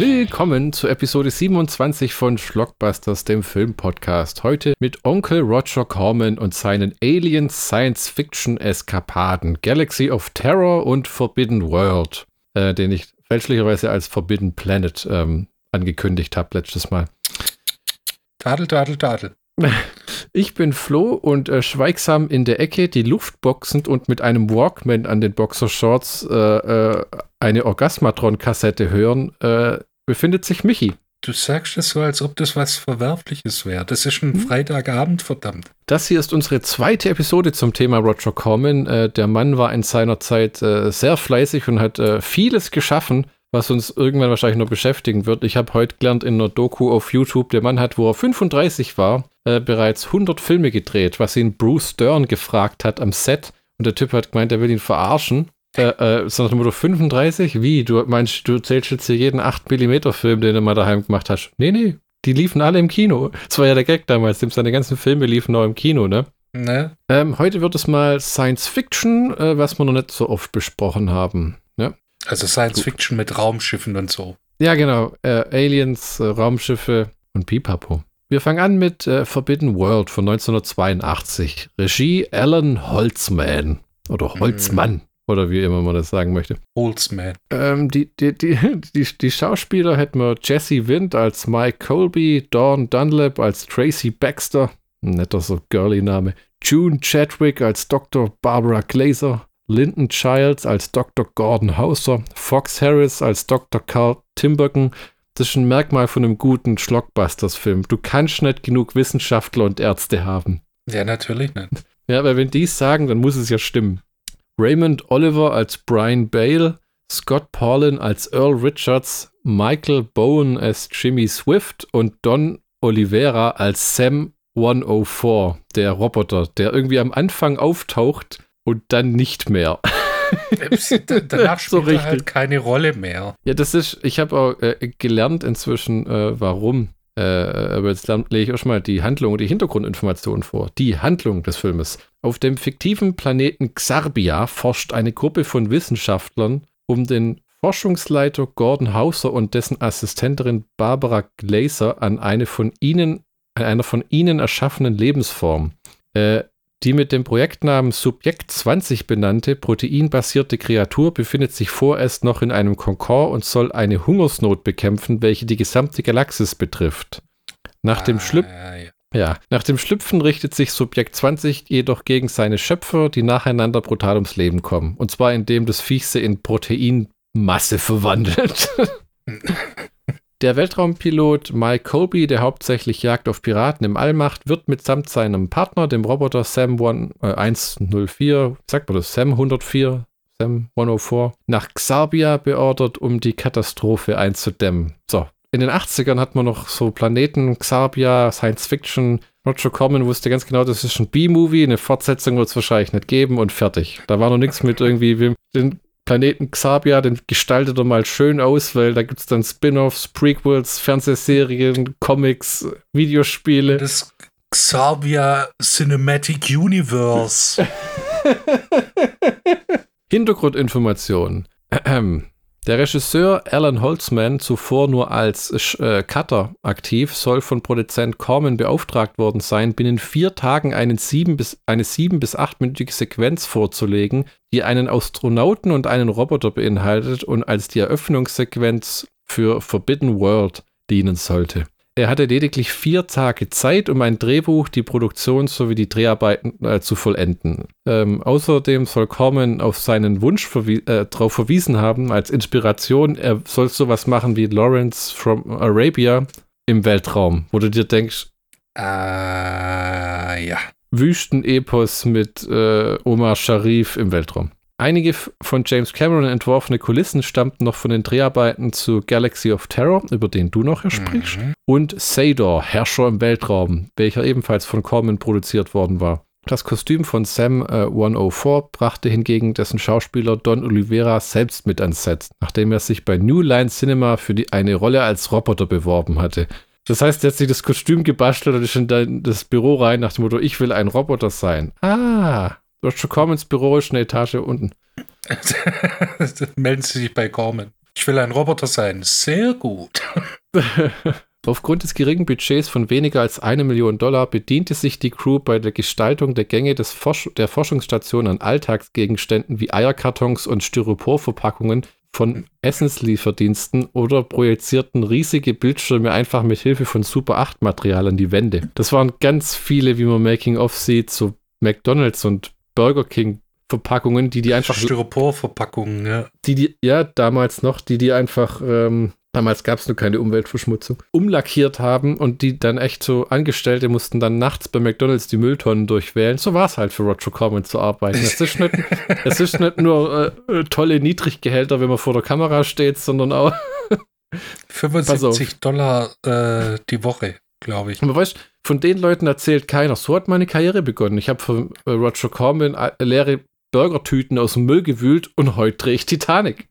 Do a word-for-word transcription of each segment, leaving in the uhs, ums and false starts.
Willkommen zu Episode siebenundzwanzig von Schlockbusters, dem Filmpodcast. Heute mit Onkel Roger Corman und seinen Alien-Science-Fiction-Eskapaden Galaxy of Terror und Forbidden World, äh, den ich fälschlicherweise als Forbidden Planet ähm, angekündigt habe letztes Mal. Tadel, tadel, tadel. Ich bin Flo und äh, schweigsam in der Ecke, die Luft boxend und mit einem Walkman an den Boxershorts äh, äh, eine Orgasmatron-Kassette hören, äh, befindet sich Michi. Du sagst es so, als ob das was Verwerfliches wäre. Das ist ein hm? Freitagabend, verdammt. Das hier ist unsere zweite Episode zum Thema Roger Corman. Äh, der Mann war in seiner Zeit äh, sehr fleißig und hat äh, vieles geschaffen, was uns irgendwann wahrscheinlich noch beschäftigen wird. Ich habe heute gelernt in einer Doku auf YouTube, der Mann hat, wo er fünfunddreißig war, äh, bereits hundert Filme gedreht, was ihn Bruce Dern gefragt hat am Set. Und der Typ hat gemeint, er will ihn verarschen. Äh, äh, so nach dem Motto fünfunddreißig? Wie? Du meinst, du zählst jetzt hier jeden acht Millimeter Film, den du mal daheim gemacht hast? Nee, nee, die liefen alle im Kino. Das war ja der Gag damals, seine ganzen Filme liefen noch im Kino, ne? Ne? Ähm, heute wird es mal Science Fiction, äh, was wir noch nicht so oft besprochen haben, ne? Also Science Fiction mit Raumschiffen und so. Ja, genau. Äh, Aliens, äh, Raumschiffe und Pipapo. Wir fangen an mit äh, Forbidden World von neunzehnhundertzweiundachtzig. Regie Alan Holtzman. Oder Holtzmann. Mm. Oder wie immer man das sagen möchte. Holtzman. Ähm, die, die, die, die, die Schauspieler hätten wir Jesse Wind als Mike Colby, Dawn Dunlap als Tracy Baxter. Ein netter so girly Name. June Chadwick als Doktor Barbara Glaser. Lyndon Childs als Doktor Gordon Hauser, Fox Harris als Doktor Carl Timbergen. Das ist ein Merkmal von einem guten Schlockbusters-Film. Du kannst nicht genug Wissenschaftler und Ärzte haben. Ja, natürlich nicht. Ja, weil wenn die es sagen, dann muss es ja stimmen. Raymond Oliver als Brian Bale, Scott Paulin als Earl Richards, Michael Bowen als Jimmy Swift und Don Oliveira als Sam hundertvier, der Roboter, der irgendwie am Anfang auftaucht und dann nicht mehr. Danach spielt so er halt keine Rolle mehr. Ja, das ist, ich habe auch äh, gelernt inzwischen, äh, warum. Äh, aber jetzt lege ich auch schon mal die Handlung und die Hintergrundinformationen vor. Die Handlung des Filmes. Auf dem fiktiven Planeten Xarbia forscht eine Gruppe von Wissenschaftlern um den Forschungsleiter Gordon Hauser und dessen Assistentin Barbara Glaser an eine von ihnen, an einer von ihnen erschaffenen Lebensform. Äh, Die mit dem Projektnamen Subjekt zwanzig benannte, proteinbasierte Kreatur befindet sich vorerst noch in einem Konkord und soll eine Hungersnot bekämpfen, welche die gesamte Galaxis betrifft. Nach dem, Schlüp- ah, ja. Ja, nach dem Schlüpfen richtet sich Subjekt zwanzig jedoch gegen seine Schöpfer, die nacheinander brutal ums Leben kommen. Und zwar indem das Viech sie in Proteinmasse verwandelt. Der Weltraumpilot Mike Colby, der hauptsächlich Jagd auf Piraten im All macht, wird mitsamt seinem Partner, dem Roboter Sam hundertvier, sagt man das, Sam hundertvier, Sam hundertvier, nach Xarbia beordert, um die Katastrophe einzudämmen. So, in den achtzigern hat man noch so Planeten, Xarbia, Science Fiction. Roger Corman wusste ganz genau, das ist ein B-Movie, eine Fortsetzung wird es wahrscheinlich nicht geben und fertig. Da war noch nichts mit irgendwie, wir den Planeten Xarbia, den gestaltet er mal schön aus, weil da gibt es dann Spin-Offs, Prequels, Fernsehserien, Comics, Videospiele. Das Xarbia Cinematic Universe. Hintergrundinformationen. Der Regisseur Alan Holtzman, zuvor nur als äh, Cutter aktiv, soll von Produzent Corman beauftragt worden sein, binnen vier Tagen einen sieben bis, eine sieben- bis achtminütige Sequenz vorzulegen, die einen Astronauten und einen Roboter beinhaltet und als die Eröffnungssequenz für Forbidden World dienen sollte. Er hatte lediglich vier Tage Zeit, um ein Drehbuch, die Produktion sowie die Dreharbeiten äh, zu vollenden. Ähm, außerdem soll Corman auf seinen Wunsch verwi- äh, darauf verwiesen haben, als Inspiration, er soll sowas machen wie Lawrence from Arabia im Weltraum, wo du dir denkst, ah, ja. Wüstenepos mit äh, Omar Sharif im Weltraum. Einige von James Cameron entworfene Kulissen stammten noch von den Dreharbeiten zu Galaxy of Terror, über den du noch sprichst, mhm. und Sador, Herrscher im Weltraum, welcher ebenfalls von Corman produziert worden war. Das Kostüm von Sam äh, hundertvier brachte hingegen dessen Schauspieler Don Oliveira selbst mit ans Set, nachdem er sich bei New Line Cinema für die, eine Rolle als Roboter beworben hatte. Das heißt, er hat sich das Kostüm gebastelt und ist in das Büro rein nach dem Motto, ich will ein Roboter sein. Ah, Roger Cormans Büro ist eine Etage unten. Melden Sie sich bei Corman. Ich will ein Roboter sein. Sehr gut. Aufgrund des geringen Budgets von weniger als eine Million Dollar bediente sich die Crew bei der Gestaltung der Gänge des Forsch- der Forschungsstation an Alltagsgegenständen wie Eierkartons und Styroporverpackungen von Essenslieferdiensten oder projizierten riesige Bildschirme einfach mit Hilfe von Super acht Material an die Wände. Das waren ganz viele, wie man Making-of sieht, so McDonald's und Burger King Verpackungen, die die einfach... Styroporverpackungen, ja. Die, die, ja, damals noch, die die einfach... Ähm, Damals gab es nur keine Umweltverschmutzung. Umlackiert haben und die dann echt so Angestellte mussten dann nachts bei McDonald's die Mülltonnen durchwählen. So war es halt für Roger Corman zu arbeiten. Es ist nicht, es ist nicht nur äh, tolle Niedriggehälter, wenn man vor der Kamera steht, sondern auch fünfundsiebzig Dollar äh, die Woche, glaube ich. Aber weißt, von den Leuten erzählt keiner. So hat meine Karriere begonnen. Ich habe von äh, Roger Corman äh, leere Burgertüten aus dem Müll gewühlt und heute drehe ich Titanic.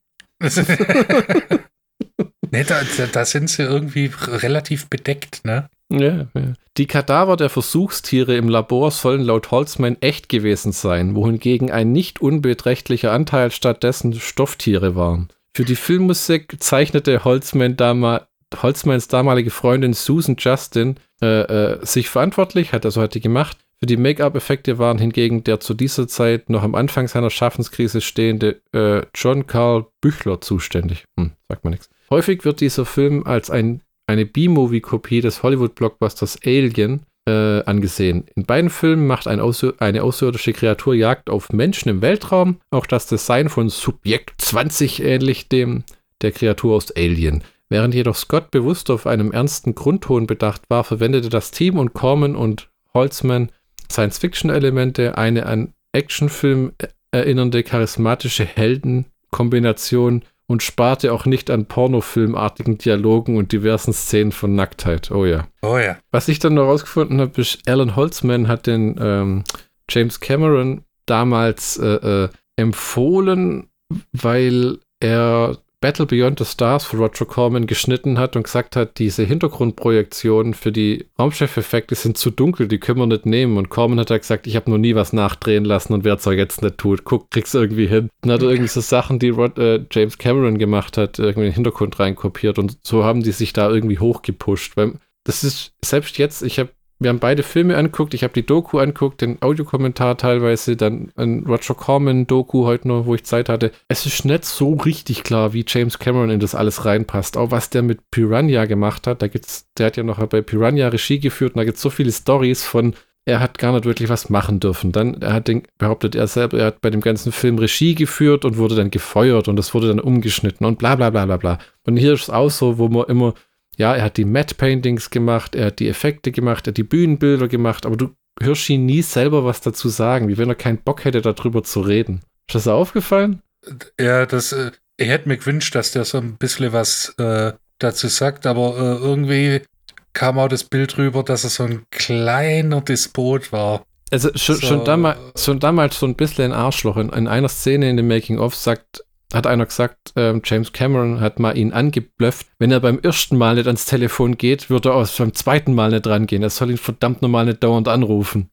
Ne, da, da sind sie irgendwie relativ bedeckt, ne? Ja, ja. Die Kadaver der Versuchstiere im Labor sollen laut Holzman echt gewesen sein, wohingegen ein nicht unbeträchtlicher Anteil stattdessen Stofftiere waren. Für die Filmmusik zeichnete Holzman dama- Holzmans damalige Freundin Susan Justin äh, äh, sich verantwortlich, hat also heute gemacht. Für die Make-up-Effekte waren hingegen der zu dieser Zeit noch am Anfang seiner Schaffenskrise stehende äh, John Carl Büchler zuständig. Hm, sagt man nichts. Häufig wird dieser Film als ein, eine B-Movie-Kopie des Hollywood-Blockbusters Alien äh, angesehen. In beiden Filmen macht ein Außer- eine außerirdische Kreatur Jagd auf Menschen im Weltraum. Auch das Design von Subjekt zwanzig ähnlich dem der Kreatur aus Alien. Während jedoch Scott bewusst auf einem ernsten Grundton bedacht war, verwendete das Team und Corman und Holzman Science-Fiction-Elemente, eine an Actionfilm erinnernde charismatische Heldenkombination und sparte auch nicht an pornofilmartigen Dialogen und diversen Szenen von Nacktheit. Oh ja. Oh ja. Was ich dann noch rausgefunden habe, ist, Alan Holtzman hat den ähm, James Cameron damals äh, äh, empfohlen, weil er Battle Beyond the Stars für Roger Corman geschnitten hat und gesagt hat, diese Hintergrundprojektionen für die Raumschiff-Effekte sind zu dunkel, die können wir nicht nehmen. Und Corman hat halt gesagt, ich habe noch nie was nachdrehen lassen und wer es auch jetzt nicht tut, guck, krieg's irgendwie hin. Dann hat er irgendwie so Sachen, die Rod, äh, James Cameron gemacht hat, irgendwie in den Hintergrund reinkopiert und so haben die sich da irgendwie hochgepusht. Weil das ist, selbst jetzt, ich habe Wir haben beide Filme angeguckt, ich habe die Doku angeguckt, den Audiokommentar teilweise, dann ein Roger Corman-Doku heute noch, wo ich Zeit hatte. Es ist nicht so richtig klar, wie James Cameron in das alles reinpasst. Auch was der mit Piranha gemacht hat, da gibt's, der hat ja noch bei Piranha Regie geführt und da gibt es so viele Storys von, er hat gar nicht wirklich was machen dürfen. Dann, er hat den, behauptet er selber, er hat bei dem ganzen Film Regie geführt und wurde dann gefeuert und das wurde dann umgeschnitten und bla bla bla bla bla. Und hier ist es auch so, wo man immer ja, er hat die Matte-Paintings gemacht, er hat die Effekte gemacht, er hat die Bühnenbilder gemacht, aber du hörst ihn nie selber was dazu sagen, wie wenn er keinen Bock hätte, darüber zu reden. Ist das aufgefallen? Ja, das, äh, ich hätte mir gewünscht, dass der so ein bisschen was äh, dazu sagt, aber äh, irgendwie kam auch das Bild rüber, dass er so ein kleiner Despot war. Also schon, so, schon, damals, schon damals so ein bisschen ein Arschloch. In, in einer Szene in dem Making-of sagt hat einer gesagt, ähm, James Cameron hat mal ihn angeblufft, wenn er beim ersten Mal nicht ans Telefon geht, würde er auch beim zweiten Mal nicht rangehen. Er soll ihn verdammt nochmal nicht dauernd anrufen.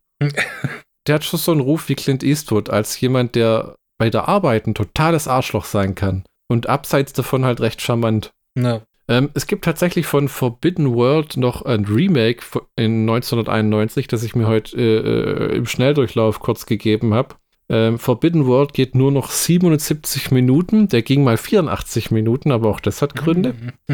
Der hat schon so einen Ruf wie Clint Eastwood, als jemand, der bei der Arbeit ein totales Arschloch sein kann. Und abseits davon halt recht charmant. No. Ähm, es gibt tatsächlich von Forbidden World noch ein Remake in neunzehnhunderteinundneunzig, das ich mir heute äh, im Schnelldurchlauf kurz gegeben habe. Ähm, Forbidden World geht nur noch siebenundsiebzig Minuten. Der ging mal vierundachtzig Minuten, aber auch das hat Gründe.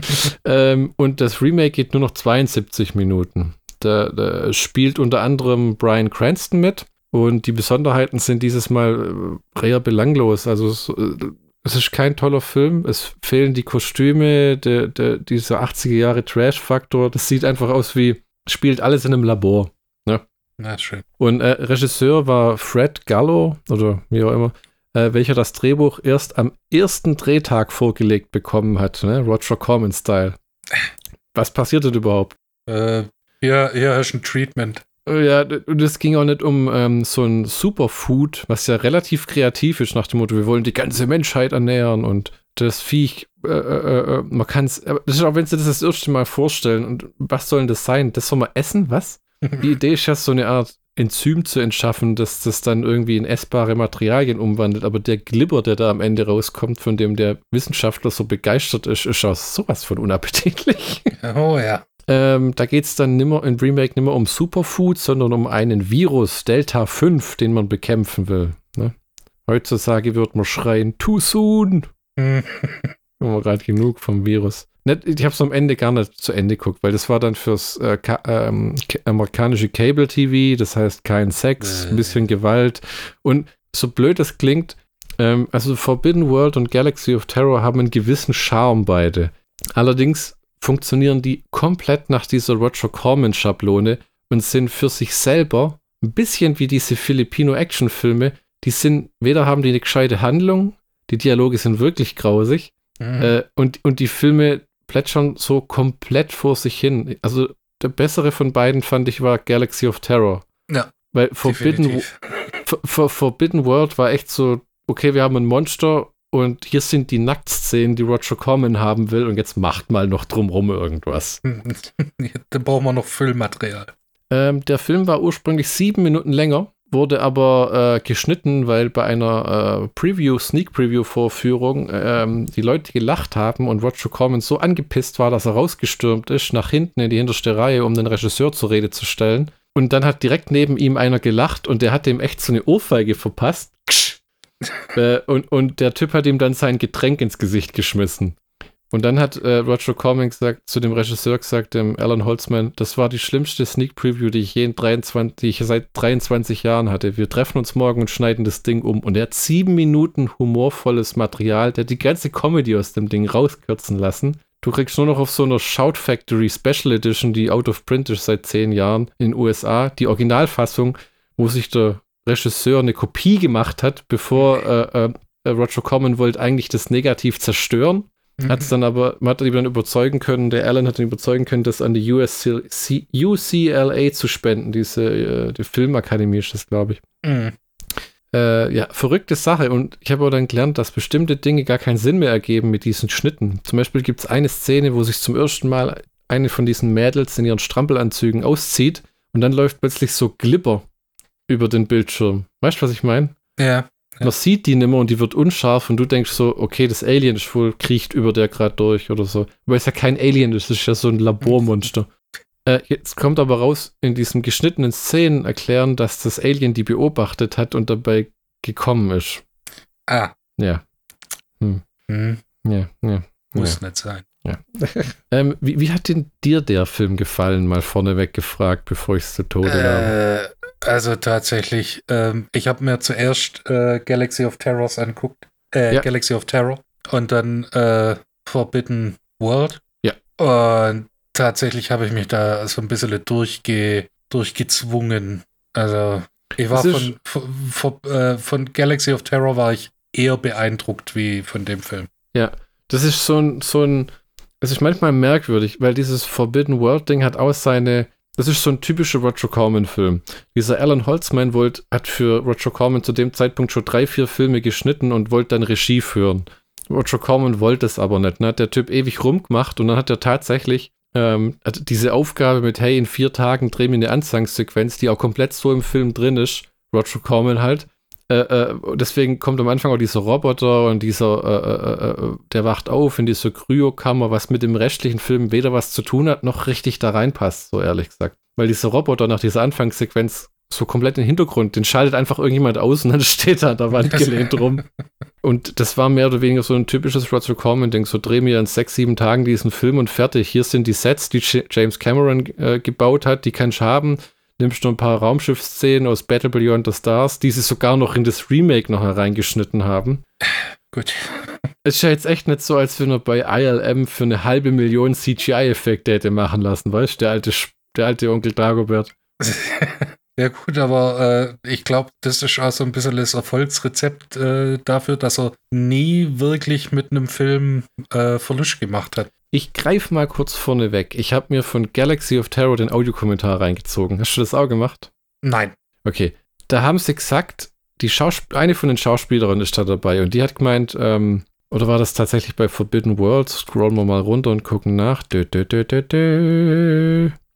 ähm, und das Remake geht nur noch zweiundsiebzig Minuten. Da, da spielt unter anderem Bryan Cranston mit. Und die Besonderheiten sind dieses Mal äh, eher belanglos. Also es, äh, es ist kein toller Film. Es fehlen die Kostüme, de, de, dieser achtziger Jahre Trash-Faktor. Das sieht einfach aus wie, spielt alles in einem Labor. Ne? Na, schön. Und äh, Regisseur war Fred Gallo, oder wie auch immer, äh, welcher das Drehbuch erst am ersten Drehtag vorgelegt bekommen hat, ne? Roger Corman-Style. Was passiert denn überhaupt? Äh, hier, hier ist ein Treatment. Ja, und es ging auch nicht um ähm, so ein Superfood, was ja relativ kreativ ist, nach dem Motto, wir wollen die ganze Menschheit ernähren und das Viech, äh, äh, äh, man kann es, das ist auch, wenn sie das das erste Mal vorstellen, und was soll denn das sein? Das soll man essen, was? Die Idee ist ja so eine Art Enzym zu entschaffen, dass das dann irgendwie in essbare Materialien umwandelt. Aber der Glibber, der da am Ende rauskommt, von dem der Wissenschaftler so begeistert ist, ist auch sowas von unappetitlich. Oh ja. Ähm, da geht es dann nimmer in Remake nicht mehr um Superfood, sondern um einen Virus, Delta fünf, den man bekämpfen will. Ne? Heutzutage wird man schreien, too soon. Haben wir gerade genug vom Virus. Ich habe es am Ende gar nicht zu Ende geguckt, weil das war dann fürs äh, ka- ähm, k- amerikanische Cable-T V, das heißt kein Sex, ein bisschen Gewalt. Und so blöd das klingt, ähm, also Forbidden World und Galaxy of Terror haben einen gewissen Charme beide. Allerdings funktionieren die komplett nach dieser Roger Corman-Schablone und sind für sich selber ein bisschen wie diese Filipino-Action-Filme. Die sind, weder haben die eine gescheite Handlung, die Dialoge sind wirklich grausig, mhm. äh, und, und die Filme plätschern so komplett vor sich hin. Also der bessere von beiden, fand ich, war Galaxy of Terror. Ja, weil Forbidden, For, For, Forbidden World war echt so, okay, wir haben ein Monster und hier sind die Nacktszenen, die Roger Corman haben will und jetzt macht mal noch drumrum irgendwas. Dann brauchen wir noch Füllmaterial. Ähm, der Film war ursprünglich sieben Minuten länger, wurde aber äh, geschnitten, weil bei einer äh, Preview, Sneak-Preview-Vorführung ähm, die Leute gelacht haben und Roger Corman so angepisst war, dass er rausgestürmt ist, nach hinten in die hinterste Reihe, um den Regisseur zur Rede zu stellen. Und dann hat direkt neben ihm einer gelacht und der hat dem echt so eine Ohrfeige verpasst. äh, und, und der Typ hat ihm dann sein Getränk ins Gesicht geschmissen. Und dann hat äh, Roger Corman gesagt, zu dem Regisseur gesagt, dem Alan Holtzman, das war die schlimmste Sneak Preview, die ich je in dreiundzwanzig, die ich seit dreiundzwanzig Jahren hatte. Wir treffen uns morgen und schneiden das Ding um. Und er hat sieben Minuten humorvolles Material, der hat die ganze Comedy aus dem Ding rauskürzen lassen. Du kriegst nur noch auf so einer Shout Factory Special Edition, die out of print ist seit zehn Jahren in den U S A, die Originalfassung, wo sich der Regisseur eine Kopie gemacht hat, bevor äh, äh, Roger Corman wollte eigentlich das negativ zerstören. Hat es dann aber, man hat ihn dann überzeugen können, der Alan hat ihn überzeugen können, das an die U S C, U C L A zu spenden, diese äh, die Filmakademie ist das, glaube ich. Mhm. Äh, ja, verrückte Sache. Und ich habe aber dann gelernt, dass bestimmte Dinge gar keinen Sinn mehr ergeben mit diesen Schnitten. Zum Beispiel gibt es eine Szene, wo sich zum ersten Mal eine von diesen Mädels in ihren Strampelanzügen auszieht und dann läuft plötzlich so Glibber über den Bildschirm. Weißt du, was ich meine? Ja. Man sieht die nimmer und die wird unscharf und du denkst so, okay, das Alien ist wohl, kriecht über der gerade durch oder so. Aber es ist ja kein Alien, das ist ja so ein Labormonster. äh, jetzt kommt aber raus, in diesen geschnittenen Szenen erklären, dass das Alien die beobachtet hat und dabei gekommen ist. Ah. Ja. Hm. Hm. Ja, ja. Muss ja. nicht sein. Ja. ähm, wie, wie hat denn dir der Film gefallen? Mal vorneweg gefragt, bevor ich es zu Tode äh, habe. Also tatsächlich, ähm, ich habe mir zuerst äh, Galaxy of Terrors anguckt. Äh, ja. Galaxy of Terror. Und dann äh, Forbidden World. Ja. Und tatsächlich habe ich mich da so ein bisschen durchge durchgezwungen. Also ich war von, von, von, äh, von Galaxy of Terror war ich eher beeindruckt wie von dem Film. Ja, das ist so ein, so ein, es ist manchmal merkwürdig, weil dieses Forbidden World Ding hat auch seine, das ist so ein typischer Roger Corman-Film. Dieser Alan Holtzman wollte, hat für Roger Corman zu dem Zeitpunkt schon drei, vier Filme geschnitten und wollte dann Regie führen. Roger Corman wollte es aber nicht. Dann hat der Typ ewig rumgemacht und dann hat er tatsächlich ähm, diese Aufgabe mit, hey, in vier Tagen drehen wir eine Anfangssequenz, die auch komplett so im Film drin ist. Roger Corman halt. Äh, äh, deswegen kommt am Anfang auch dieser Roboter und dieser, äh, äh, äh, der wacht auf in dieser Kryokammer, was mit dem restlichen Film weder was zu tun hat, noch richtig da reinpasst, so ehrlich gesagt. Weil dieser Roboter nach dieser Anfangssequenz so komplett in den Hintergrund, den schaltet einfach irgendjemand aus und dann steht er an der Wand gelehnt rum. Und das war mehr oder weniger so ein typisches Roger Corman-Ding, so drehen wir in sechs, sieben Tagen diesen Film und fertig. Hier sind die Sets, die James Cameron äh, gebaut hat, die kannst du haben. Nimmst du ein paar Raumschiffsszenen aus Battle Beyond the Stars, die sie sogar noch in das Remake noch hereingeschnitten haben. Gut. Es ist ja jetzt echt nicht so, als wenn er bei I L M für eine halbe Million C G I-Effekte hätte machen lassen, weißt du? Der alte, der alte Onkel Dagobert. Ja gut, aber äh, ich glaube, das ist auch so ein bisschen das Erfolgsrezept äh, dafür, dass er nie wirklich mit einem Film äh, Verlust gemacht hat. Ich greife mal kurz vorne weg. Ich habe mir von Galaxy of Terror den Audiokommentar reingezogen. Hast du das auch gemacht? Nein. Okay. Da haben sie gesagt, die Schausp- eine von den Schauspielerinnen ist da dabei und die hat gemeint, ähm, oder war das tatsächlich bei Forbidden World? Scrollen wir mal runter und gucken nach. Dö, dö, dö, dö, dö.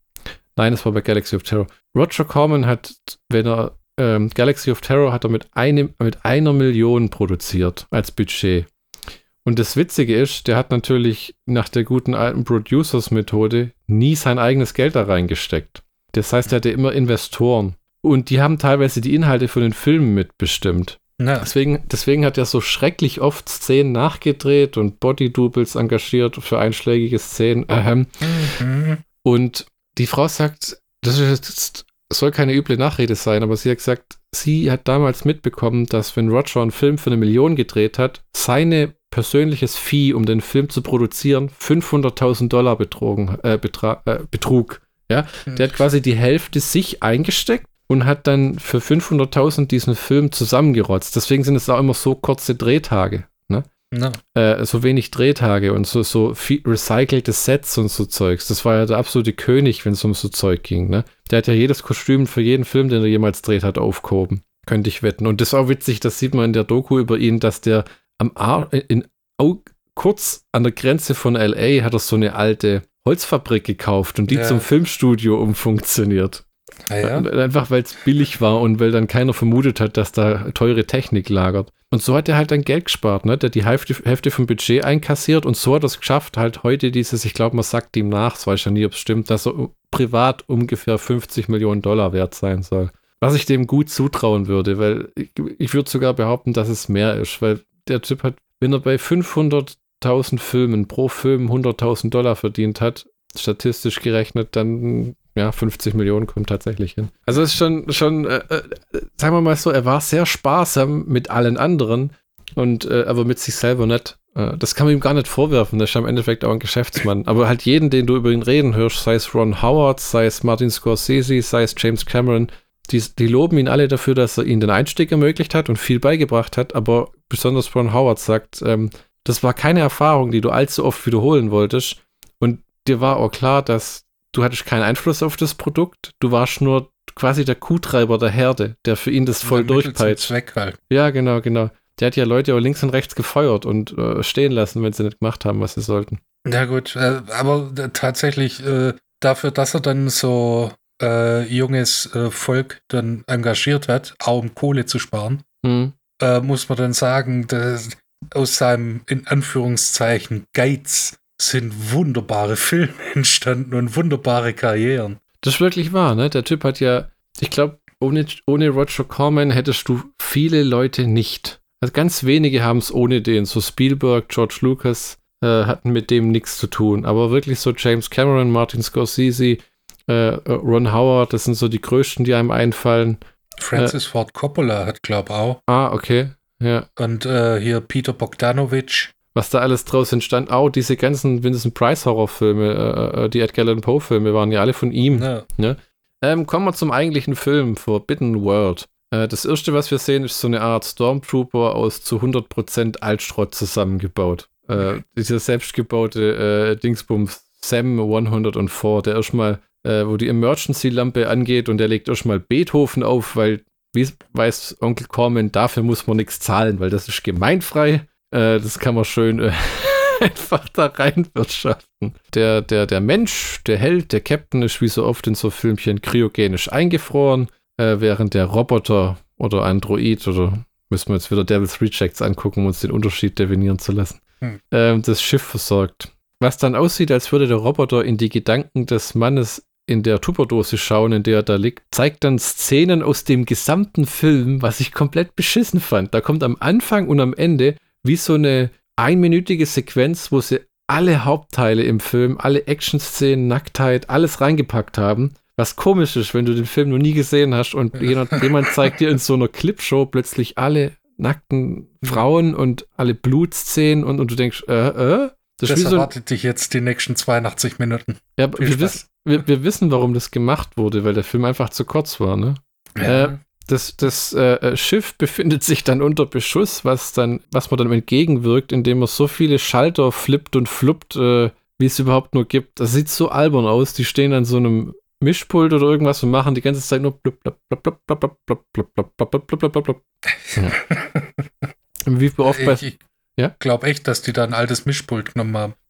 Nein, das war bei Galaxy of Terror. Roger Corman hat, wenn er ähm, Galaxy of Terror hat er mit, einem, mit einer Million produziert als Budget. Und das Witzige ist, der hat natürlich nach der guten alten Producers-Methode nie sein eigenes Geld da reingesteckt. Das heißt, er hatte immer Investoren. Und die haben teilweise die Inhalte von den Filmen mitbestimmt. Ja. Deswegen, deswegen hat er so schrecklich oft Szenen nachgedreht und Body-Doubles engagiert für einschlägige Szenen. Ähm. Mhm. Und die Frau sagt, das ist jetzt, soll keine üble Nachrede sein, aber sie hat gesagt, sie hat damals mitbekommen, dass wenn Roger einen Film für eine Million gedreht hat, seine persönliches Fee, um den Film zu produzieren, fünfhunderttausend Dollar betrogen, äh, betra- äh, betrug. Ja? Mhm. Der hat quasi die Hälfte sich eingesteckt und hat dann für fünfhunderttausend diesen Film zusammengerotzt. Deswegen sind es auch immer so kurze Drehtage. Ne? No. Äh, so wenig Drehtage und so, so viel recycelte Sets und so Zeugs. Das war ja der absolute König, wenn es um so Zeug ging. Ne? Der hat ja jedes Kostüm für jeden Film, den er jemals dreht hat, aufgehoben. Könnte ich wetten. Und das ist auch witzig, das sieht man in der Doku über ihn, dass der am Ar- in, in, kurz an der Grenze von L A hat er so eine alte Holzfabrik gekauft und die ja. zum Filmstudio umfunktioniert. Ah, ja? Einfach weil es billig war und weil dann keiner vermutet hat, dass da teure Technik lagert. Und so hat er halt dann Geld gespart, ne? Der hat die Hälfte, Hälfte vom Budget einkassiert und so hat er es geschafft, halt heute dieses, ich glaube, man sagt ihm nach, das weiß ich ja nie, ob es stimmt, dass er privat ungefähr fünfzig Millionen Dollar wert sein soll. Was ich dem gut zutrauen würde, weil ich, ich würde sogar behaupten, dass es mehr ist, weil der Typ hat, wenn er bei fünfhunderttausend Filmen pro Film hunderttausend Dollar verdient hat, statistisch gerechnet, dann ja, fünfzig Millionen kommt tatsächlich hin. Also es ist schon, schon äh, äh, sagen wir mal so, er war sehr sparsam mit allen anderen, und äh, aber mit sich selber nicht. Äh, das kann man ihm gar nicht vorwerfen, der ist ja im Endeffekt auch ein Geschäftsmann. Aber halt jeden, den du über ihn reden hörst, sei es Ron Howard, sei es Martin Scorsese, sei es James Cameron, die, die loben ihn alle dafür, dass er ihnen den Einstieg ermöglicht hat und viel beigebracht hat, aber besonders Ron Howard sagt, ähm, das war keine Erfahrung, die du allzu oft wiederholen wolltest, und dir war auch klar, dass du hattest keinen Einfluss auf das Produkt, du warst nur quasi der Kuhtreiber der Herde, der für ihn das voll durchpeitscht. Zweck halt. Ja, genau, genau. Der hat ja Leute auch links und rechts gefeuert und äh, stehen lassen, wenn sie nicht gemacht haben, was sie sollten. Ja gut, äh, aber äh, tatsächlich äh, dafür, dass er dann so äh, junges äh, Volk dann engagiert hat, auch um Kohle zu sparen, hm. äh, muss man dann sagen, dass aus seinem, in Anführungszeichen, Geiz sind wunderbare Filme entstanden und wunderbare Karrieren. Das ist wirklich wahr, ne? Der Typ hat ja, ich glaube, ohne, ohne Roger Corman hättest du viele Leute nicht. Also ganz wenige haben es ohne den. So Spielberg, George Lucas äh, hatten mit dem nichts zu tun. Aber wirklich so James Cameron, Martin Scorsese, äh, Ron Howard, das sind so die größten, die einem einfallen. Francis äh, Ford Coppola hat, glaube ich, auch. Ah, okay. Ja. Und äh, hier Peter Bogdanovich. Was da alles draus entstand, auch diese ganzen Vincent Price Horrorfilme, äh, die Edgar Allan Poe Filme waren ja alle von ihm. Ja. Ne? Ähm, kommen wir zum eigentlichen Film, Forbidden World. Äh, das erste, was wir sehen, ist so eine Art Stormtrooper aus zu hundert Prozent Altschrott zusammengebaut. Äh, dieser selbstgebaute äh, Dingsbums Sam hundertvier, der erstmal, äh, wo die Emergency-Lampe angeht, und der legt erstmal Beethoven auf, weil, wie weiß Onkel Corman, dafür muss man nichts zahlen, weil das ist gemeinfrei. Äh, das kann man schön äh, einfach da reinwirtschaften. Der, der, der Mensch, der Held, der Captain ist wie so oft in so Filmchen kryogenisch eingefroren, äh, während der Roboter oder Android, oder müssen wir jetzt wieder Devil's Rejects angucken, um uns den Unterschied definieren zu lassen, hm. äh, das Schiff versorgt. Was dann aussieht, als würde der Roboter in die Gedanken des Mannes in der Tupperdose schauen, in der er da liegt, zeigt dann Szenen aus dem gesamten Film, was ich komplett beschissen fand. Da kommt am Anfang und am Ende wie so eine einminütige Sequenz, wo sie alle Hauptteile im Film, alle Action-Szenen, Nacktheit, alles reingepackt haben. Was komisch ist, wenn du den Film noch nie gesehen hast und jemand, jemand zeigt dir in so einer Clipshow plötzlich alle nackten Frauen und alle Blutszenen und, und du denkst, äh, äh? Das, das erwartet so dich jetzt die nächsten zweiundachtzig Minuten. Ja, wir, wiss, wir, wir wissen, warum das gemacht wurde, weil der Film einfach zu kurz war, ne? Ja. Äh, Das, das äh, Schiff befindet sich dann unter Beschuss, was dann, was man dann entgegenwirkt, indem man so viele Schalter flippt und fluppt, äh, wie es überhaupt nur gibt. Das sieht so albern aus. Die stehen an so einem Mischpult oder irgendwas und machen die ganze Zeit nur blub, blub, blub, blub, blub, blub, blub, blub, blub, blub, blub, blub, blub. Ja. Wie oft bei, ich ich ja? glaube echt, dass die da ein altes Mischpult genommen haben.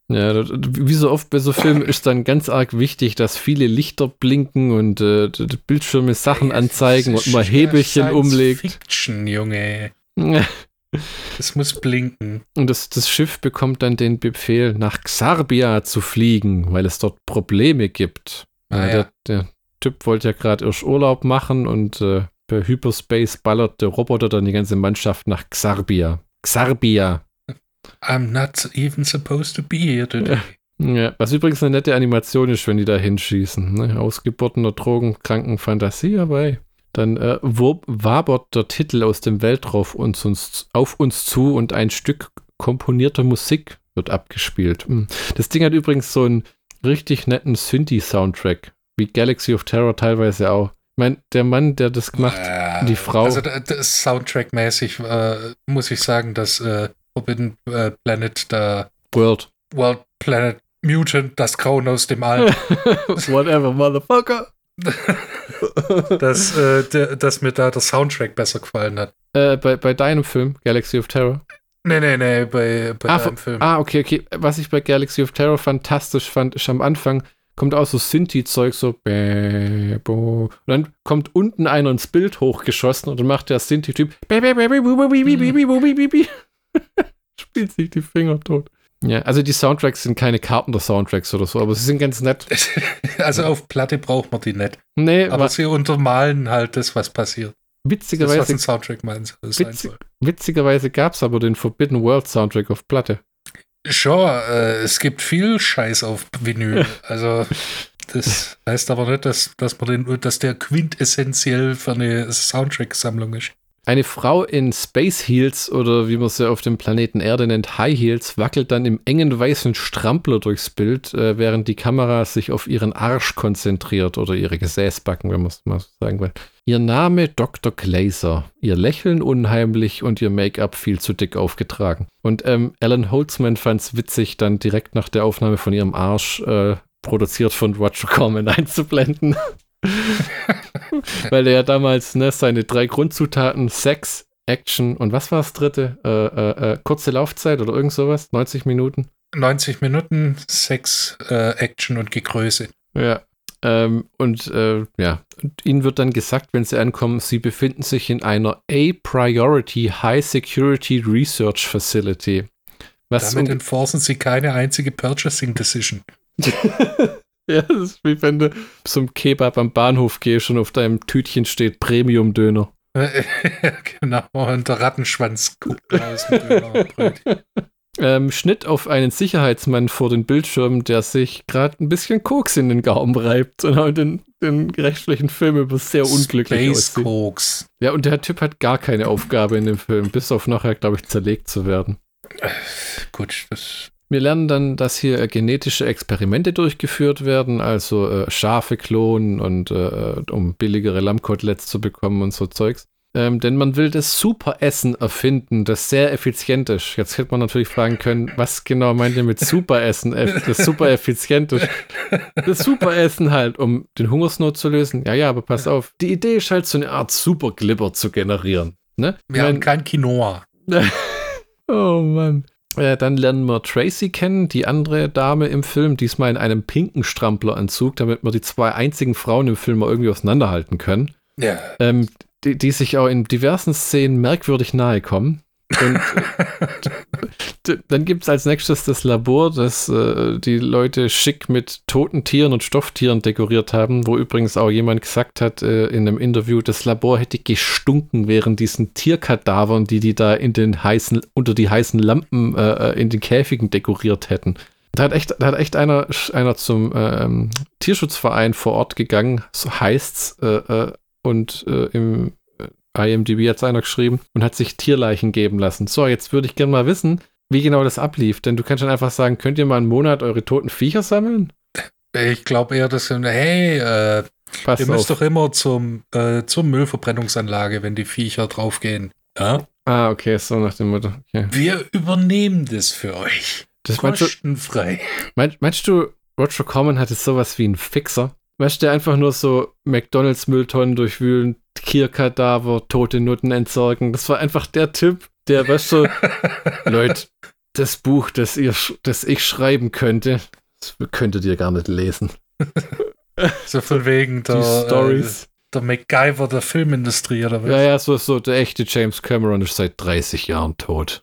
Ja, wie so oft bei so Filmen ist dann ganz arg wichtig, dass viele Lichter blinken und äh, die Bildschirme Sachen anzeigen und man Hebelchen Science umlegt. Fiction, Junge. Es muss blinken. Und das, das Schiff bekommt dann den Befehl, nach Xarbia zu fliegen, weil es dort Probleme gibt. Ah, äh, ja. der, der Typ wollte ja gerade erst Urlaub machen und äh, per Hyperspace ballert der Roboter dann die ganze Mannschaft nach Xarbia. Xarbia. I'm not even supposed to be here today. Ja. Ja, was übrigens eine nette Animation ist, wenn die da hinschießen. Ne? Ausgeburtener Drogenkranken Fantasie, aber ey. Dann äh, wabert der Titel aus dem Weltraum uns, uns, auf uns zu und ein Stück komponierter Musik wird abgespielt. Das Ding hat übrigens so einen richtig netten Synthi-Soundtrack, wie Galaxy of Terror teilweise auch. Ich meine, der Mann, der das gemacht hat, äh, die Frau. Also das Soundtrack-mäßig äh, muss ich sagen, dass äh, Forbidden äh, Planet, da World. World Planet Mutant, das Grauen aus dem All. Whatever, Motherfucker. dass, äh, der, dass mir da der Soundtrack besser gefallen hat. Äh, bei, bei deinem Film, Galaxy of Terror? Nee, nee, nee, bei, bei ah, deinem Film. Ah, okay, okay. Was ich bei Galaxy of Terror fantastisch fand, ist am Anfang kommt auch so Synthi-Zeug, so bäh, bo. Und dann kommt unten einer ins Bild hochgeschossen und dann macht der Synthi-Typ spielt sich die Finger tot. Ja, also die Soundtracks sind keine Carpenter-Soundtracks oder so, aber sie sind ganz nett. Also auf Platte braucht man die nicht. Nee, aber sie untermalen halt das, was passiert. Witzigerweise, das, was ein Soundtrack meint, witzig, witzigerweise gab es aber den Forbidden World Soundtrack auf Platte. Schon, äh, es gibt viel Scheiß auf Vinyl. Also das heißt aber nicht, dass, dass, man den, dass der quintessentiell für eine Soundtrack-Sammlung ist. Eine Frau in Space Heels oder wie man sie auf dem Planeten Erde nennt, High Heels, wackelt dann im engen weißen Strampler durchs Bild, äh, während die Kamera sich auf ihren Arsch konzentriert oder ihre Gesäßbacken, wenn man es mal so sagen will. Ihr Name Doktor Glaser, ihr Lächeln unheimlich und ihr Make-up viel zu dick aufgetragen. Und ähm, Alan Holtzman fand es witzig, dann direkt nach der Aufnahme von ihrem Arsch, äh, produziert von Roger Corman, einzublenden. Weil er ja damals ne, seine drei Grundzutaten, Sex, Action und was war das dritte? Äh, äh, äh, kurze Laufzeit oder irgend sowas? neunzig Minuten? neunzig Minuten, Sex, äh, Action und Gegröße. Ja. Ähm, und äh, ja, und ihnen wird dann gesagt, wenn sie ankommen, sie befinden sich in einer A-Priority High Security Research Facility. Was Damit enforcen sie keine einzige Purchasing Decision. Ja, das ist wie wenn du zum Kebab am Bahnhof gehst und auf deinem Tütchen steht Premium-Döner. Genau, und der Rattenschwanz guckt aus dem Dönerbrötchen. Ähm, Schnitt auf einen Sicherheitsmann vor den Bildschirmen, der sich gerade ein bisschen Koks in den Gaumen reibt und den, den rechtlichen Film über sehr unglücklich Space aussieht. Koks. Ja, und der Typ hat gar keine Aufgabe in dem Film, bis auf nachher, glaube ich, zerlegt zu werden. Äh, gut, das... Wir lernen dann, dass hier äh, genetische Experimente durchgeführt werden, also äh, Schafe klonen und äh, um billigere Lammkoteletts zu bekommen und so Zeugs. Ähm, denn man will das Superessen erfinden, das sehr effizient ist. Jetzt hätte man natürlich fragen können, was genau meint ihr mit Superessen, das super effizient ist? Das Superessen halt, um den Hungersnot zu lösen. Ja, ja, aber pass auf. Die Idee ist halt so eine Art Superglibber zu generieren. Ne? Wir haben kein Quinoa. Oh Mann. Äh, dann lernen wir Tracy kennen, die andere Dame im Film, diesmal in einem pinken Strampleranzug, damit wir die zwei einzigen Frauen im Film mal irgendwie auseinanderhalten können. Ja. Ähm, die, die sich auch in diversen Szenen merkwürdig nahe kommen. Und d- dann gibt es als nächstes das Labor, das äh, die Leute schick mit toten Tieren und Stofftieren dekoriert haben, wo übrigens auch jemand gesagt hat äh, in einem Interview, das Labor hätte gestunken während diesen Tierkadavern, die die da in den heißen, unter die heißen Lampen äh, in den Käfigen dekoriert hätten. Da hat echt, da hat echt einer, einer zum ähm, Tierschutzverein vor Ort gegangen, so heißt's, äh, äh, und äh, im I M D B hat es einer geschrieben und hat sich Tierleichen geben lassen. So, jetzt würde ich gerne mal wissen, wie genau das ablief. Denn du kannst dann einfach sagen, könnt ihr mal einen Monat eure toten Viecher sammeln? Ich glaube eher, dass hey, äh, ihr müsst doch immer zum, äh, zur Müllverbrennungsanlage, wenn die Viecher draufgehen. Ja? Ah, okay, so nach dem Motto. Okay. Wir übernehmen das für euch. Das kostenfrei. Meinst, meinst du, Roger Corman hatte sowas wie einen Fixer? Weißt du, einfach nur so McDonalds-Mülltonnen durchwühlen, Tierkadaver, tote Nutten entsorgen. Das war einfach der Typ, der, weißt du, Leute, das Buch, das, ihr, das ich schreiben könnte, das könntet ihr gar nicht lesen. So von wegen der, die Stories. Äh, der MacGyver der Filmindustrie, oder was? Ja, ja, so, so der echte James Cameron ist seit dreißig Jahren tot.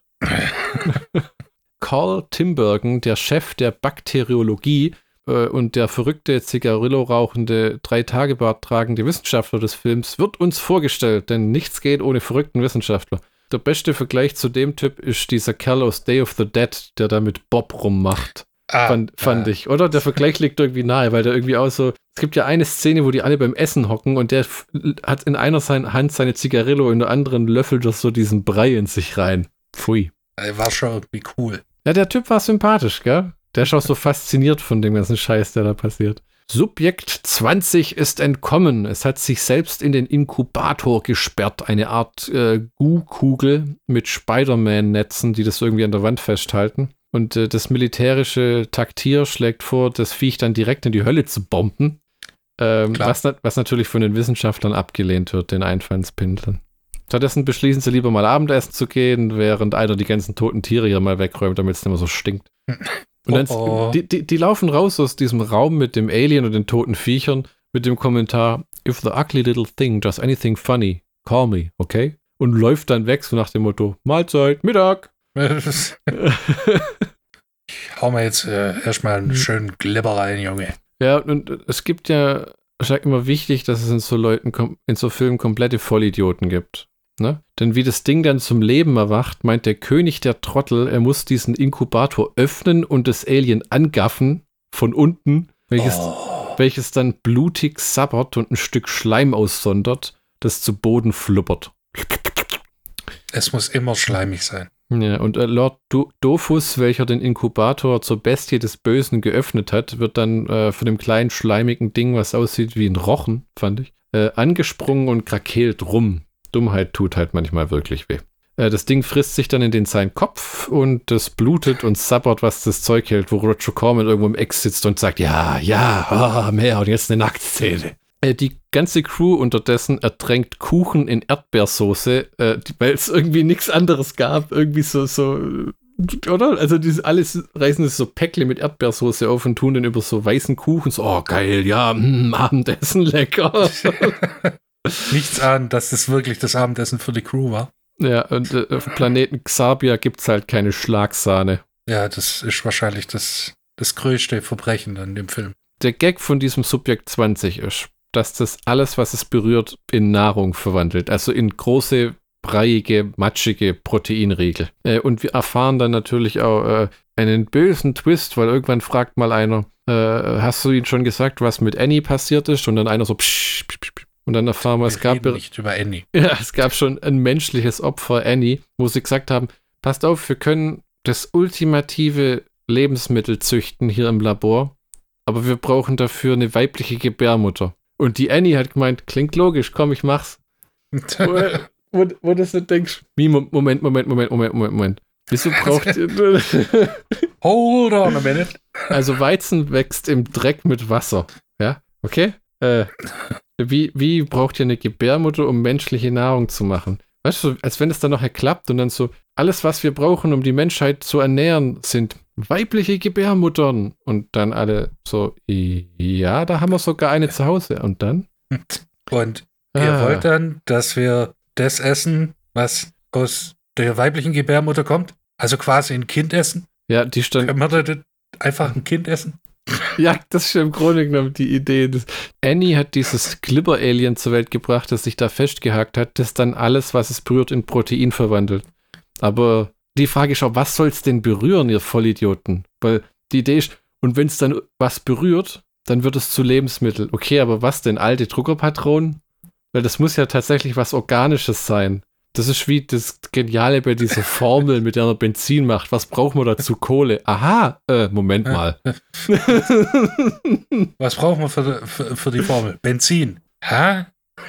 Carl Timbergen, der Chef der Bakteriologie äh, und der verrückte, Zigarillo-rauchende, Drei-Tage-Bart tragende Wissenschaftler des Films, wird uns vorgestellt, denn nichts geht ohne verrückten Wissenschaftler. Der beste Vergleich zu dem Typ ist dieser Kerl aus Day of the Dead, der da mit Bob rummacht. Ah, fand, fand ah. ich, oder? Der Vergleich liegt irgendwie nahe, weil der irgendwie auch so, es gibt ja eine Szene, wo die alle beim Essen hocken und der f- hat in einer Hand seine Zigarillo, in der anderen löffelt er so diesen Brei in sich rein. Pfui. Er war schon irgendwie cool. Ja, der Typ war sympathisch, gell? Der ist auch so fasziniert von dem ganzen Scheiß, der da passiert. Subjekt zwanzig ist entkommen. Es hat sich selbst in den Inkubator gesperrt. Eine Art äh, Gu-Kugel mit Spider-Man-Netzen, die das irgendwie an der Wand festhalten. Und äh, das militärische Taktier schlägt vor, das Viech dann direkt in die Hölle zu bomben. Ähm, was, was natürlich von den Wissenschaftlern abgelehnt wird, den Einfallspinseln. Stattdessen beschließen sie lieber mal Abendessen zu gehen, während einer die ganzen toten Tiere hier mal wegräumt, damit es nicht mehr so stinkt. Und dann, oh oh. Die, die, die laufen raus aus diesem Raum mit dem Alien und den toten Viechern mit dem Kommentar: If the ugly little thing does anything funny, call me, okay? Und läuft dann weg, so nach dem Motto: Mahlzeit, Mittag. Ich hau mir jetzt äh, erstmal einen schönen Glibber rein, Junge. Ja, und es gibt ja, es ist immer wichtig, dass es in so Leuten, in so Filmen komplette Vollidioten gibt. Ne? Denn wie das Ding dann zum Leben erwacht, meint der König der Trottel, er muss diesen Inkubator öffnen und das Alien angaffen von unten, welches, oh. welches dann blutig sabbert und ein Stück Schleim aussondert, das zu Boden flubbert. Es muss immer schleimig sein. Ja, und äh, Lord Do- Dofus, welcher den Inkubator zur Bestie des Bösen geöffnet hat, wird dann äh, von dem kleinen schleimigen Ding, was aussieht wie ein Rochen, fand ich, äh, angesprungen und krakeelt rum. Dummheit tut halt manchmal wirklich weh. Äh, das Ding frisst sich dann in den seinen Kopf und das blutet und sabbert, was das Zeug hält, wo Roger Corman irgendwo im Eck sitzt und sagt, ja, ja, oh, mehr und jetzt eine Nacktszene. Äh, die ganze Crew unterdessen ertränkt Kuchen in Erdbeersoße, äh, weil es irgendwie nichts anderes gab. Irgendwie so, so, oder? Also die alles reißen es so Päckle mit Erdbeersoße auf und tun dann über so weißen Kuchen so, oh geil, ja, mm, Abendessen, lecker. Nichts ahnen, dass das wirklich das Abendessen für die Crew war. Ja, und äh, auf dem Planeten Xabia gibt es halt keine Schlagsahne. Ja, das ist wahrscheinlich das, das größte Verbrechen an dem Film. Der Gag von diesem Subjekt zwanzig ist, dass das alles, was es berührt, in Nahrung verwandelt. Also in große, breiige, matschige Proteinriegel. Äh, und wir erfahren dann natürlich auch äh, einen bösen Twist, weil irgendwann fragt mal einer, äh, hast du ihnen schon gesagt, was mit Annie passiert ist? Und dann einer so, psch, psch, psch, psch. Und dann erfahren wir, wir es gab nicht über Annie. Ja, es gab schon ein menschliches Opfer, Annie, wo sie gesagt haben, passt auf, wir können das ultimative Lebensmittel züchten hier im Labor, aber wir brauchen dafür eine weibliche Gebärmutter. Und die Annie hat gemeint, klingt logisch, komm, ich mach's. wo, wo, wo du so denkst, Moment, Moment, Moment, Moment, Moment, Moment. Wieso braucht ihr... Hold on a minute. Also Weizen wächst im Dreck mit Wasser. Ja, okay? Äh, wie, wie braucht ihr eine Gebärmutter, um menschliche Nahrung zu machen? Weißt du, als wenn es dann noch klappt und dann so, alles, was wir brauchen, um die Menschheit zu ernähren, sind weibliche Gebärmuttern. Und dann alle so, ja, da haben wir sogar eine zu Hause. Und dann? Und ihr ah. wollt dann, dass wir das essen, was aus der weiblichen Gebärmutter kommt? Also quasi ein Kind essen? Ja, die stand... Können wir das einfach ein Kind essen? Ja, das ist im Grunde genommen die Idee. Das Annie hat dieses Glibber-Alien zur Welt gebracht, das sich da festgehakt hat, das dann alles, was es berührt, in Protein verwandelt. Aber die Frage ist auch, was soll es denn berühren, ihr Vollidioten? Weil die Idee ist, und wenn es dann was berührt, dann wird es zu Lebensmittel. Okay, aber was denn? Alte Druckerpatronen? Weil das muss ja tatsächlich was Organisches sein. Das ist wie das Geniale bei dieser Formel, mit der man Benzin macht. Was brauchen wir dazu? Kohle. Aha, äh, Moment mal. Was brauchen wir für, für, für die Formel? Benzin. Hä?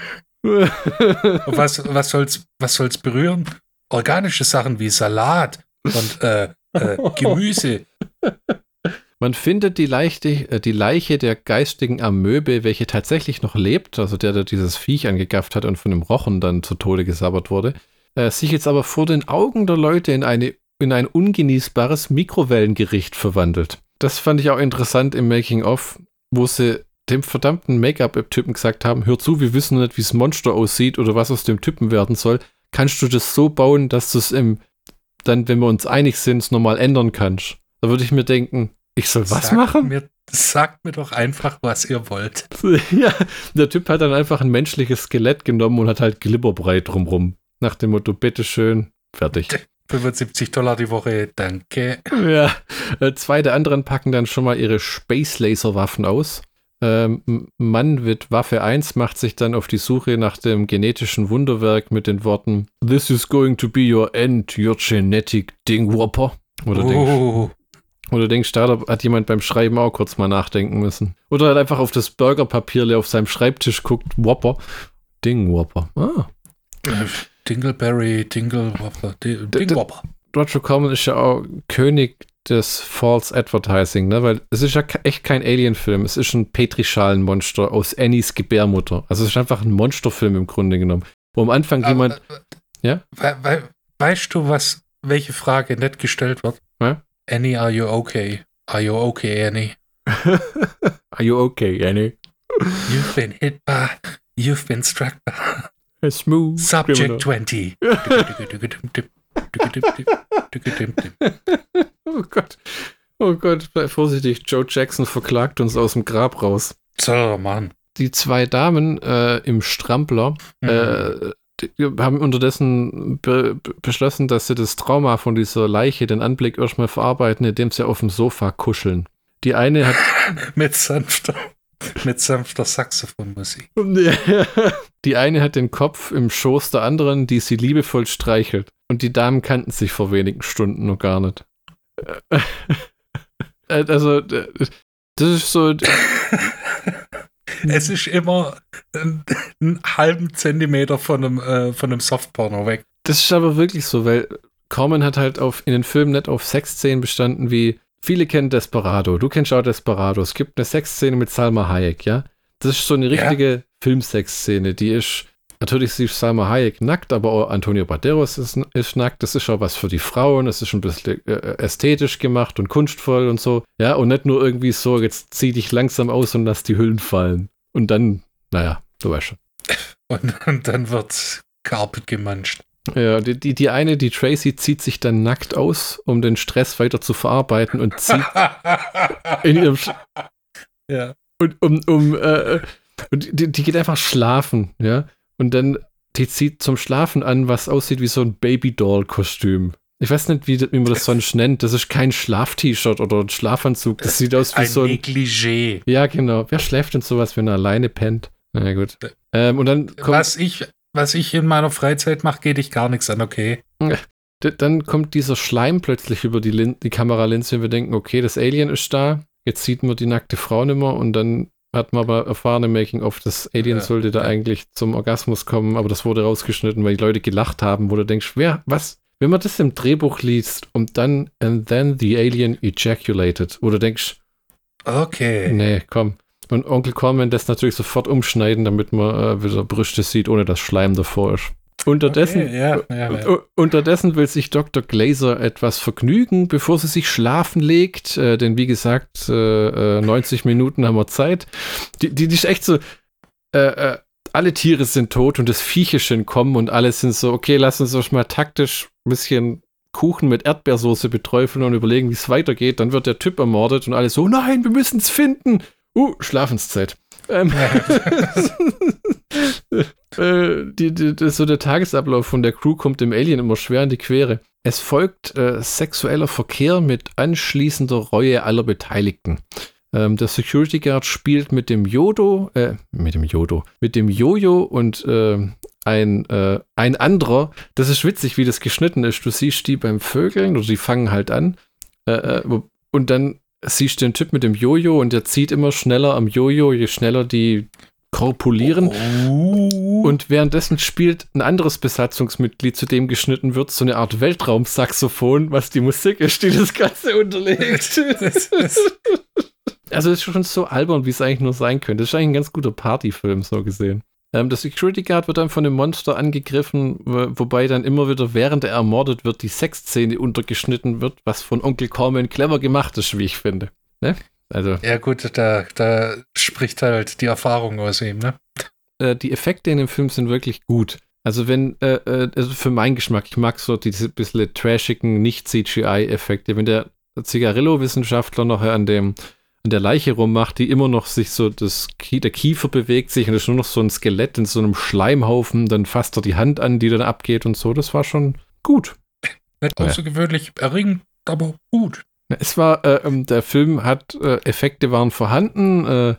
was, was soll's, was soll's berühren? Organische Sachen wie Salat und äh, äh, Gemüse. Man findet die, Leichte, die Leiche der geistigen Amöbe, welche tatsächlich noch lebt, also der, der dieses Viech angegafft hat und von dem Rochen dann zu Tode gesabbert wurde, äh, sich jetzt aber vor den Augen der Leute in eine in ein ungenießbares Mikrowellengericht verwandelt. Das fand ich auch interessant im Making-of, wo sie dem verdammten Make-up-Typen gesagt haben, hör zu, wir wissen nicht, wie das Monster aussieht oder was aus dem Typen werden soll. Kannst du das so bauen, dass du es im, dann, wenn wir uns einig sind, nochmal ändern kannst? Da würde ich mir denken, ich soll was sagt machen? Mir, sagt mir doch einfach, was ihr wollt. Ja, der Typ hat dann einfach ein menschliches Skelett genommen und hat halt Glibberbrei drumrum. Nach dem Motto, bitteschön, fertig. fünfundsiebzig Dollar die Woche, danke. Ja, äh, zwei der anderen packen dann schon mal ihre Space-Laser-Waffen aus. Ähm, Mann mit Waffe eins macht sich dann auf die Suche nach dem genetischen Wunderwerk mit den Worten This is going to be your end, your genetic dingwhopper. Oder Oh. denkst, oder denkst, da hat jemand beim Schreiben auch kurz mal nachdenken müssen. Oder halt einfach auf das Burgerpapier auf seinem Schreibtisch guckt, Whopper, Dingwhopper. Ah. Dingleberry, Dinglewhopper, Dingwhopper. Roger Corman ist ja auch König des False Advertising, ne? Weil es ist ja echt kein Alien-Film, es ist ein Petrischalenmonster aus Annies Gebärmutter. Also es ist einfach ein Monsterfilm im Grunde genommen. Wo am Anfang Aber, jemand... äh, ja? We we weißt du, was, welche Frage nicht gestellt wird? Ja? Annie, are you okay? Are you okay, Annie? Are you okay, Annie? You've been hit by, you've been struck by A smooth Subject criminal. twenty. Oh Gott. Oh Gott, sei vorsichtig. Joe Jackson verklagt uns aus dem Grab raus. So, Mann. Die zwei Damen äh, im Strampler Mhm. äh, die haben unterdessen be be beschlossen, dass sie das Trauma von dieser Leiche, den Anblick erstmal verarbeiten, indem sie auf dem Sofa kuscheln. Die eine hat... Mit sanfter, mit sanfter Saxophonmusik. Die eine hat den Kopf im Schoß der anderen, die sie liebevoll streichelt. Und die Damen kannten sich vor wenigen Stunden noch gar nicht. Also, das ist so... Es ist immer einen, einen halben Zentimeter von einem, äh, von einem Softporno weg. Das ist aber wirklich so, weil Corman hat halt auf, in den Filmen nicht auf Sexszenen bestanden wie, viele kennen Desperado, du kennst auch Desperado, es gibt eine Sexszene mit Salma Hayek, ja? Das ist so eine richtige ja. Filmsexszene, die ist, natürlich ist Salma Hayek nackt, aber auch Antonio Banderas ist, ist nackt, das ist auch was für die Frauen, es ist ein bisschen äh, ästhetisch gemacht und kunstvoll und so, ja, und nicht nur irgendwie so, jetzt zieh dich langsam aus und lass die Hüllen fallen. Und dann, naja, du weißt schon. Und, und dann wird Carpet gemanscht. Ja, die, die, die eine, die Tracy, zieht sich dann nackt aus, um den Stress weiter zu verarbeiten und zieht in ihrem Sch ja. Und um, um äh, und die, die geht einfach schlafen, ja. Und dann, die zieht zum Schlafen an, was aussieht wie so ein Baby-Doll-Kostüm. Ich weiß nicht, wie, wie man das sonst nennt. Das ist kein Schlaf-T-Shirt oder ein Schlafanzug. Das sieht aus wie ein so ein Negligé. Ja, genau. Wer schläft denn sowas, wenn er alleine pennt? Na ja, gut. Ähm, und dann kommt, was, ich, was ich in meiner Freizeit mache, geht dich gar nichts an, okay? Dann kommt dieser Schleim plötzlich über die, Lin die Kameralinse und wir denken, okay, das Alien ist da. Jetzt sieht man die nackte Frau nicht mehr und dann hat man aber erfahren im Making-of, das Alien ja, sollte da ja. eigentlich zum Orgasmus kommen, aber das wurde rausgeschnitten, weil die Leute gelacht haben, wo du denkst, wer, was? Wenn man das im Drehbuch liest und dann and then the alien ejaculated, wo du denkst, okay. Nee, komm. Und Onkel Corman das natürlich sofort umschneiden, damit man äh, wieder Brüste sieht, ohne dass Schleim davor ist. Unterdessen, okay, ja, ja, ja. unterdessen will sich Doktor Glaser etwas vergnügen, bevor sie sich schlafen legt, äh, denn wie gesagt, äh, neunzig Minuten haben wir Zeit. Die, die, die ist echt so, äh, äh, alle Tiere sind tot und das Viecherchen kommen und alle sind so, okay, lass uns doch mal taktisch ein bisschen Kuchen mit Erdbeersoße beträufeln und überlegen, wie es weitergeht. Dann wird der Typ ermordet und alle so, nein, wir müssen es finden. Uh, Schlafenszeit. Ähm, äh, die, die, die, so der Tagesablauf von der Crew kommt dem Alien immer schwer in die Quere. Es folgt äh, sexueller Verkehr mit anschließender Reue aller Beteiligten. Ähm, der Security Guard spielt mit dem Yodo, äh, mit dem Yodo, mit dem Jojo und äh, ein, äh, ein anderer. Das ist witzig, wie das geschnitten ist. Du siehst die beim Vögeln oder die fangen halt an äh, und dann siehst du den Typ mit dem Jojo und der zieht immer schneller am Jojo, je schneller die korpulieren. Oh. Und währenddessen spielt ein anderes Besatzungsmitglied, zu dem geschnitten wird, so eine Art Weltraumsaxophon, was die Musik ist, die das Ganze unterlegt. Das, das. Also es ist schon so albern, wie es eigentlich nur sein könnte. Das ist eigentlich ein ganz guter Partyfilm, so gesehen. Ähm, der Security Guard wird dann von dem Monster angegriffen, wobei dann immer wieder, während er ermordet wird, die Sexszene untergeschnitten wird, was von Onkel Corman clever gemacht ist, wie ich finde. Ne? Also, ja gut, da, da spricht halt die Erfahrung aus ihm, ne? Äh, die Effekte in dem Film sind wirklich gut. Also wenn, äh, also für meinen Geschmack, ich mag so diese bisschen trashigen, nicht-C G I-Effekte, wenn der Zigarillo-Wissenschaftler noch an dem an der Leiche rummacht, die immer noch sich so, das der Kiefer bewegt sich und es ist nur noch so ein Skelett in so einem Schleimhaufen, dann fasst er die Hand an, die dann abgeht und so, das war schon gut. Nicht außergewöhnlich erregend, aber gut. Es war, äh, der Film hat, äh, Effekte waren vorhanden. Äh,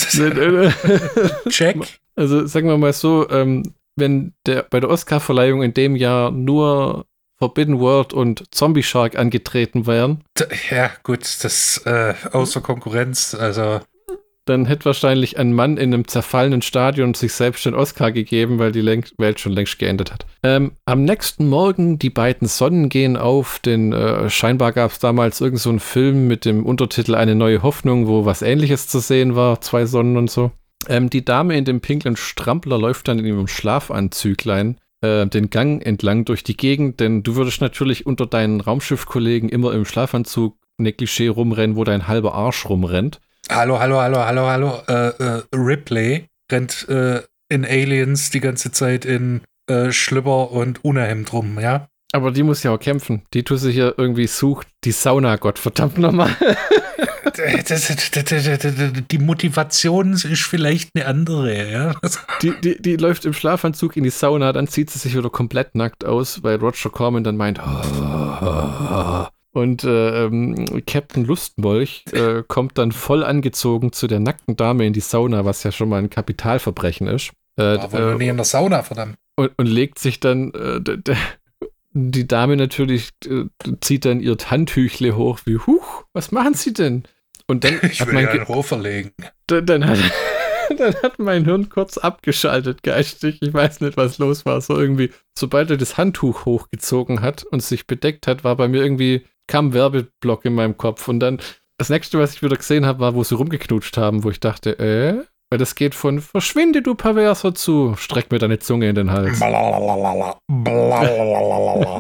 Check. Also sagen wir mal so, ähm, wenn der bei der Oscar-Verleihung in dem Jahr nur Forbidden World und Zombie Shark angetreten wären. Ja, gut, das äh, außer Konkurrenz, also. Dann hätte wahrscheinlich ein Mann in einem zerfallenen Stadion sich selbst den Oscar gegeben, weil die Läng- Welt schon längst geendet hat. Ähm, am nächsten Morgen, die beiden Sonnen gehen auf, denn äh, scheinbar gab es damals irgend so einen Film mit dem Untertitel Eine neue Hoffnung, wo was Ähnliches zu sehen war, zwei Sonnen und so. Ähm, die Dame in dem pinklen Strampler läuft dann in ihrem Schlafanzüglein äh, den Gang entlang durch die Gegend, denn du würdest natürlich unter deinen Raumschiffkollegen immer im Schlafanzug Negligé rumrennen, wo dein halber Arsch rumrennt. Hallo, hallo, hallo, hallo, hallo. Äh, äh, Ripley rennt äh, in Aliens die ganze Zeit in äh, Schlüpper und Unterhemd rum, ja? Aber die muss ja auch kämpfen. Die tut sich ja irgendwie sucht die Sauna, Gott verdammt nochmal. Die Motivation ist vielleicht eine andere, ja? Die, die, die läuft im Schlafanzug in die Sauna, dann zieht sie sich wieder komplett nackt aus, weil Roger Corman dann meint, oh. Und äh, ähm, Captain Lustmolch äh, kommt dann voll angezogen zu der nackten Dame in die Sauna, was ja schon mal ein Kapitalverbrechen ist. Äh, Aber äh, nie in der Sauna, verdammt. Und, und legt sich dann, äh, d- d- die Dame natürlich äh, zieht dann ihr Handtüchle hoch, wie, huch, was machen Sie denn? Und dann ich hat will mein ja Ge- einen Hof verlegen. Dann, dann, hat, dann hat mein Hirn kurz abgeschaltet, geistig. Ich weiß nicht, was los war. So irgendwie, sobald er das Handtuch hochgezogen hat und sich bedeckt hat, war bei mir irgendwie, kam ein Werbeblock in meinem Kopf. Und dann, das nächste, was ich wieder gesehen habe, war, wo sie rumgeknutscht haben, wo ich dachte, äh, weil das geht von verschwinde, du Perverser, zu streck mir deine Zunge in den Hals. Blablabla. Blablabla.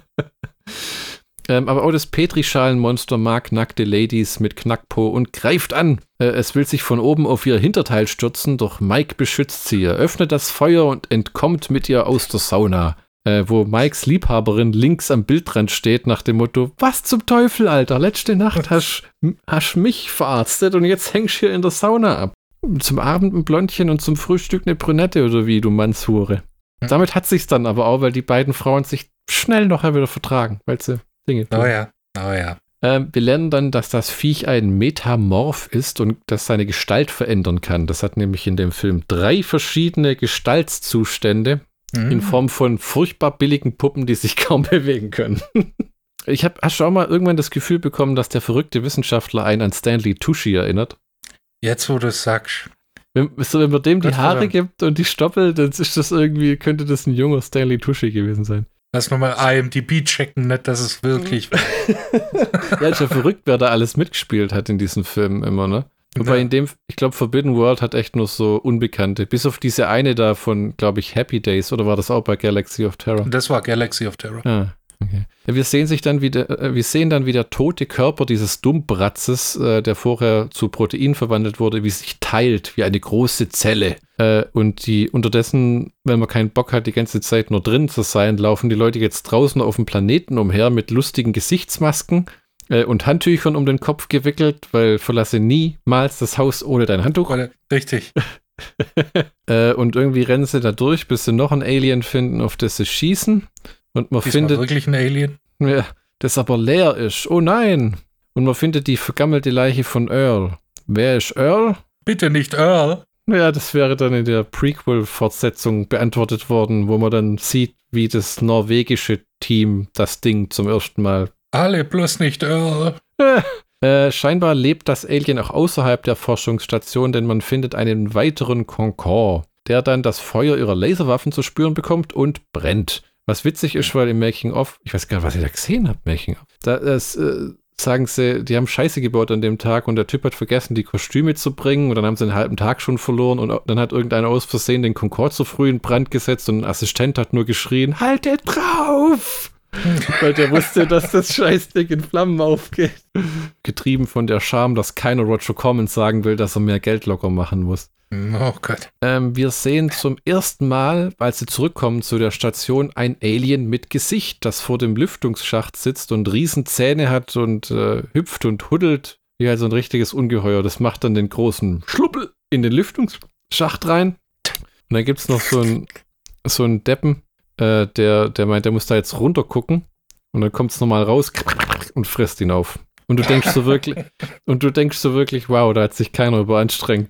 Ähm, aber auch das Petrischalenmonster mag nackte Ladies mit Knackpo und greift an. Äh, es will sich von oben auf ihr Hinterteil stürzen, doch Mike beschützt sie. Er öffnet das Feuer und entkommt mit ihr aus der Sauna. Äh, wo Mikes Liebhaberin links am Bildrand steht nach dem Motto, was zum Teufel, Alter, letzte Nacht hast du mich verarztet und jetzt hängst du hier in der Sauna ab. Zum Abend ein Blondchen und zum Frühstück eine Brünette oder wie, du Mannshure. Hm. Damit hat sich's dann aber auch, weil die beiden Frauen sich schnell noch wieder vertragen, weil sie Dinge tun. Oh ja, oh ja. Ähm, wir lernen dann, dass das Viech ein Metamorph ist und das seine Gestalt verändern kann. Das hat nämlich in dem Film drei verschiedene Gestaltszustände mhm. in Form von furchtbar billigen Puppen, die sich kaum bewegen können. Ich habe hast du auch mal irgendwann das Gefühl bekommen, dass der verrückte Wissenschaftler einen an Stanley Tucci erinnert? Jetzt, wo du es sagst. Wenn, so, wenn man dem die Das Haare verdammt. gibt und die Stoppel, dann ist das irgendwie, könnte das ein junger Stanley Tucci gewesen sein. Lass nochmal I M D B checken, nicht, dass es wirklich war. Ja, ist ja verrückt, wer da alles mitgespielt hat in diesen Filmen immer, ne? Wobei Ja. in dem, ich glaube, Forbidden World hat echt nur so Unbekannte. Bis auf diese eine da von, glaube ich, Happy Days, oder war das auch bei Galaxy of Terror? Das war Galaxy of Terror. Ah, okay. Ja, wir sehen sich dann wieder, äh, wir sehen dann, wie der tote Körper dieses Dummbratzes, äh, der vorher zu Protein verwandelt wurde, wie sich teilt, wie eine große Zelle. Äh, und die unterdessen, wenn man keinen Bock hat, die ganze Zeit nur drin zu sein, laufen die Leute jetzt draußen auf dem Planeten umher mit lustigen Gesichtsmasken äh, und Handtüchern um den Kopf gewickelt, weil verlasse niemals das Haus ohne dein Handtuch. Oder- Richtig. äh, und irgendwie rennen sie da durch, bis sie noch ein Alien finden, auf das sie schießen. Und man Diesmal findet, wirklich ein Alien. ja, das aber leer ist. Oh nein! Und man findet die vergammelte Leiche von Earl. Wer ist Earl? Bitte nicht Earl. Ja, das wäre dann in der Prequel-Fortsetzung beantwortet worden, wo man dann sieht, wie das norwegische Team das Ding zum ersten Mal. Alle bloß nicht Earl. Äh, scheinbar lebt das Alien auch außerhalb der Forschungsstation, denn man findet einen weiteren Concorde, der dann das Feuer ihrer Laserwaffen zu spüren bekommt und brennt. Was witzig ist, weil im Making-of, ich weiß gar nicht, was ihr da gesehen habt, Making-of, da, das, äh, sagen sie, die haben Scheiße gebaut an dem Tag und der Typ hat vergessen, die Kostüme zu bringen und dann haben sie einen halben Tag schon verloren und dann hat irgendeiner aus Versehen den Concorde zu früh in Brand gesetzt und ein Assistent hat nur geschrien, haltet drauf! Weil der wusste, dass das Scheißding in Flammen aufgeht. Getrieben von der Scham, dass keiner Roger Corman sagen will, dass er mehr Geld locker machen muss. Oh Gott. Ähm, wir sehen zum ersten Mal, als sie zurückkommen zu der Station, ein Alien mit Gesicht, das vor dem Lüftungsschacht sitzt und Riesenzähne hat und äh, hüpft und huddelt, wie halt so ein richtiges Ungeheuer. Das macht dann den großen Schluppel in den Lüftungsschacht rein. Und dann gibt es noch so einen so einen Deppen, äh, der, der meint, der muss da jetzt runter gucken. Und dann kommt es nochmal raus und frisst ihn auf. Und du denkst so wirklich, und du denkst so wirklich, wow, da hat sich keiner überanstrengt.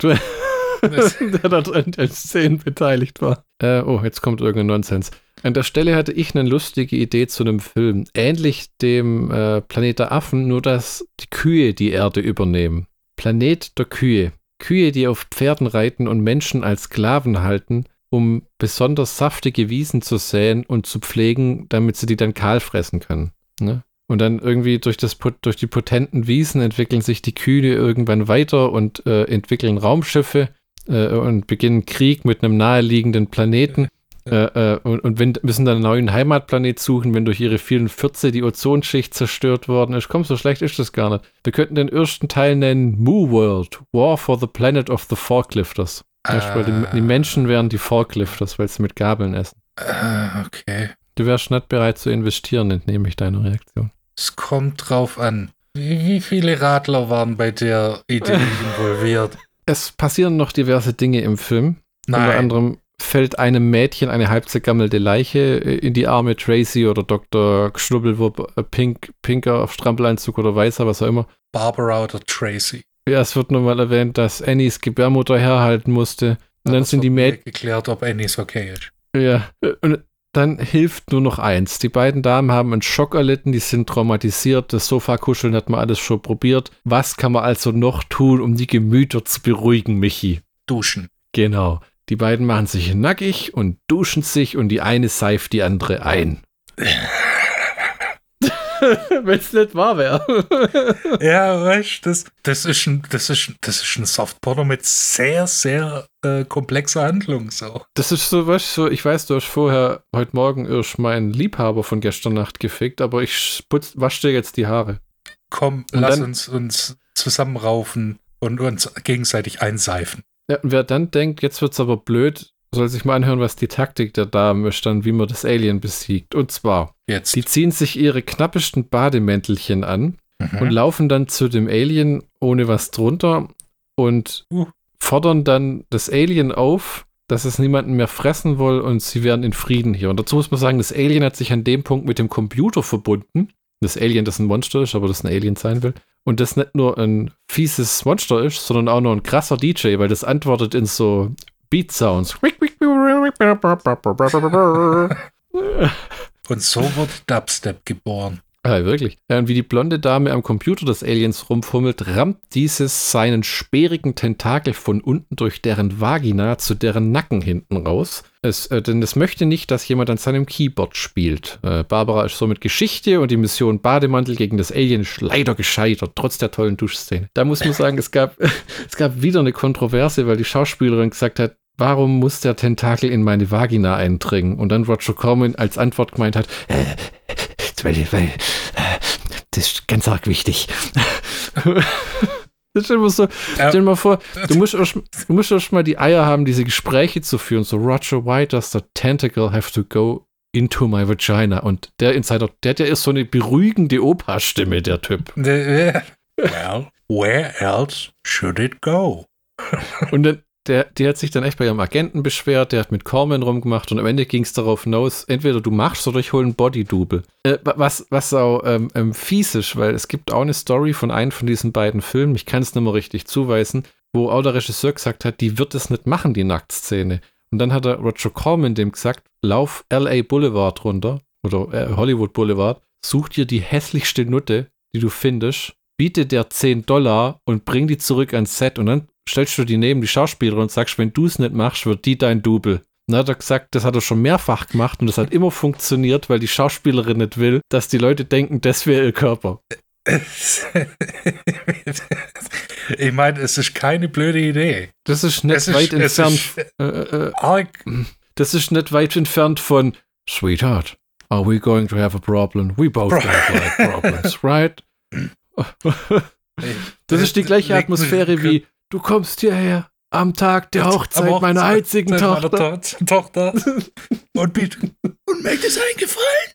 der da dran an Szenen beteiligt war. Äh, oh, jetzt kommt irgendein Nonsens. An der Stelle hatte ich eine lustige Idee zu einem Film. Ähnlich dem äh, Planet der Affen, nur dass die Kühe die Erde übernehmen. Planet der Kühe. Kühe, die auf Pferden reiten und Menschen als Sklaven halten, um besonders saftige Wiesen zu säen und zu pflegen, damit sie die dann kahl fressen können. Ne? Und dann irgendwie durch, das, durch die potenten Wiesen entwickeln sich die Kühe irgendwann weiter und äh, entwickeln Raumschiffe äh, und beginnen Krieg mit einem naheliegenden Planeten. Äh, äh, und und wenn, müssen dann einen neuen Heimatplanet suchen, wenn durch ihre vielen Fürze die Ozonschicht zerstört worden ist. Komm, so schlecht ist das gar nicht. Wir könnten den ersten Teil nennen Moo World, War for the Planet of the Forklifters. Ah. Die, die Menschen wären die Forklifters, weil sie mit Gabeln essen. Ah, okay. Du wärst nicht bereit zu investieren, entnehme ich deiner Reaktion. Es kommt drauf an. Wie, wie viele Radler waren bei der Idee involviert? Es passieren noch diverse Dinge im Film. Nein. Unter anderem fällt einem Mädchen eine halb zergammelte Leiche in die Arme, Tracy oder Doktor Schnubbelwurp, Pink, Pinker, Strampelanzug oder Weißer, was auch immer. Barbara oder Tracy. Ja, es wird nochmal erwähnt, dass Annies Gebärmutter herhalten musste. Und Aber dann sind die Mädchen geklärt, ob Annies okay ist. Ja, und dann hilft nur noch eins. Die beiden Damen haben einen Schock erlitten, die sind traumatisiert, das Sofakuscheln hat man alles schon probiert. Was kann man also noch tun, um die Gemüter zu beruhigen, Michi? Duschen. Genau. Die beiden machen sich nackig und duschen sich und die eine seift die andere ein. Wenn es nicht wahr wäre. Ja, weißt du, das, das, ist ein, das, ist, das ist ein Softporno mit sehr, sehr äh, komplexer Handlung. So. Das ist so, weißt du, ich weiß, du hast vorher heute Morgen erst meinen Liebhaber von gestern Nacht gefickt, aber ich putz, wasch dir jetzt die Haare. Komm, und lass dann, uns uns zusammenraufen und uns gegenseitig einseifen. Ja, und wer dann denkt, jetzt wird's aber blöd, soll sich mal anhören, was die Taktik der Damen ist, dann wie man das Alien besiegt. Und zwar, jetzt. Die ziehen sich ihre knappesten Bademäntelchen an mhm. und laufen dann zu dem Alien ohne was drunter und uh. fordern dann das Alien auf, dass es niemanden mehr fressen will und sie werden in Frieden hier. Und dazu muss man sagen, das Alien hat sich an dem Punkt mit dem Computer verbunden. Das Alien, das ein Monster ist, aber das ein Alien sein will. Und das nicht nur ein fieses Monster ist, sondern auch noch ein krasser D J, weil das antwortet in so Beat Sounds. Und so wird Dubstep geboren. Ah, wirklich. Ja, und wie die blonde Dame am Computer des Aliens rumfummelt, rammt dieses seinen speerigen Tentakel von unten durch deren Vagina zu deren Nacken hinten raus. Es, äh, denn es möchte nicht, dass jemand an seinem Keyboard spielt. Äh, Barbara ist somit Geschichte und die Mission Bademantel gegen das Alien ist leider gescheitert, trotz der tollen Duschszene. Da muss man sagen, es gab, es gab wieder eine Kontroverse, weil die Schauspielerin gesagt hat, warum muss der Tentakel in meine Vagina eindringen? Und dann Roger Corman als Antwort gemeint hat, äh, weil, weil, das ist ganz arg wichtig. Das ist immer so, stell dir mal vor, du musst, erst, du musst erst mal die Eier haben, diese Gespräche zu führen. So, Roger, why does the tentacle have to go into my vagina? Und der Insider, der hat ja erst so eine beruhigende Opa-Stimme, der Typ. Well, where else should it go? Und dann Der, die hat sich dann echt bei ihrem Agenten beschwert, der hat mit Corman rumgemacht und am Ende ging es darauf hinaus, entweder du machst oder ich hole einen Body-Double. Äh, was, was auch ähm, ähm, fies ist, weil es gibt auch eine Story von einem von diesen beiden Filmen, ich kann es nicht mehr richtig zuweisen, wo auch der Regisseur gesagt hat, die wird es nicht machen, die Nacktszene. Und dann hat der Roger Corman dem gesagt, lauf L A Boulevard runter, oder äh, Hollywood Boulevard, such dir die hässlichste Nutte, die du findest, biete der zehn Dollar und bring die zurück ans Set und dann stellst du die neben die Schauspielerin und sagst, wenn du es nicht machst, wird die dein Double. Dann hat er gesagt, das hat er schon mehrfach gemacht und das hat immer funktioniert, weil die Schauspielerin nicht will, dass die Leute denken, das wäre ihr Körper. Ich meine, es ist keine blöde Idee. Das ist nicht es weit ist, entfernt. Ist, äh, äh, arg. Das ist nicht weit entfernt von Sweetheart, are we going to have a problem? We both Bro. have like problems, right? Das ist die gleiche Atmosphäre wie du kommst hierher am Tag der Hochzeit, Hochzeit meiner einzigen Tochter. Meiner to- Tochter. Und bitte. Und mir das eingefallen?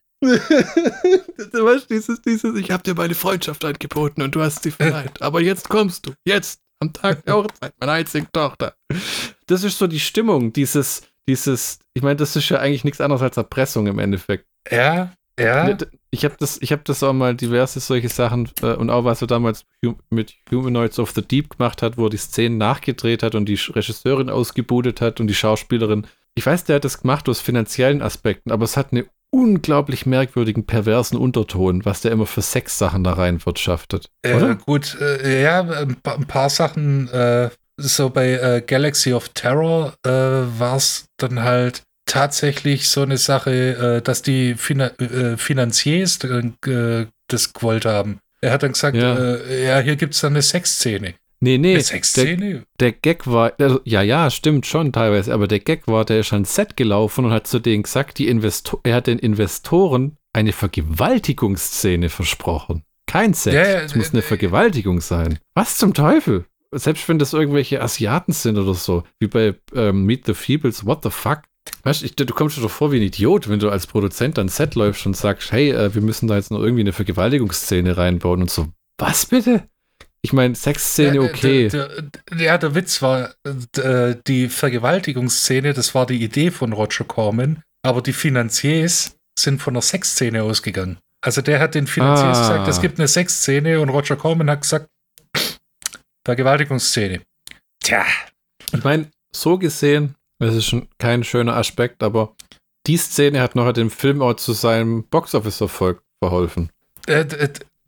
Du weißt, dieses, dieses, ich habe dir meine Freundschaft angeboten und du hast sie verneint. Aber jetzt kommst du. Jetzt, am Tag der Hochzeit meiner einzigen Tochter. Das ist so die Stimmung, dieses, dieses, ich meine, das ist ja eigentlich nichts anderes als Erpressung im Endeffekt. Ja, ja. Ich habe das, ich habe das auch mal diverse solche Sachen äh, und auch was er damals mit Humanoids of the Deep gemacht hat, wo er die Szenen nachgedreht hat und die Regisseurin ausgebudet hat und die Schauspielerin. Ich weiß, der hat das gemacht aus finanziellen Aspekten, aber es hat einen unglaublich merkwürdigen, perversen Unterton, was der immer für Sexsachen da rein wirtschaftet. Äh, gut, äh, ja, ein paar, ein paar Sachen, äh, so bei äh, Galaxy of Terror äh, war es dann halt tatsächlich so eine Sache, äh, dass die Fina- äh, Finanziers äh, das gewollt haben. Er hat dann gesagt, ja, äh, ja hier gibt es dann eine Sexszene. Nee, nee, eine Sexszene? Der, der Gag war, also, ja, ja, stimmt schon teilweise, aber der Gag war, der ist ans Set gelaufen und hat zu denen gesagt, die Investor- er hat den Investoren eine Vergewaltigungsszene versprochen. Kein Sex, ja, es ja, muss äh, eine Vergewaltigung sein. Was zum Teufel? Selbst wenn das irgendwelche Asiaten sind oder so, wie bei ähm, Meet the Feebles, what the fuck? Weißt du, du kommst dir doch vor wie ein Idiot, wenn du als Produzent ans Set läufst und sagst, hey, äh, wir müssen da jetzt noch irgendwie eine Vergewaltigungsszene reinbauen und so. Was bitte? Ich meine, Sexszene, ja, okay. Der, der, ja, der Witz war, äh, die Vergewaltigungsszene, das war die Idee von Roger Corman, aber die Finanziers sind von der Sexszene ausgegangen. Also der hat den Finanziers ah. gesagt, es gibt eine Sexszene und Roger Corman hat gesagt, Vergewaltigungsszene. Tja. Ich meine, so gesehen, das ist schon kein schöner Aspekt, aber die Szene hat noch dem Film auch zu seinem Box-Office-Erfolg verholfen. Äh, äh,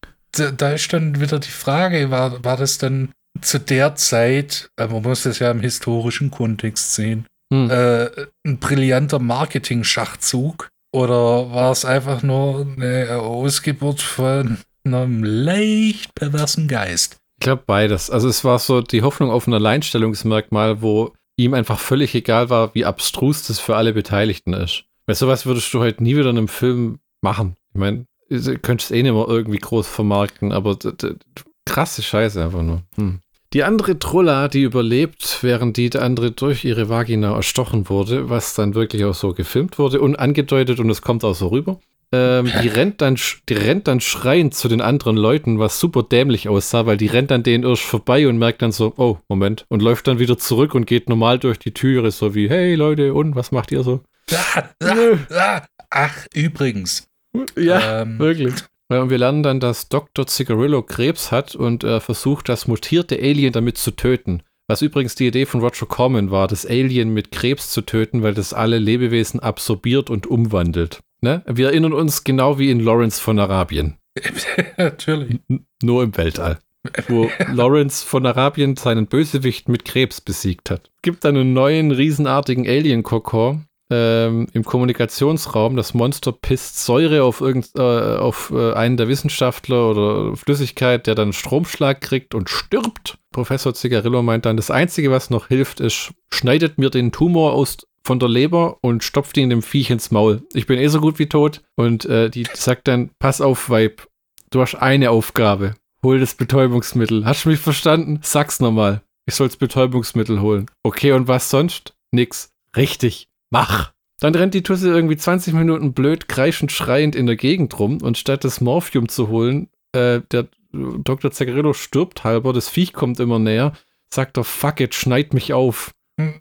Da ist dann wieder die Frage, war, war das dann zu der Zeit, man muss das ja im historischen Kontext sehen, hm. äh, ein brillanter Marketing-Schachzug oder war es einfach nur eine Ausgeburt von einem leicht perversen Geist? Ich glaube beides. Also es war so die Hoffnung auf ein Alleinstellungsmerkmal, wo ihm einfach völlig egal war, wie abstrus das für alle Beteiligten ist. Weil sowas würdest du heute nie wieder in einem Film machen. Ich meine, du könntest eh nicht mehr irgendwie groß vermarkten, aber d- d- krasse Scheiße einfach nur. Hm. Die andere Trulla, die überlebt, während die andere durch ihre Vagina erstochen wurde, was dann wirklich auch so gefilmt wurde und angedeutet und es kommt auch so rüber, ähm, die, rennt dann, die rennt dann schreiend zu den anderen Leuten, was super dämlich aussah, weil die rennt dann denen erst vorbei und merkt dann so, oh, Moment, und läuft dann wieder zurück und geht normal durch die Türe, so wie, hey Leute, und was macht ihr so? Ah, ah, ah. Ach, übrigens. Ja, ähm. wirklich. Und wir lernen dann, dass Doktor Cigarillo Krebs hat und äh, versucht, das mutierte Alien damit zu töten. Was übrigens die Idee von Roger Corman war, das Alien mit Krebs zu töten, weil das alle Lebewesen absorbiert und umwandelt. Ne? Wir erinnern uns genau wie in Lawrence von Arabien. Natürlich. N- nur im Weltall. Wo Lawrence von Arabien seinen Bösewicht mit Krebs besiegt hat. Gibt dann einen neuen, riesenartigen Alien-Kokon ähm, im Kommunikationsraum. Das Monster pisst Säure auf, irgend, äh, auf äh, einen der Wissenschaftler oder Flüssigkeit, der dann einen Stromschlag kriegt und stirbt. Professor Cigarillo meint dann, das Einzige, was noch hilft, ist, schneidet mir den Tumor aus von der Leber und stopft ihn dem Viech ins Maul. Ich bin eh so gut wie tot. Und äh, die sagt dann, pass auf, Weib, du hast eine Aufgabe. Hol das Betäubungsmittel. Hast du mich verstanden? Sag's nochmal. Ich soll's Betäubungsmittel holen. Okay, und was sonst? Nix. Richtig. Mach. Dann rennt die Tusse irgendwie zwanzig Minuten blöd, kreischend, schreiend in der Gegend rum und statt das Morphium zu holen, äh, der Doktor Cigarillo stirbt halber, das Viech kommt immer näher, sagt er, fuck it, schneid mich auf.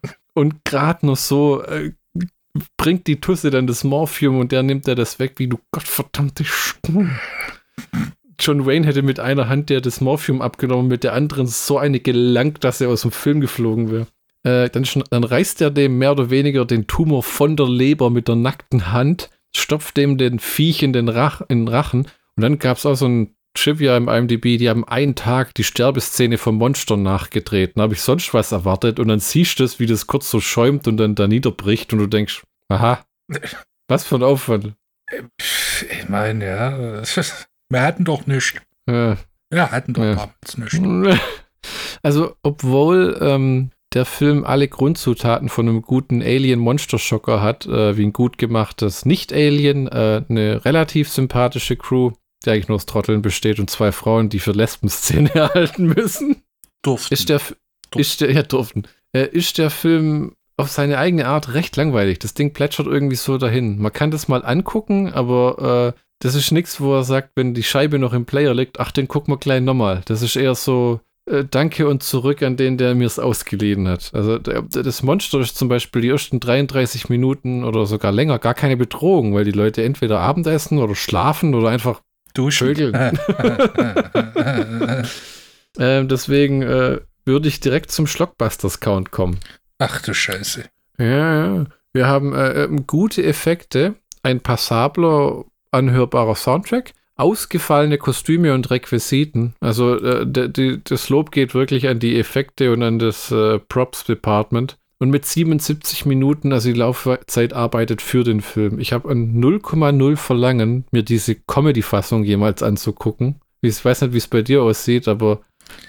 Und gerade noch so äh, bringt die Tusse dann das Morphium und der nimmt er das weg, wie du gottverdammte Stumm. John Wayne hätte mit einer Hand der das Morphium abgenommen, mit der anderen so eine gelangt, dass er aus dem Film geflogen wäre. Äh, dann, dann reißt er dem mehr oder weniger den Tumor von der Leber mit der nackten Hand, stopft dem den Viech in den, Rach, in den Rachen und dann gab es auch so ein Trivia im I M D B, die haben einen Tag die Sterbeszene vom Monster nachgedreht. Da habe ich sonst was erwartet und dann siehst du es, wie das kurz so schäumt und dann da niederbricht und du denkst, aha, was für ein Aufwand. Ich meine, ja, wir hatten doch nichts. Ja, ja hatten doch ja. damals nicht. Also, obwohl ähm, der Film alle Grundzutaten von einem guten Alien-Monster-Schocker hat, äh, wie ein gut gemachtes Nicht-Alien, äh, eine relativ sympathische Crew, die eigentlich nur aus Trotteln besteht und zwei Frauen, die für Lesben-Szene erhalten müssen. Durften. Ist der, F- ist der, ja, durften. Äh, ist der Film auf seine eigene Art recht langweilig. Das Ding plätschert irgendwie so dahin. Man kann das mal angucken, aber äh, das ist nichts, wo er sagt, wenn die Scheibe noch im Player liegt, ach, den gucken wir gleich nochmal. Das ist eher so, äh, danke und zurück an den, der mir es ausgeliehen hat. Also der, das Monster ist zum Beispiel die ersten dreiunddreißig Minuten oder sogar länger gar keine Bedrohung, weil die Leute entweder Abendessen oder schlafen oder einfach duschen. Vögeln. ähm, deswegen äh, würde ich direkt zum Schlockbusters-Count kommen. Ach du Scheiße. Ja, ja. Wir haben äh, gute Effekte, ein passabler, anhörbarer Soundtrack, ausgefallene Kostüme und Requisiten. Also äh, de, de, das Lob geht wirklich an die Effekte und an das äh, Props-Department. Und mit siebenundsiebzig Minuten, also die Laufzeit arbeitet für den Film. Ich habe an null Komma null Verlangen, mir diese Comedy-Fassung jemals anzugucken. Ich weiß nicht, wie es bei dir aussieht, aber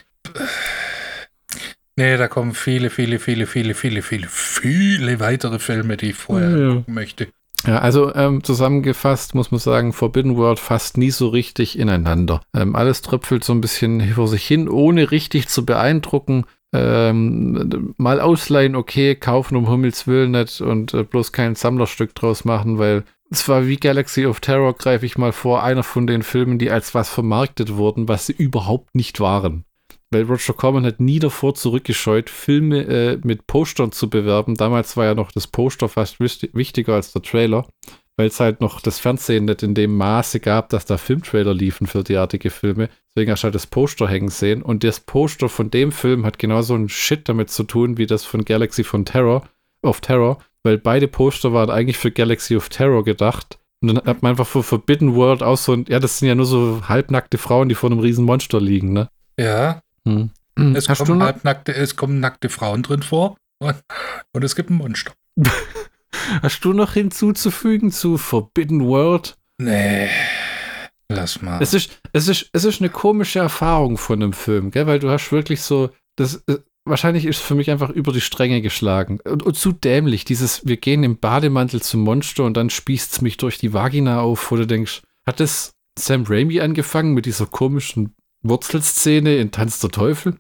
nee, da kommen viele, viele, viele, viele, viele, viele, viele weitere Filme, die ich vorher ja. gucken möchte. Ja, also ähm, zusammengefasst muss man sagen, Forbidden World fasst nie so richtig ineinander. Ähm, alles tröpfelt so ein bisschen vor sich hin, ohne richtig zu beeindrucken. Ähm, mal ausleihen, okay, kaufen um Himmels Willen nicht und äh, bloß kein Sammlerstück draus machen, weil es war wie Galaxy of Terror, greife ich mal vor, einer von den Filmen, die als was vermarktet wurden, was sie überhaupt nicht waren. Weil Roger Corman hat nie davor zurückgescheut, Filme äh, mit Postern zu bewerben. Damals war ja noch das Poster fast wichtiger als der Trailer, weil es halt noch das Fernsehen nicht in dem Maße gab, dass da Filmtrailer liefen für derartige Filme. Deswegen hast du halt das Poster hängen sehen. Und das Poster von dem Film hat genauso einen Shit damit zu tun, wie das von Galaxy von Terror, of Terror, weil beide Poster waren eigentlich für Galaxy of Terror gedacht. Und dann hat man einfach für Forbidden World auch so ein, ja, das sind ja nur so halbnackte Frauen, die vor einem riesen Monster liegen, ne? Ja. Hm. Es, kommen halbnackte, es kommen nackte Frauen drin vor und, und es gibt ein Monster. Hast du noch hinzuzufügen zu Forbidden World? Nee, lass mal. Es ist, es ist, es ist eine komische Erfahrung von einem Film, gell? Weil du hast wirklich so, das äh, wahrscheinlich ist es für mich einfach über die Stränge geschlagen. Und, und zu dämlich, dieses, wir gehen im Bademantel zum Monster und dann spießt es mich durch die Vagina auf, wo du denkst, hat das Sam Raimi angefangen mit dieser komischen Wurzelszene in Tanz der Teufel?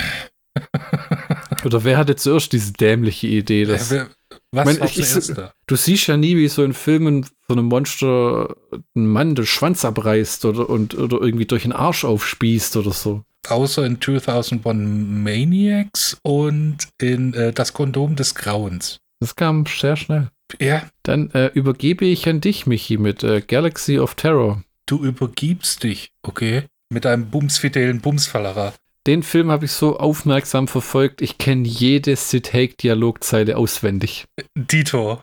Oder wer hatte zuerst diese dämliche Idee? Dass, ja, was mein, war ich, zuerst ich, da? Du siehst ja nie, wie so in Filmen von einem Monster ein Mann den Schwanz abreißt oder, und, oder irgendwie durch den Arsch aufspießt oder so. Außer in zweitausendeins Maniacs und in äh, Das Kondom des Grauens. Das kam sehr schnell. Ja. Dann äh, übergebe ich an dich, Michi, mit äh, Galaxy of Terror. Du übergibst dich, okay? Mit einem bumsfidelen Bumsfallerer. Den Film habe ich so aufmerksam verfolgt, ich kenne jede Sit-Take-Dialogzeile auswendig. Dito.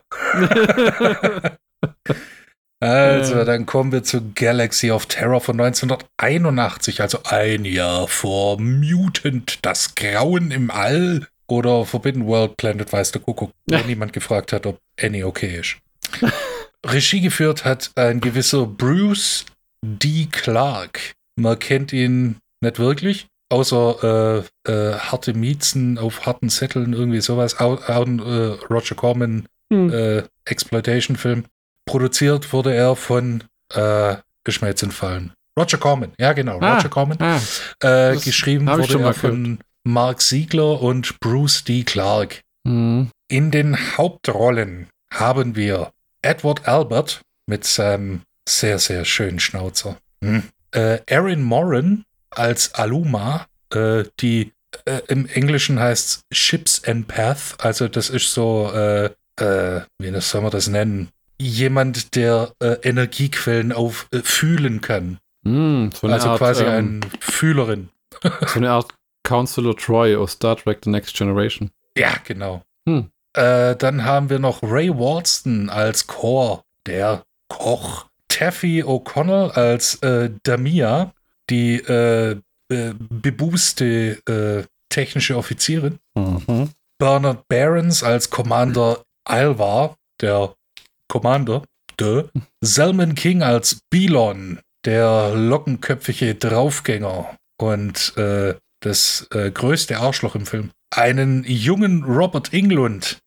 Also, dann kommen wir zu Galaxy of Terror von neunzehnhunderteinundachtzig, also ein Jahr vor Mutant, das Grauen im All oder Forbidden World, Planet Weiß der Kuckuck, wo ja. niemand gefragt hat, ob Annie okay ist. Regie geführt hat ein gewisser Bruce D. Clark. Man kennt ihn nicht wirklich, außer äh, äh, harte Miezen auf harten Zetteln, irgendwie sowas. Auch ein äh, Roger Corman hm. äh, Exploitation-Film. Produziert wurde er von, äh, ist mir jetzt entfallen, Roger Corman, ja genau, ah, Roger Corman. Ah, äh, geschrieben wurde er von gehört. Mark Siegler und Bruce D. Clark. Hm. In den Hauptrollen haben wir Edward Albert mit seinem sehr, sehr schönen Schnauzer. Hm. Äh, Erin Moran als Aluma, äh, die äh, im Englischen heißt Ship's Empath, also das ist so, äh, äh, wie soll man das nennen? Jemand, der äh, Energiequellen auf äh, fühlen kann. Mm, so also Art, quasi ähm, eine Fühlerin. So eine Art Counselor Troy aus Star Trek The Next Generation. Ja, genau. Hm. Äh, dann haben wir noch Ray Walston als Core, der Koch. Taffy O'Connell als äh, Damia, die äh, äh, bebußte äh, technische Offizierin. Mhm. Bernard Behrens als Commander Alvar, der Commander. De. Selman King als Belon, der lockenköpfige Draufgänger und äh, das äh, größte Arschloch im Film, einen jungen Robert Englund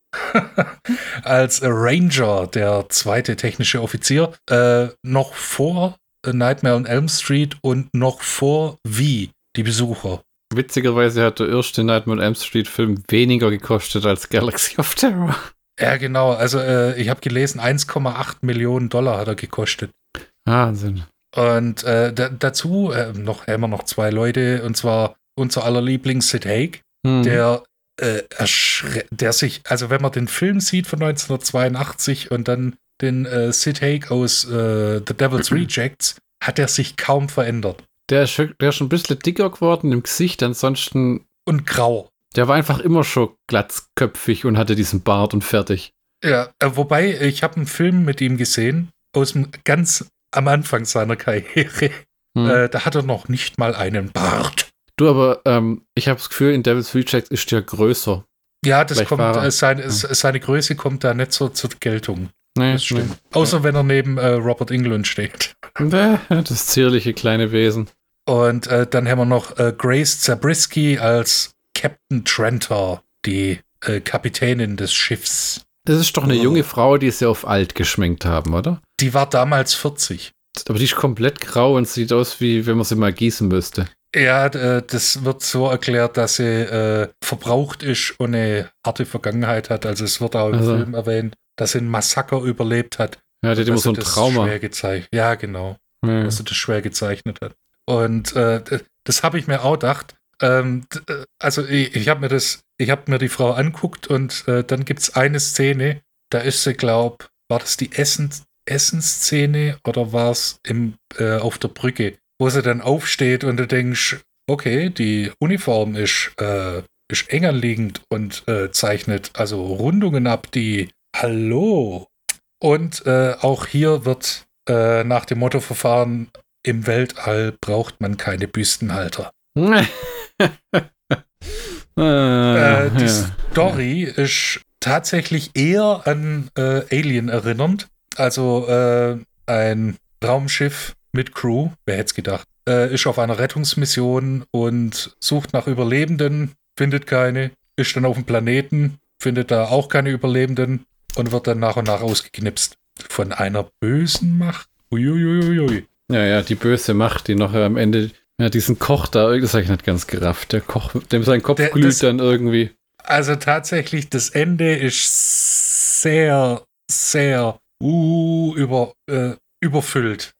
als Ranger, der zweite technische Offizier, äh, noch vor Nightmare on Elm Street und noch vor V, die Besucher. Witzigerweise hat der erste Nightmare on Elm Street Film weniger gekostet als Galaxy of Terror. Ja, genau. Also äh, ich habe gelesen, eins Komma acht Millionen Dollar hat er gekostet. Wahnsinn. Und äh, da, dazu äh, noch immer noch zwei Leute, und zwar unser aller Liebling Sid Haig, hm. der äh, der sich, also wenn man den Film sieht von neunzehnhundertzweiundachtzig und dann den äh, Sid Haig aus äh, The Devil's Rejects, hat er sich kaum verändert. Der ist, der ist schon ein bisschen dicker geworden im Gesicht, ansonsten... Und grau. Der war einfach immer schon glatzköpfig und hatte diesen Bart und fertig. Ja, äh, wobei, ich habe einen Film mit ihm gesehen, aus dem ganz am Anfang seiner Karriere. Hm. Äh, da hat er noch nicht mal einen Bart. Du, aber ähm, ich habe das Gefühl, in Devil's Rejects ist der größer. Ja, das Vielleicht kommt, äh, seine, ja. seine Größe kommt da nicht so zur Geltung. Nee, das stimmt. Nee. Außer ja. wenn er neben äh, Robert Englund steht. Das zierliche kleine Wesen. Und äh, dann haben wir noch äh, Grace Zabriskie als Captain Trantor, die äh, Kapitänin des Schiffs. Das ist doch eine oh. junge Frau, die sie auf alt geschminkt haben, oder? Die war damals vierzig. Aber die ist komplett grau und sieht aus, wie wenn man sie mal gießen müsste. Ja, äh, das wird so erklärt, dass sie äh, verbraucht ist und eine harte Vergangenheit hat. Also es wird auch im also. Film erwähnt, dass sie ein Massaker überlebt hat. Ja, die hat immer so ein Trauma. Schwer gezeichnet. Ja, genau. Ja. Dass sie das schwer gezeichnet hat. Und äh, das habe ich mir auch gedacht. Ähm, also ich, ich habe mir das, ich habe mir die Frau anguckt und äh, dann gibt es eine Szene, da ist sie, glaub, war das die Essen, Essensszene oder war es äh, auf der Brücke, wo sie dann aufsteht und du denkst, okay, die Uniform ist, äh, ist eng anliegend und äh, zeichnet also Rundungen ab, die Hallo. Und äh, auch hier wird äh, nach dem Motto verfahren, im Weltall braucht man keine Büstenhalter. äh, die ja. Story ist tatsächlich eher an äh, Alien erinnernd. Also äh, ein Raumschiff mit Crew, wer hätte es gedacht, äh, ist auf einer Rettungsmission und sucht nach Überlebenden, findet keine, ist dann auf dem Planeten, findet da auch keine Überlebenden und wird dann nach und nach ausgeknipst von einer bösen Macht. Uiuiuiui. Ja, ja, die böse Macht, die noch am Ende, ja, diesen Koch da, das habe ich nicht ganz gerafft. Der Koch, dem sein Kopf Der, glüht das, dann irgendwie. Also tatsächlich, das Ende ist sehr, sehr uh, über, äh, überfüllt.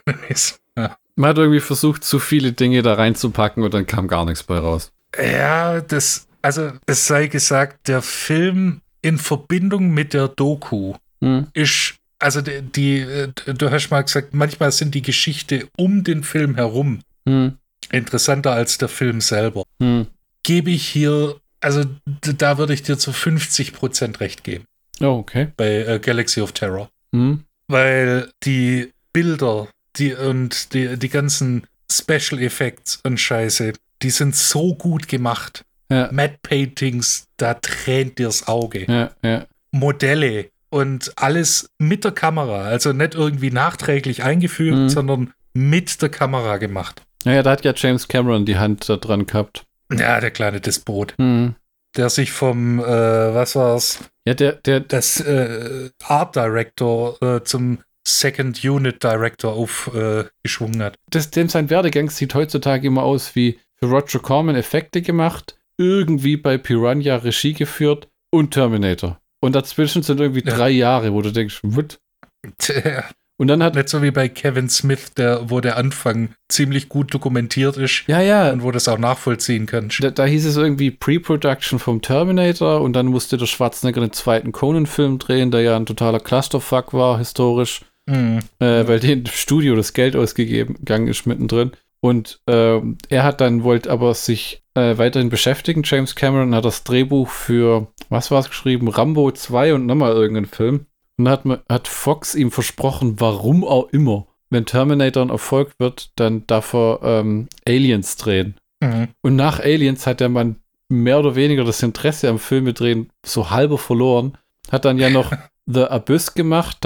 Ja. Man hat irgendwie versucht, zu viele Dinge da reinzupacken und dann kam gar nichts bei raus. Ja, das, also es sei gesagt, der Film in Verbindung mit der Doku hm. ist, also die, die, du hast mal gesagt, manchmal sind die Geschichte um den Film herum hm. interessanter als der Film selber. Hm. Gebe ich hier, also da würde ich dir zu fünfzig Prozent recht geben. Oh, okay. Bei äh, Galaxy of Terror. Hm. Weil die Bilder die und die, die ganzen Special Effects und Scheiße, die sind so gut gemacht. Ja. Matte Paintings, da tränt dir's Auge. Ja, ja. Modelle und alles mit der Kamera. Also nicht irgendwie nachträglich eingeführt, mhm. sondern mit der Kamera gemacht. Naja, da hat ja James Cameron die Hand da dran gehabt. Ja, der kleine Despot. Mhm. Der sich vom, äh, was war's? Ja, der, der. Das äh, Art Director äh, zum Second Unit Director aufgeschwungen äh, hat. Das, dem sein Werdegang sieht heutzutage immer aus wie für Roger Corman Effekte gemacht, irgendwie bei Piranha Regie geführt und Terminator. Und dazwischen sind irgendwie ja. drei Jahre, wo du denkst, what? Tja. Und dann hat nicht so wie bei Kevin Smith, der, wo der Anfang ziemlich gut dokumentiert ist. Ja, ja. Und wo du das auch nachvollziehen kannst. Da, da hieß es irgendwie Pre-Production vom Terminator und dann musste der Schwarzenegger den zweiten Conan-Film drehen, der ja ein totaler Clusterfuck war, historisch. Mhm. Äh, weil dem Studio das Geld ausgegeben gegangen ist mittendrin. Und äh, er hat dann, wollte aber sich äh, weiterhin beschäftigen, James Cameron, hat das Drehbuch für, was war es geschrieben, Rambo zwei und nochmal irgendeinen Film. Und dann hat, hat Fox ihm versprochen, warum auch immer, wenn Terminator ein Erfolg wird, dann darf er ähm, Aliens drehen. Mhm. Und nach Aliens hat der Mann mehr oder weniger das Interesse am Filme drehen so halber verloren. Hat dann ja noch The Abyss gemacht, dann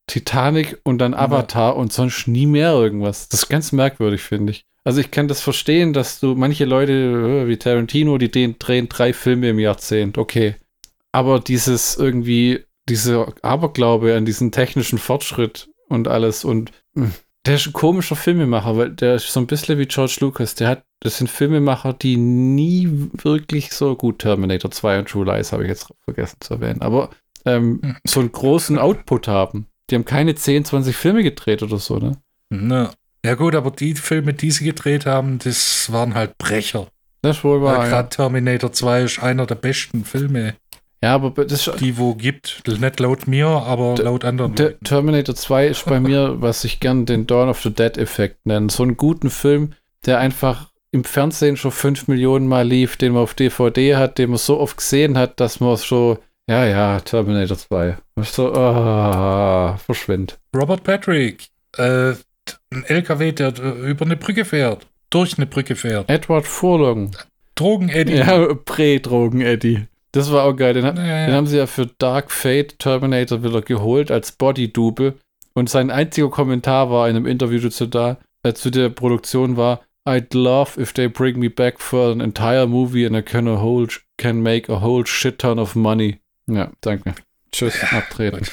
Titanic und dann Avatar ja. und sonst nie mehr irgendwas. Das ist ganz merkwürdig, finde ich. Also ich kann das verstehen, dass du manche Leute wie Tarantino, die drehen, drehen drei Filme im Jahrzehnt, okay. Aber dieses irgendwie, dieser Aberglaube an diesen technischen Fortschritt und alles und der ist ein komischer Filmemacher, weil der ist so ein bisschen wie George Lucas. Der hat, das sind Filmemacher, die nie wirklich so gut Terminator zwei und True Lies habe ich jetzt vergessen zu erwähnen, aber ähm, hm. so einen großen Output haben. Die haben keine zehn, zwanzig Filme gedreht oder so, ne? Na, ja gut, aber die Filme, die sie gedreht haben, das waren halt Brecher. Das wohl war, ja. Gerade Terminator zwei ist einer der besten Filme. Ja, aber das die wo gibt. Nicht laut mir, aber der, laut anderen. Der Terminator zwei ist bei mir, was ich gern den Dawn of the Dead-Effekt nenne. So einen guten Film, der einfach im Fernsehen schon fünf Millionen Mal lief, den man auf D V D hat, den man so oft gesehen hat, dass man so, ja, ja, Terminator zwei. So, ah, verschwindet. Robert Patrick, äh, ein L K W, der über eine Brücke fährt. Durch eine Brücke fährt. Edward Furlong. Drogen-Eddie. Ja, Prä-Drogen-Eddie. Das war auch geil. Den, naja. den haben sie ja für Dark Fate Terminator wieder geholt als Body-Double. Und sein einziger Kommentar war in einem Interview dazu da, äh, zu der Produktion war, I'd love if they bring me back for an entire movie and I can, a whole, can make a whole shit ton of money. Ja, danke. Tschüss, ja, abtreten.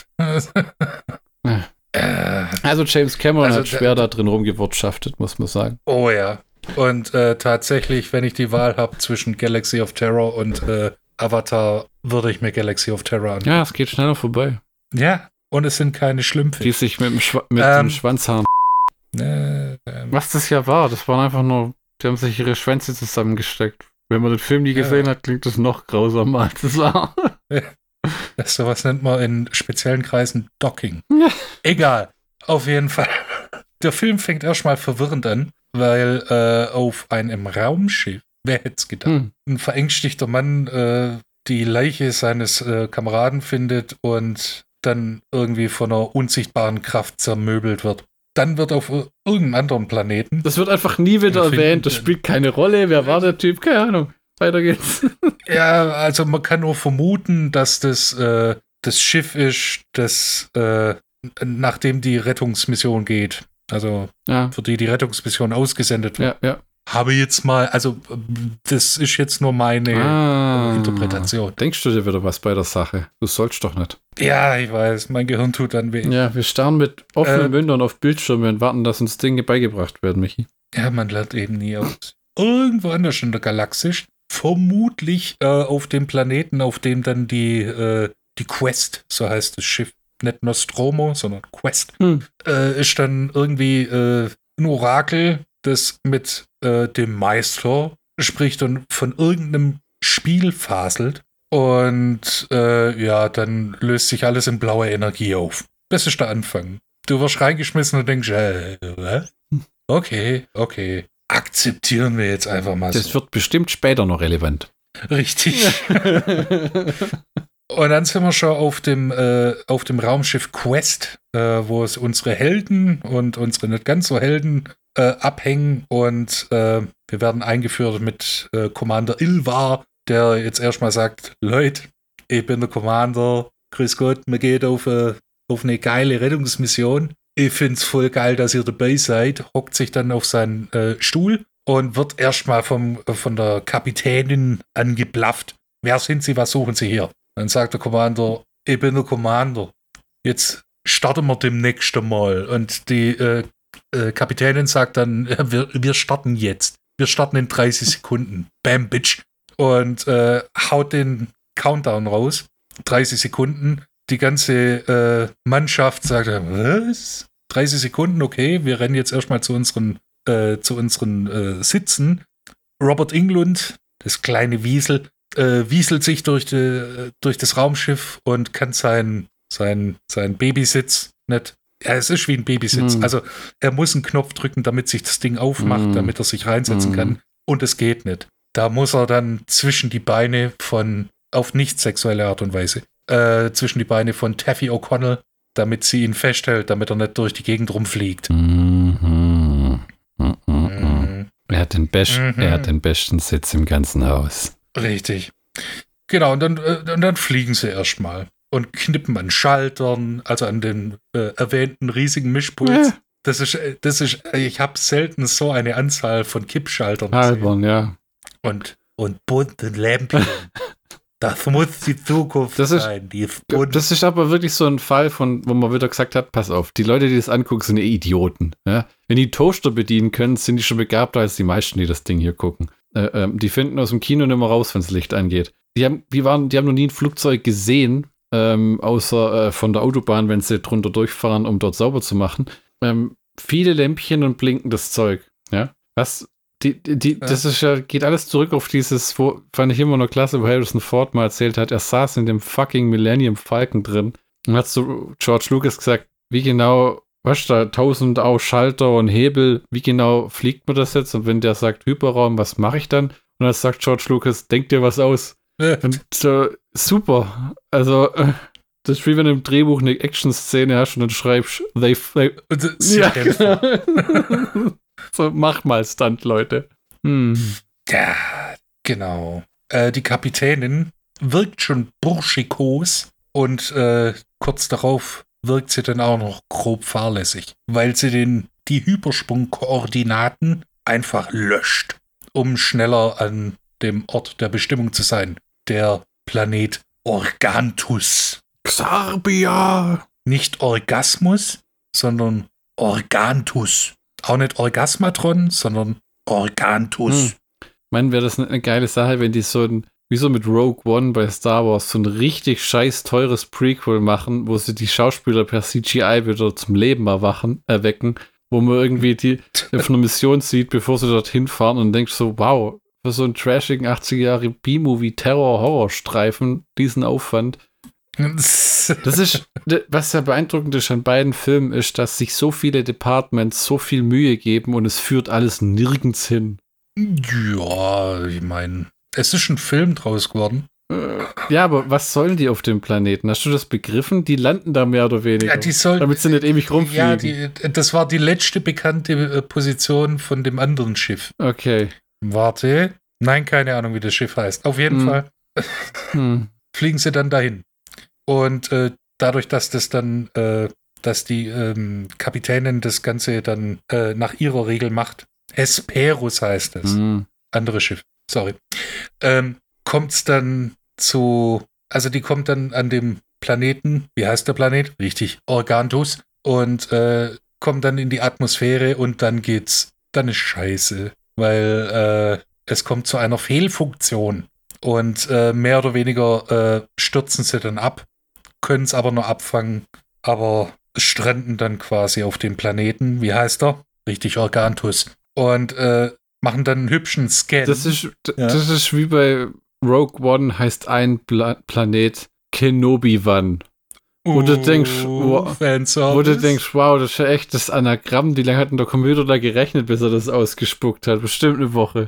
ja. Also James Cameron also, hat schwer da drin rumgewirtschaftet, muss man sagen. Oh ja. Und äh, tatsächlich, wenn ich die Wahl habe zwischen Galaxy of Terror und äh, Avatar, würde ich mir Galaxy of Terror an. Ja, es geht schneller vorbei. Ja, und es sind keine Schlümpfe. Die sich mit dem, Schwa- mit ähm, dem Schwanzhahn. Äh, ähm, Was das ja war, das waren einfach nur, die haben sich ihre Schwänze zusammengesteckt. Wenn man den Film nie gesehen ja. hat, klingt das noch grausamer, als es war. Das sowas nennt man in speziellen Kreisen Docking. Ja. Egal, auf jeden Fall. Der Film fängt erstmal verwirrend an, weil äh, auf einem Raumschiff, wer hätte es gedacht, hm. ein verängstigter Mann äh, die Leiche seines äh, Kameraden findet und dann irgendwie von einer unsichtbaren Kraft zermöbelt wird. Dann wird auf irgendeinem anderen Planeten. Das wird einfach nie wieder erwähnt, das spielt keine Rolle. Wer war der Typ? Keine Ahnung. Weiter geht's. Ja, also man kann nur vermuten, dass das äh, das Schiff ist, das äh, nachdem die Rettungsmission geht. Also ja. für die die Rettungsmission ausgesendet wird. Ja, ja. Habe jetzt mal, also das ist jetzt nur meine ah, Interpretation. Denkst du dir wieder was bei der Sache? Du sollst doch nicht. Ja, ich weiß, mein Gehirn tut dann weh. Ja, wir starren mit offenen äh, Mündern auf Bildschirme und warten, dass uns Dinge beigebracht werden, Michi. Ja, man lernt eben nie aus. Irgendwo anders in der Galaxis, vermutlich äh, auf dem Planeten, auf dem dann die, äh, die Quest, so heißt das Schiff, nicht Nostromo, sondern Quest, hm. äh, ist dann irgendwie äh, ein Orakel, das mit äh, dem Meister spricht und von irgendeinem Spiel faselt. Und äh, ja, dann löst sich alles in blaue Energie auf. Das ist der Anfang. Du wirst reingeschmissen und denkst, äh, okay, okay. Akzeptieren wir jetzt einfach mal das so. Das wird bestimmt später noch relevant. Richtig. Und dann sind wir schon auf dem, äh, auf dem Raumschiff Quest, äh, wo es unsere Helden und unsere nicht ganz so Helden äh, abhängen. Und äh, wir werden eingeführt mit äh, Commander Ilvar, der jetzt erstmal sagt, Leute, ich bin der Commander, grüß Gott, mir geht auf, äh, auf eine geile Rettungsmission. Ich find's voll geil, dass ihr dabei seid. Hockt sich dann auf seinen äh, Stuhl und wird erstmal vom äh, von der Kapitänin angeblafft. Wer sind Sie, was suchen Sie hier? Dann sagt der Commander, ich bin der Commander. Jetzt starten wir demnächst mal. Und die äh, äh, Kapitänin sagt dann, wir, wir starten jetzt. Wir starten in dreißig Sekunden. Bam, Bitch. Und äh, haut den Countdown raus. dreißig Sekunden. Die ganze äh, Mannschaft sagt, was? dreißig Sekunden, okay, wir rennen jetzt erstmal zu unseren, äh, zu unseren äh, Sitzen. Robert Englund, das kleine Wiesel, äh, wieselt sich durch, die, durch das Raumschiff und kann seinen sein, sein Babysitz nicht. Ja, es ist wie ein Babysitz. Mm. Also er muss einen Knopf drücken, damit sich das Ding aufmacht, mm. damit er sich reinsetzen mm. kann. Und es geht nicht. Da muss er dann zwischen die Beine von, auf nicht sexuelle Art und Weise, Äh, zwischen die Beine von Taffy O'Connell, damit sie ihn festhält, damit er nicht durch die Gegend rumfliegt. Mhm. Mhm. Mhm. Er, hat den best- mhm. er hat den besten Sitz im ganzen Haus. Richtig. Genau, und dann, äh, und dann fliegen sie erstmal. und knippen an Schaltern, also an den äh, erwähnten riesigen Mischpult. Ja. Das ist, das ist, ich habe selten so eine Anzahl von Kippschaltern gesehen. Ja. Und, und bunte Lämpchen. Das muss die Zukunft das ist, sein. Die ist das ist aber wirklich so ein Fall, von, wo man wieder gesagt hat, pass auf, die Leute, die das angucken, sind Idioten. Ja? Wenn die Toaster bedienen können, sind die schon begabter als die meisten, die das Ding hier gucken. Äh, ähm, die finden aus dem Kino nicht mehr raus, wenn das Licht angeht. Die haben, die, waren, die haben noch nie ein Flugzeug gesehen, ähm, außer äh, von der Autobahn, wenn sie drunter durchfahren, um dort sauber zu machen. Ähm, viele Lämpchen und blinkendes Zeug. Ja? Was... Die, die, ja. Das ist ja, geht alles zurück auf dieses, wo, fand ich immer noch klasse, wo Harrison Ford mal erzählt hat, er saß in dem fucking Millennium Falcon drin und hat zu George Lucas gesagt, wie genau, was da, tausend auch Schalter und Hebel, wie genau fliegt man das jetzt? Und wenn der sagt Hyperraum, was mache ich dann? Und dann sagt George Lucas, denk dir was aus. Ja. Und so, super. Also, das ist wie wenn du im Drehbuch eine Action-Szene hast und dann schreibst, they, they ja, genau. So, mach mal Stunt, Leute. Hm. Ja, genau. Äh, die Kapitänin wirkt schon burschikos und äh, kurz darauf wirkt sie dann auch noch grob fahrlässig, weil sie den, die Hypersprungkoordinaten einfach löscht, um schneller an dem Ort der Bestimmung zu sein. Der Planet Organtus. Xarbia! Nicht Orgasmus, sondern Organtus. Auch nicht Orgasmatron, sondern Organtus. Hm. Ich meine, wäre das eine geile Sache, wenn die so ein, wie so mit Rogue One bei Star Wars, so ein richtig scheiß teures Prequel machen, wo sie die Schauspieler per C G I wieder zum Leben erwachen, erwecken, wo man irgendwie die auf einer Mission sieht, bevor sie dorthin fahren und denkt so, wow, für so einen trashigen achtziger Jahre B-Movie Terror-Horror-Streifen, diesen Aufwand. Das ist, was ja beeindruckend ist an beiden Filmen, ist, dass sich so viele Departments so viel Mühe geben und es führt alles nirgends hin. Ja, ich meine, es ist ein Film draus geworden. Ja, aber was sollen die auf dem Planeten? Hast du das begriffen? Die landen da mehr oder weniger, ja, die soll, damit sie nicht ewig rumfliegen. Ja, die, das war die letzte bekannte Position von dem anderen Schiff. Okay. Warte. Nein, keine Ahnung, wie das Schiff heißt. Auf jeden hm. Fall hm. fliegen sie dann dahin. Und äh, dadurch, dass das dann, äh, dass die ähm, Kapitänin das Ganze dann äh, nach ihrer Regel macht, Hesperus heißt es, mhm. anderes Schiff, sorry, ähm, kommt es dann zu, also die kommt dann an dem Planeten, wie heißt der Planet? Richtig, Organtus, und äh, kommt dann in die Atmosphäre und dann geht's, dann ist scheiße, weil äh, es kommt zu einer Fehlfunktion und äh, mehr oder weniger äh, stürzen sie dann ab, können es aber nur abfangen, aber stranden dann quasi auf dem Planeten. Wie heißt er? Richtig, Organtus. Und äh, machen dann einen hübschen Scan. Das ist, d- ja. das ist wie bei Rogue One, heißt ein Pla- Planet Kenobi-Wan. Wo, uh, du denkst, wow, wo du denkst, wow, das ist ja echt das Anagramm. Wie lange hat denn der Computer da gerechnet, bis er das ausgespuckt hat? Bestimmt eine Woche.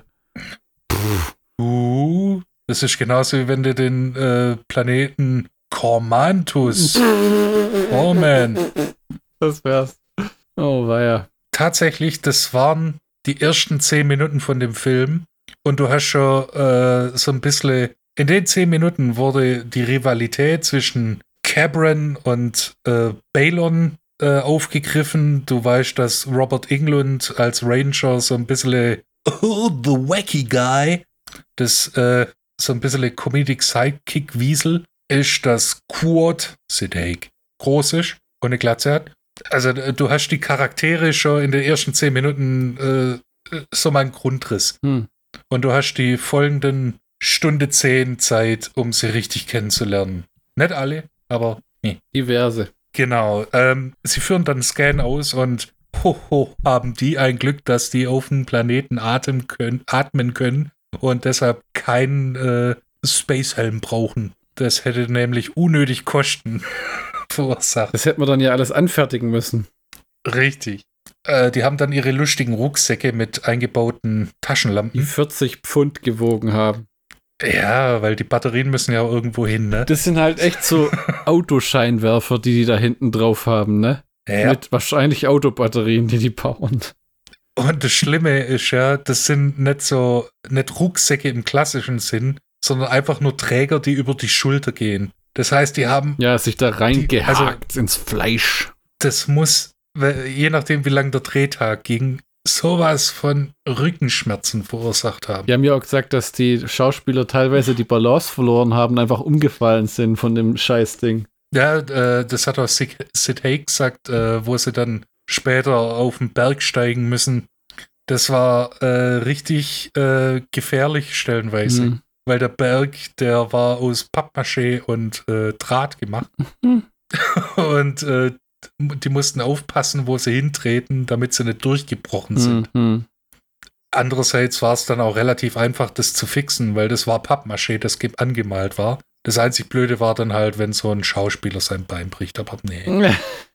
Uh, das ist genauso, wie wenn du den äh, Planeten Cormantus. Oh man. Das wär's. Oh weia. Tatsächlich, das waren die ersten zehn Minuten von dem Film und du hast schon äh, so ein bisschen, in den zehn Minuten wurde die Rivalität zwischen Cabron und äh, Balon äh, aufgegriffen. Du weißt, dass Robert Englund als Ranger so ein bisschen oh, the wacky guy, das äh, so ein bisschen Comedic Sidekick-Wiesel ist, dass Quad, Sid Haig, groß ist und eine Glatze hat. Also du hast die Charaktere schon in den ersten zehn Minuten äh, so mal einen Grundriss. Hm. Und du hast die folgenden Stunde zehn Zeit, um sie richtig kennenzulernen. Nicht alle, aber nee. Diverse. Genau. Ähm, sie führen dann einen Scan aus und hoho, haben die ein Glück, dass die auf dem Planeten atmen können, atmen können und deshalb keinen äh, Spacehelm brauchen. Das hätte nämlich unnötig Kosten verursacht. Das hätte man dann ja alles anfertigen müssen. Richtig. Äh, die haben dann ihre lustigen Rucksäcke mit eingebauten Taschenlampen. Die vierzig Pfund gewogen haben. Ja, weil die Batterien müssen ja auch irgendwo hin, ne? Das sind halt echt so Autoscheinwerfer, die die da hinten drauf haben, ne? Ja. Mit wahrscheinlich Autobatterien, die die bauen. Und das Schlimme ist ja, das sind nicht so, nicht Rucksäcke im klassischen Sinn, sondern einfach nur Träger, die über die Schulter gehen. Das heißt, die haben... Ja, sich da reingehakt also, ins Fleisch. Das muss, je nachdem, wie lang der Drehtag ging, sowas von Rückenschmerzen verursacht haben. Die haben ja auch gesagt, dass die Schauspieler teilweise die Balance verloren haben, einfach umgefallen sind von dem Scheißding. Ja, äh, das hat auch Sid, Sid Haig gesagt, äh, wo sie dann später auf den Berg steigen müssen. Das war äh, richtig äh, gefährlich stellenweise. Mhm. Weil der Berg, der war aus Pappmaché und äh, Draht gemacht. Mhm. Und äh, die mussten aufpassen, wo sie hintreten, damit sie nicht durchgebrochen sind. Mhm. Andererseits war es dann auch relativ einfach, das zu fixen, weil das war Pappmaché, das angemalt war. Das einzig Blöde war dann halt, wenn so ein Schauspieler sein Bein bricht, aber nee.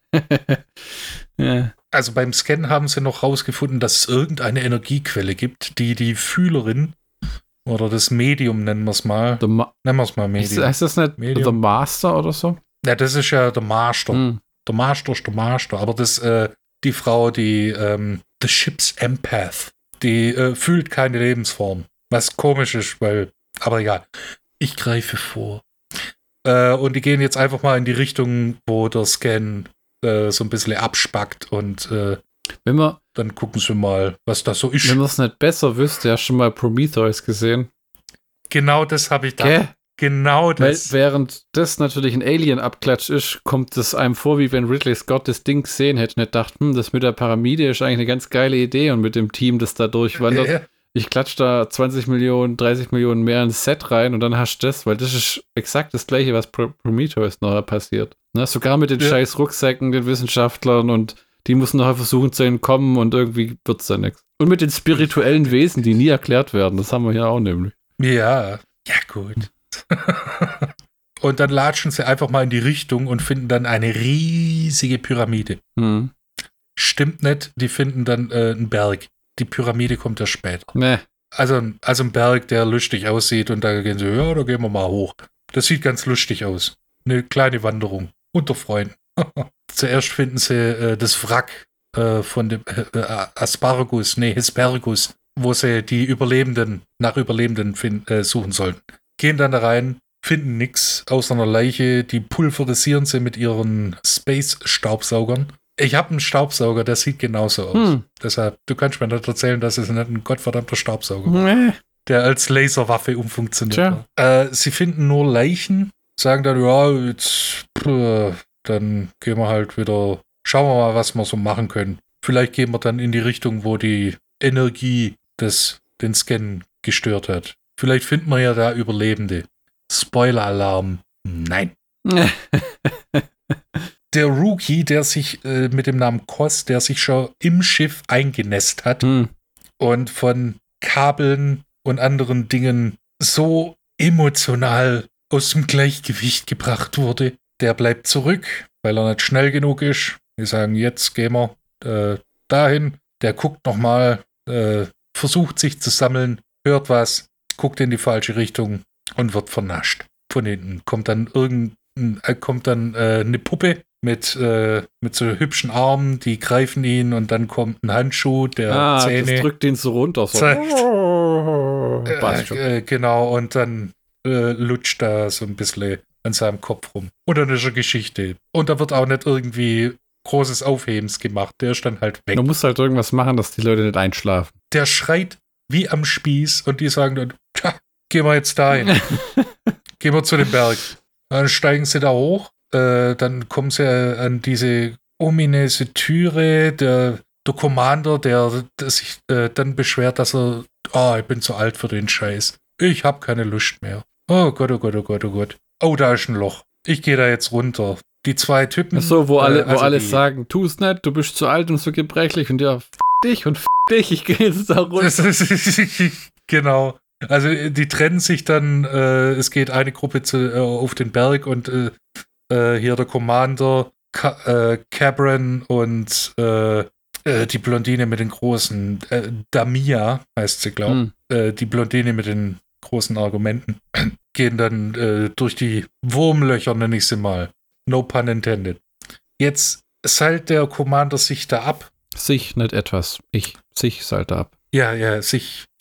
Ja. Also beim Scan haben sie noch rausgefunden, dass es irgendeine Energiequelle gibt, die die Fühlerin oder das Medium, nennen wir es mal. Ma- nennen wir es mal Medium. Heißt das nicht Medium? The Master oder so? Ja, das ist ja der Master. Hm. Der Master ist der Master. Aber das, äh, die Frau, die ähm, The Ship's Empath, die äh, fühlt keine Lebensform. Was komisch ist, weil, aber egal. Ich greife vor. Äh, und die gehen jetzt einfach mal in die Richtung, wo der Scan äh, so ein bisschen abspackt und äh, wenn man, dann gucken sie mal, was das so ist. Wenn man es nicht besser wüsste, hast du schon mal Prometheus gesehen? Genau das habe ich da. Okay. Genau das. Weil während das natürlich ein Alien-Abklatsch ist, kommt es einem vor, wie wenn Ridley Scott das Ding gesehen hätte und nicht dachte, hm, das mit der Pyramide ist eigentlich eine ganz geile Idee und mit dem Team, das da durchwandert. Ja. Ich klatsche da zwanzig Millionen, dreißig Millionen mehr ins Set rein und dann hast du das, weil das ist exakt das Gleiche, was Pro- Prometheus nachher passiert. Ne? Sogar mit den ja. scheiß Rucksäcken, den Wissenschaftlern und die müssen nachher versuchen zu entkommen und irgendwie wird's da nichts. Und mit den spirituellen Wesen, die nie erklärt werden, das haben wir hier auch nämlich. Ja, ja gut. Und dann latschen sie einfach mal in die Richtung und finden dann eine riesige Pyramide. Hm. Stimmt nicht, die finden dann äh, einen Berg. Die Pyramide kommt ja später. Nee. Also, also ein Berg, der lustig aussieht und da gehen sie, ja, da gehen wir mal hoch. Das sieht ganz lustig aus. Eine kleine Wanderung unter Freunden. Zuerst finden sie äh, das Wrack äh, von dem äh, Asparagus, nee, Hespergus, wo sie die Überlebenden, nach Überlebenden find, äh, suchen sollen. Gehen dann da rein, finden nichts außer einer Leiche, die pulverisieren sie mit ihren Space-Staubsaugern. Ich habe einen Staubsauger, der sieht genauso aus. Hm. Deshalb, du kannst mir nicht erzählen, dass es nicht ein gottverdammter Staubsauger war, nee. der als Laserwaffe umfunktioniert. Äh, sie finden nur Leichen, sagen dann, ja, jetzt, pff, dann gehen wir halt wieder, schauen wir mal, was wir so machen können. Vielleicht gehen wir dann in die Richtung, wo die Energie des, den Scan gestört hat. Vielleicht finden wir ja da Überlebende. Spoiler-Alarm. Nein. Der Rookie, der sich äh, mit dem Namen Kos, der sich schon im Schiff eingenässt hat hm. und von Kabeln und anderen Dingen so emotional aus dem Gleichgewicht gebracht wurde, der bleibt zurück, weil er nicht schnell genug ist. Wir sagen, jetzt gehen wir äh, dahin. Der guckt nochmal, äh, versucht sich zu sammeln, hört was, guckt in die falsche Richtung und wird vernascht. Von hinten kommt dann irgendein, äh, kommt dann äh, eine Puppe mit, äh, mit so hübschen Armen, die greifen ihn und dann kommt ein Handschuh, der ah, Zähne. Das drückt ihn so runter. So. äh, äh, genau, und dann äh, lutscht er so ein bisschen an seinem Kopf rum. Und dann ist eine Geschichte. Und da wird auch nicht irgendwie großes Aufhebens gemacht. Der ist dann halt weg. Du musst halt irgendwas machen, dass die Leute nicht einschlafen. Der schreit wie am Spieß und die sagen dann, gehen wir jetzt dahin. Gehen wir zu dem Berg. Dann steigen sie da hoch. Äh, dann kommen sie an diese ominöse Türe. Der, der Commander, der, der sich äh, dann beschwert, dass er, oh, ich bin zu alt für den Scheiß. Ich habe keine Lust mehr. Oh Gott, oh Gott, oh Gott, oh Gott. Oh, da ist ein Loch. Ich gehe da jetzt runter. Die zwei Typen. Ach so, wo alle, äh, also wo alle die, sagen, tu es nicht, du bist zu alt und so gebrechlich und ja, f*** dich und f*** dich, ich gehe jetzt da runter. Genau. Also die trennen sich dann, äh, es geht eine Gruppe zu, äh, auf den Berg und äh, äh, hier der Commander, Ka- äh, Cabron und äh, äh, die Blondine mit den großen, äh, Damia heißt sie, glaube ich, hm. äh, die Blondine mit den großen Argumenten, gehen dann äh, durch die Wurmlöcher, nenne ich sie mal. No pun intended. Jetzt seilt der Commander sich da ab. Sich, nicht etwas. Ich, sich seilt ab. Ja, ja, sich, sich.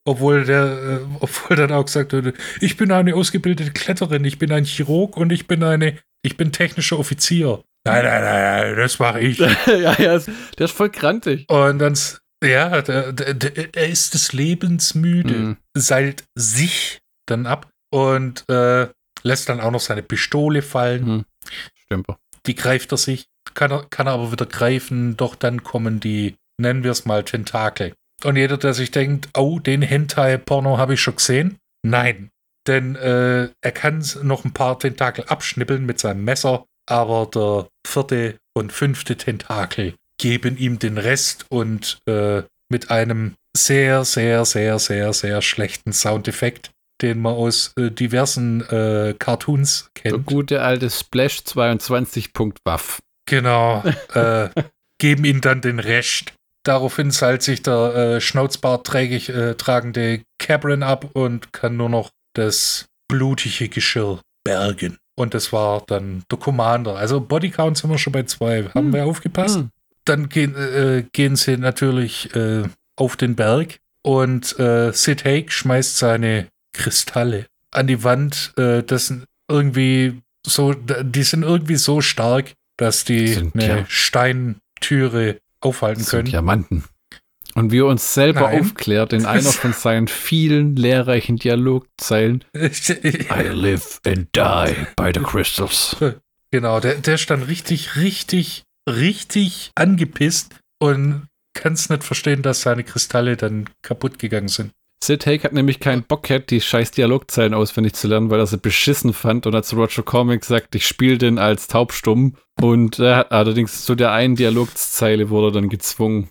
Obwohl der, äh, obwohl dann auch gesagt wurde, ich bin eine ausgebildete Kletterin, ich bin ein Chirurg und ich bin eine, ich bin technischer Offizier. Nein, nein, nein, nein, das mache ich. ja, ja, der ist voll krantig. Und dann, ja, der, der, der, er ist des Lebens müde, Mhm. seilt sich dann ab und äh, lässt dann auch noch seine Pistole fallen. Mhm. Stimmt. Die greift er sich, kann er, kann er aber wieder greifen, doch dann kommen die, nennen wir es mal, Tentakel. Und jeder, der sich denkt, oh, den Hentai-Porno habe ich schon gesehen. Nein, denn äh, er kann noch ein paar Tentakel abschnippeln mit seinem Messer, aber der vierte und fünfte Tentakel geben ihm den Rest und äh, mit einem sehr, sehr, sehr, sehr, sehr schlechten Soundeffekt, den man aus äh, diversen äh, Cartoons kennt. Der gute alte Splash zweiundzwanzig Punkt Waff. Genau, äh, geben ihm dann den Rest. Daraufhin seilt sich der äh, schnauzbartträgig äh, tragende Cabrin ab und kann nur noch das blutige Geschirr bergen. Und das war dann der Commander. Also Bodycount sind wir schon bei zwei. Haben hm. wir aufgepasst? Hm. Dann gehen, äh, gehen sie natürlich äh, auf den Berg und äh, Sid Haig schmeißt seine Kristalle an die Wand. Äh, das sind irgendwie so, die sind irgendwie so stark, dass die sind, eine ja. Steintüre aufhalten das können. Sind Diamanten. Und wie er uns selber Nein. aufklärt in einer von seinen vielen lehrreichen Dialogzeilen. I live and die by the crystals. Genau, der, der ist dann richtig, richtig, richtig angepisst und kann es nicht verstehen, dass seine Kristalle dann kaputt gegangen sind. Sid Haig hat nämlich keinen Bock gehabt, die scheiß Dialogzeilen auswendig zu lernen, weil er sie beschissen fand und hat zu Roger Corman gesagt, ich spiele den als taubstumm. Und er hat allerdings zu der einen Dialogzeile wurde er dann gezwungen.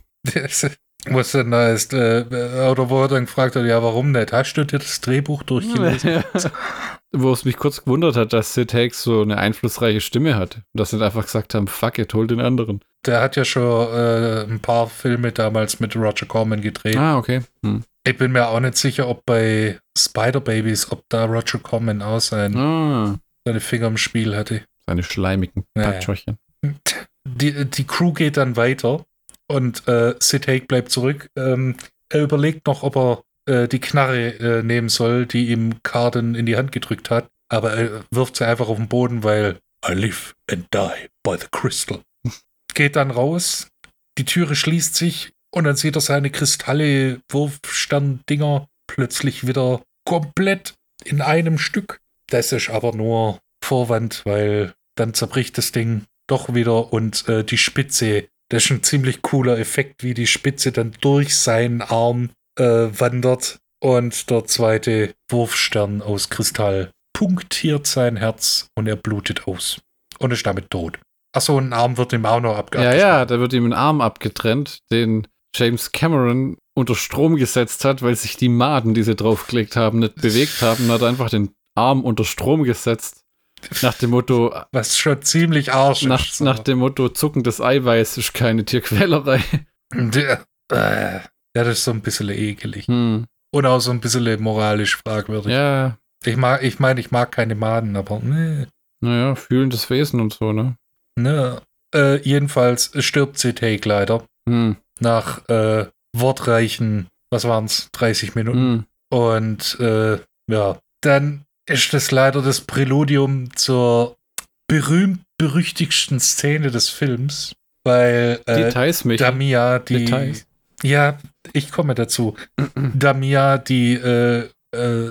Was denn da ist, äh, oder wo er dann gefragt hat, ja, warum nicht? Hast du dir das Drehbuch durchgelesen? Wo es mich kurz gewundert hat, dass Sid Haig so eine einflussreiche Stimme hat. Und dass sie einfach gesagt haben, fuck it, hol den anderen. Der hat ja schon äh, ein paar Filme damals mit Roger Corman gedreht. Ah, okay. Hm. Ich bin mir auch nicht sicher, ob bei Spider Babies, ob da Roger Corman auch sein, ah. seine Finger im Spiel hatte. Seine schleimigen Patschöchen. Naja. Die, die Crew geht dann weiter und äh, Sid Haig bleibt zurück. Ähm, er überlegt noch, ob er äh, die Knarre äh, nehmen soll, die ihm Carden in die Hand gedrückt hat. Aber er wirft sie einfach auf den Boden, weil I live and die by the crystal. Geht dann raus, die Türe schließt sich und dann sieht er seine Kristalle, Wurfstern-Dinger plötzlich wieder komplett in einem Stück. Das ist aber nur Vorwand, weil dann zerbricht das Ding doch wieder und äh, die Spitze, das ist ein ziemlich cooler Effekt, wie die Spitze dann durch seinen Arm äh, wandert und der zweite Wurfstern aus Kristall punktiert sein Herz und er blutet aus und ist damit tot. Achso, ein Arm wird ihm auch noch abgeschnitten. Ja, ja, da wird ihm ein Arm abgetrennt, den James Cameron unter Strom gesetzt hat, weil sich die Maden, die sie draufgelegt haben, nicht bewegt haben. Und hat einfach den Arm unter Strom gesetzt. Nach dem Motto... Was schon ziemlich arsch nach, ist. So. Nach dem Motto, zuckendes Eiweiß ist keine Tierquälerei. Ja, äh, ja, das ist so ein bisschen ekelig. Hm. Und auch so ein bisschen moralisch fragwürdig. Ja. Ich mag, ich meine, ich mag keine Maden, aber nee. Naja, fühlendes Wesen und so, ne? Ne. Äh, jedenfalls stirbt Sid Haig leider. Hm. Nach äh, wortreichen, was waren's, dreißig Minuten. Hm. Und äh, ja, dann ist das leider das Präludium zur berühmt-berüchtigsten Szene des Films, weil äh, Details, Michi. Damia, die Details. Ja, ich komme dazu. Damia, die äh, äh,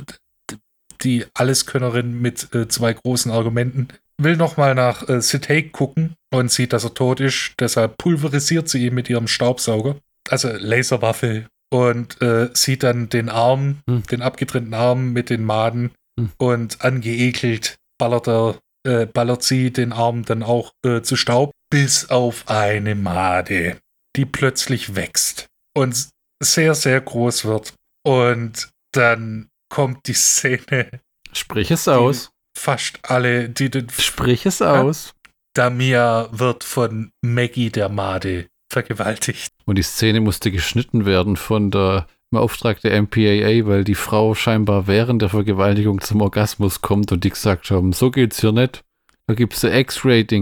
die Alleskönnerin mit äh, zwei großen Argumenten, will nochmal nach äh, Sid Haig gucken und sieht, dass er tot ist. Deshalb pulverisiert sie ihn mit ihrem Staubsauger, also Laserwaffe, und äh, sieht dann den Arm, hm. den abgetrennten Arm mit den Maden hm. und angeekelt ballert, er, äh, ballert sie den Arm dann auch äh, zu Staub, bis auf eine Made, die plötzlich wächst und sehr, sehr groß wird. Und dann kommt die Szene. Sprich es aus. Fast alle, die den... Sprich es aus. Damia wird von Maggie der Made vergewaltigt. Und die Szene musste geschnitten werden von der im Auftrag der M P A A, weil die Frau scheinbar während der Vergewaltigung zum Orgasmus kommt und die gesagt haben, so geht's hier nicht. Da gibt's ein X-Rating.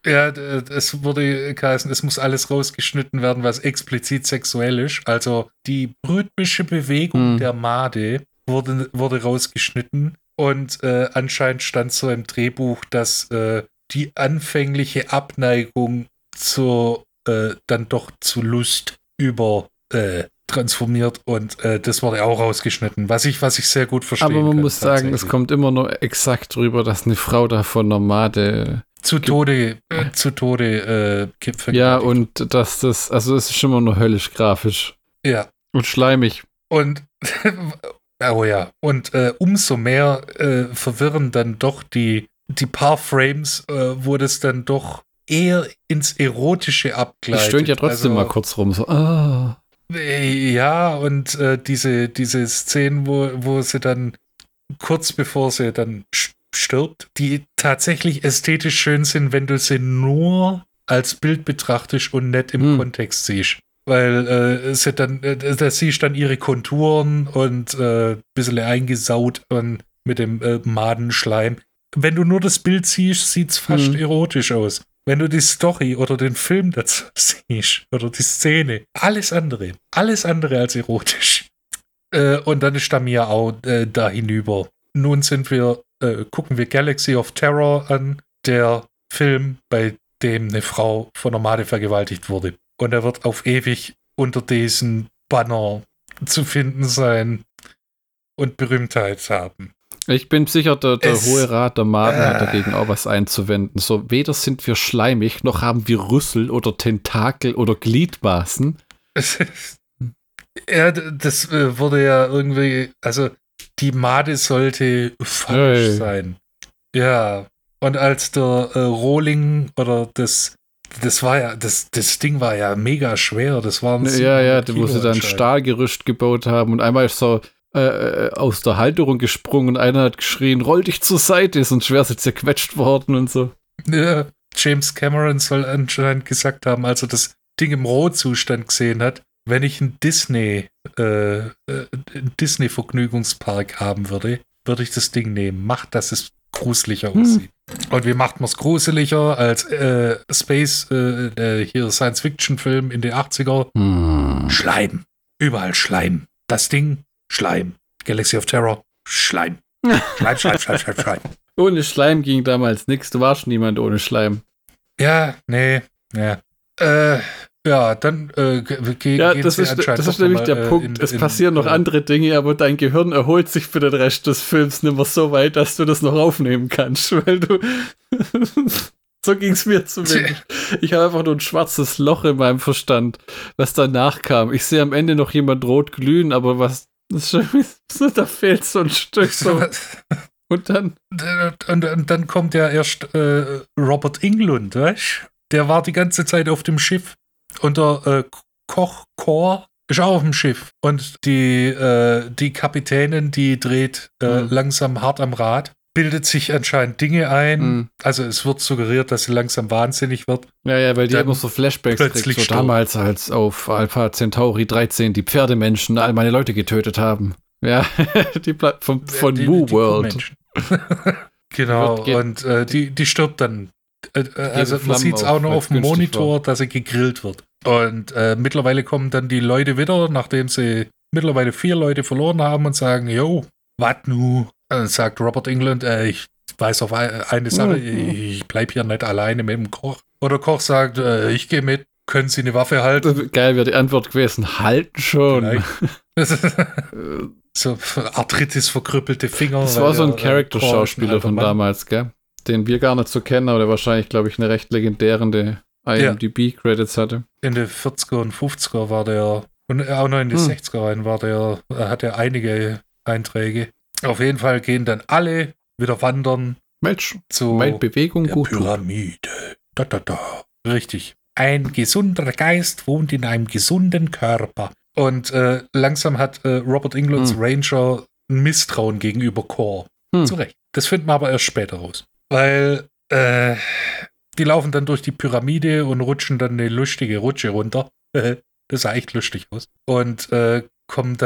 Ja, es wurde geheißen, es muss alles rausgeschnitten werden, was explizit sexuell ist. Also die rhythmische Bewegung hm. der Made wurde, wurde rausgeschnitten und äh, anscheinend stand so im Drehbuch, dass äh, die anfängliche Abneigung zur äh, dann doch zu Lust über äh, transformiert und äh, das wurde auch rausgeschnitten, was ich, was ich sehr gut verstehe. Aber man kann, muss sagen, es kommt immer nur exakt drüber, dass eine Frau da von Nomade zu Tode, äh, zu Tode äh, Kipfel. Ja, und dass das, also es ist immer nur höllisch grafisch. Ja. Und schleimig. Und oh ja, und äh, umso mehr äh, verwirren dann doch die, die paar Frames, äh, wo das dann doch eher ins Erotische abgleitet. Das stöhnt ja trotzdem also, mal kurz rum, so, ah. Ja, und äh, diese, diese Szenen, wo, wo sie dann kurz bevor sie dann stirbt, die tatsächlich ästhetisch schön sind, wenn du sie nur als Bild betrachtest und nicht im hm. Kontext siehst. Weil äh, sie dann, äh, da siehst du dann ihre Konturen und äh, ein bisschen eingesaut und mit dem äh, Madenschleim. Wenn du nur das Bild siehst, sieht es fast hm. erotisch aus. Wenn du die Story oder den Film dazu siehst oder die Szene, alles andere, alles andere als erotisch. Äh, und dann ist da mir auch äh, da hinüber. Nun sind wir, äh, gucken wir Galaxy of Terror an, der Film, bei dem eine Frau von Nomade vergewaltigt wurde. Und er wird auf ewig unter diesen Banner zu finden sein und Berühmtheit haben. Ich bin sicher, der, der es, Hohe Rat der Maden äh, hat dagegen auch was einzuwenden. So, weder sind wir schleimig, noch haben wir Rüssel oder Tentakel oder Gliedmaßen. Ja, das äh, wurde ja irgendwie, also die Made sollte falsch hey. sein. Ja, und als der äh, Rohling oder das, das war ja, das, das Ding war ja mega schwer. Das waren ja, ja, wo sie dann Stahlgerüst gebaut haben und einmal ist so Äh, aus der Halterung gesprungen und einer hat geschrien, roll dich zur Seite, sonst wäre sie zerquetscht worden und so. Ja, James Cameron soll anscheinend gesagt haben, als er das Ding im Rohzustand gesehen hat, wenn ich einen Disney äh, äh, Disney-Vergnügungspark haben würde, würde ich das Ding nehmen. Macht, dass es gruseliger hm. aussieht. Und wie macht man es gruseliger als äh, Space, äh, hier Science-Fiction-Film in den achtziger? Hm. Schleim. Überall Schleim. Das Ding Schleim. Galaxy of Terror. Schleim. Schleim, Schleim, Schleim, Schleim, Schleim. Ohne Schleim ging damals nichts. Du warst niemand ohne Schleim. Ja, nee. Ja, äh, ja dann äh, ge- ja, das ist, das ist nämlich mal, der äh, Punkt. In, es in, passieren in, noch äh, andere Dinge, aber dein Gehirn erholt sich für den Rest des Films nicht mehr so weit, dass du das noch aufnehmen kannst, weil du so ging es mir zumindest. Ich habe einfach nur ein schwarzes Loch in meinem Verstand, was danach kam. Ich sehe am Ende noch jemand rot glühen, aber was Das ist, da fehlt so ein Stück. So. Und dann? Und, und dann kommt ja erst äh, Robert Englund, weißt? Der war die ganze Zeit auf dem Schiff. Und der äh, Koch Kor ist auch auf dem Schiff. Und die, äh, die Kapitänin, die dreht äh, mhm. langsam hart am Rad, bildet sich anscheinend Dinge ein. Mhm. Also es wird suggeriert, dass sie langsam wahnsinnig wird. Ja, ja, weil die immer so Flashbacks kriegt, so damals, als auf Alpha Centauri dreizehn die Pferdemenschen all meine Leute getötet haben. Ja, die Pla- von, von die, Moo die World. Genau, und äh, die, die stirbt dann. Äh, also man sieht es auch noch auf dem Monitor, war. dass sie gegrillt wird. Und äh, mittlerweile kommen dann die Leute wieder, nachdem sie mittlerweile vier Leute verloren haben und sagen, jo, wat nu? Dann sagt Robert Englund, äh, ich weiß auf eine Sache, ich bleib hier nicht alleine mit dem Koch. Oder Koch sagt, äh, ich gehe mit, können Sie eine Waffe halten? Geil wäre die Antwort gewesen, halten schon. So Arthritis, verkrüppelte Finger. Das war so ein Charakter-Schauspieler von damals, gell? Den wir gar nicht so kennen, aber der wahrscheinlich, glaube ich, eine recht legendäre I M D B-Credits hatte. In den vierziger und fünfziger war der, und auch noch in den hm. sechziger rein war der, hat er einige Einträge. Auf jeden Fall gehen dann alle wieder wandern. Mensch, zu meine Bewegung der gut. Pyramide. Da, da, da. Richtig. Ein gesunder Geist wohnt in einem gesunden Körper. Und äh, langsam hat äh, Robert Englunds hm. Ranger ein Misstrauen gegenüber Kor. Hm. Zu Recht. Das finden wir aber erst später raus. Weil äh, die laufen dann durch die Pyramide und rutschen dann eine lustige Rutsche runter. Das sah echt lustig aus. Und äh, kommen dann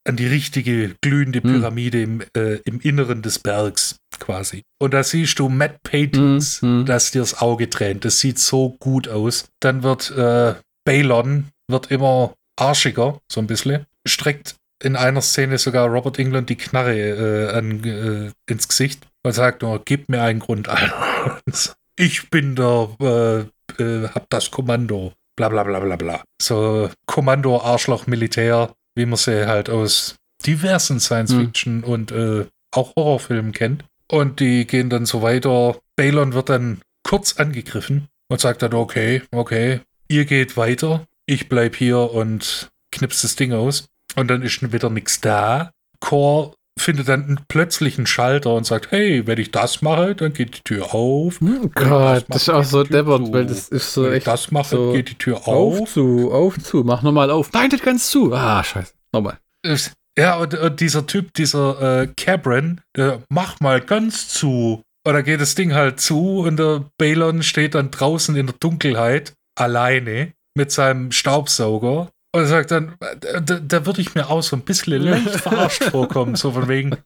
an die richtige glühende Pyramide hm. im, äh, im Inneren des Bergs quasi. Und da siehst du Matte Paintings, hm. dass dir das Auge tränt. Das sieht so gut aus. Dann wird äh, Balon wird immer arschiger, so ein bisschen. Streckt in einer Szene sogar Robert Englund die Knarre äh, an, äh, ins Gesicht und sagt nur, gib mir einen Grund, Alter. Ich bin der, äh, äh, hab das Kommando. Bla bla bla bla bla. So Kommando, Arschloch, Militär, wie man sie halt aus diversen Science-Fiction hm. und äh, auch Horrorfilmen kennt. Und die gehen dann so weiter. Balon wird dann kurz angegriffen und sagt dann, okay, okay, ihr geht weiter, ich bleib hier und knipst das Ding aus. Und dann ist schon wieder nichts da. Kor findet dann plötzlich einen Schalter und sagt, hey, wenn ich das mache, dann geht die Tür auf. Oh Gott, das ist auch so deppert, weil das ist so wenn echt ich das mache, so geht die Tür auf. Auf zu, auf zu, mach nochmal auf. Nein, das kannst zu. Ah, scheiße. Nochmal. Ja, und, und dieser Typ, dieser äh, Cabron, der mach mal ganz zu. Und da geht das Ding halt zu und der Balon steht dann draußen in der Dunkelheit alleine mit seinem Staubsauger. Und sagt dann, da, da würde ich mir auch so ein bisschen leicht verarscht vorkommen, so von wegen,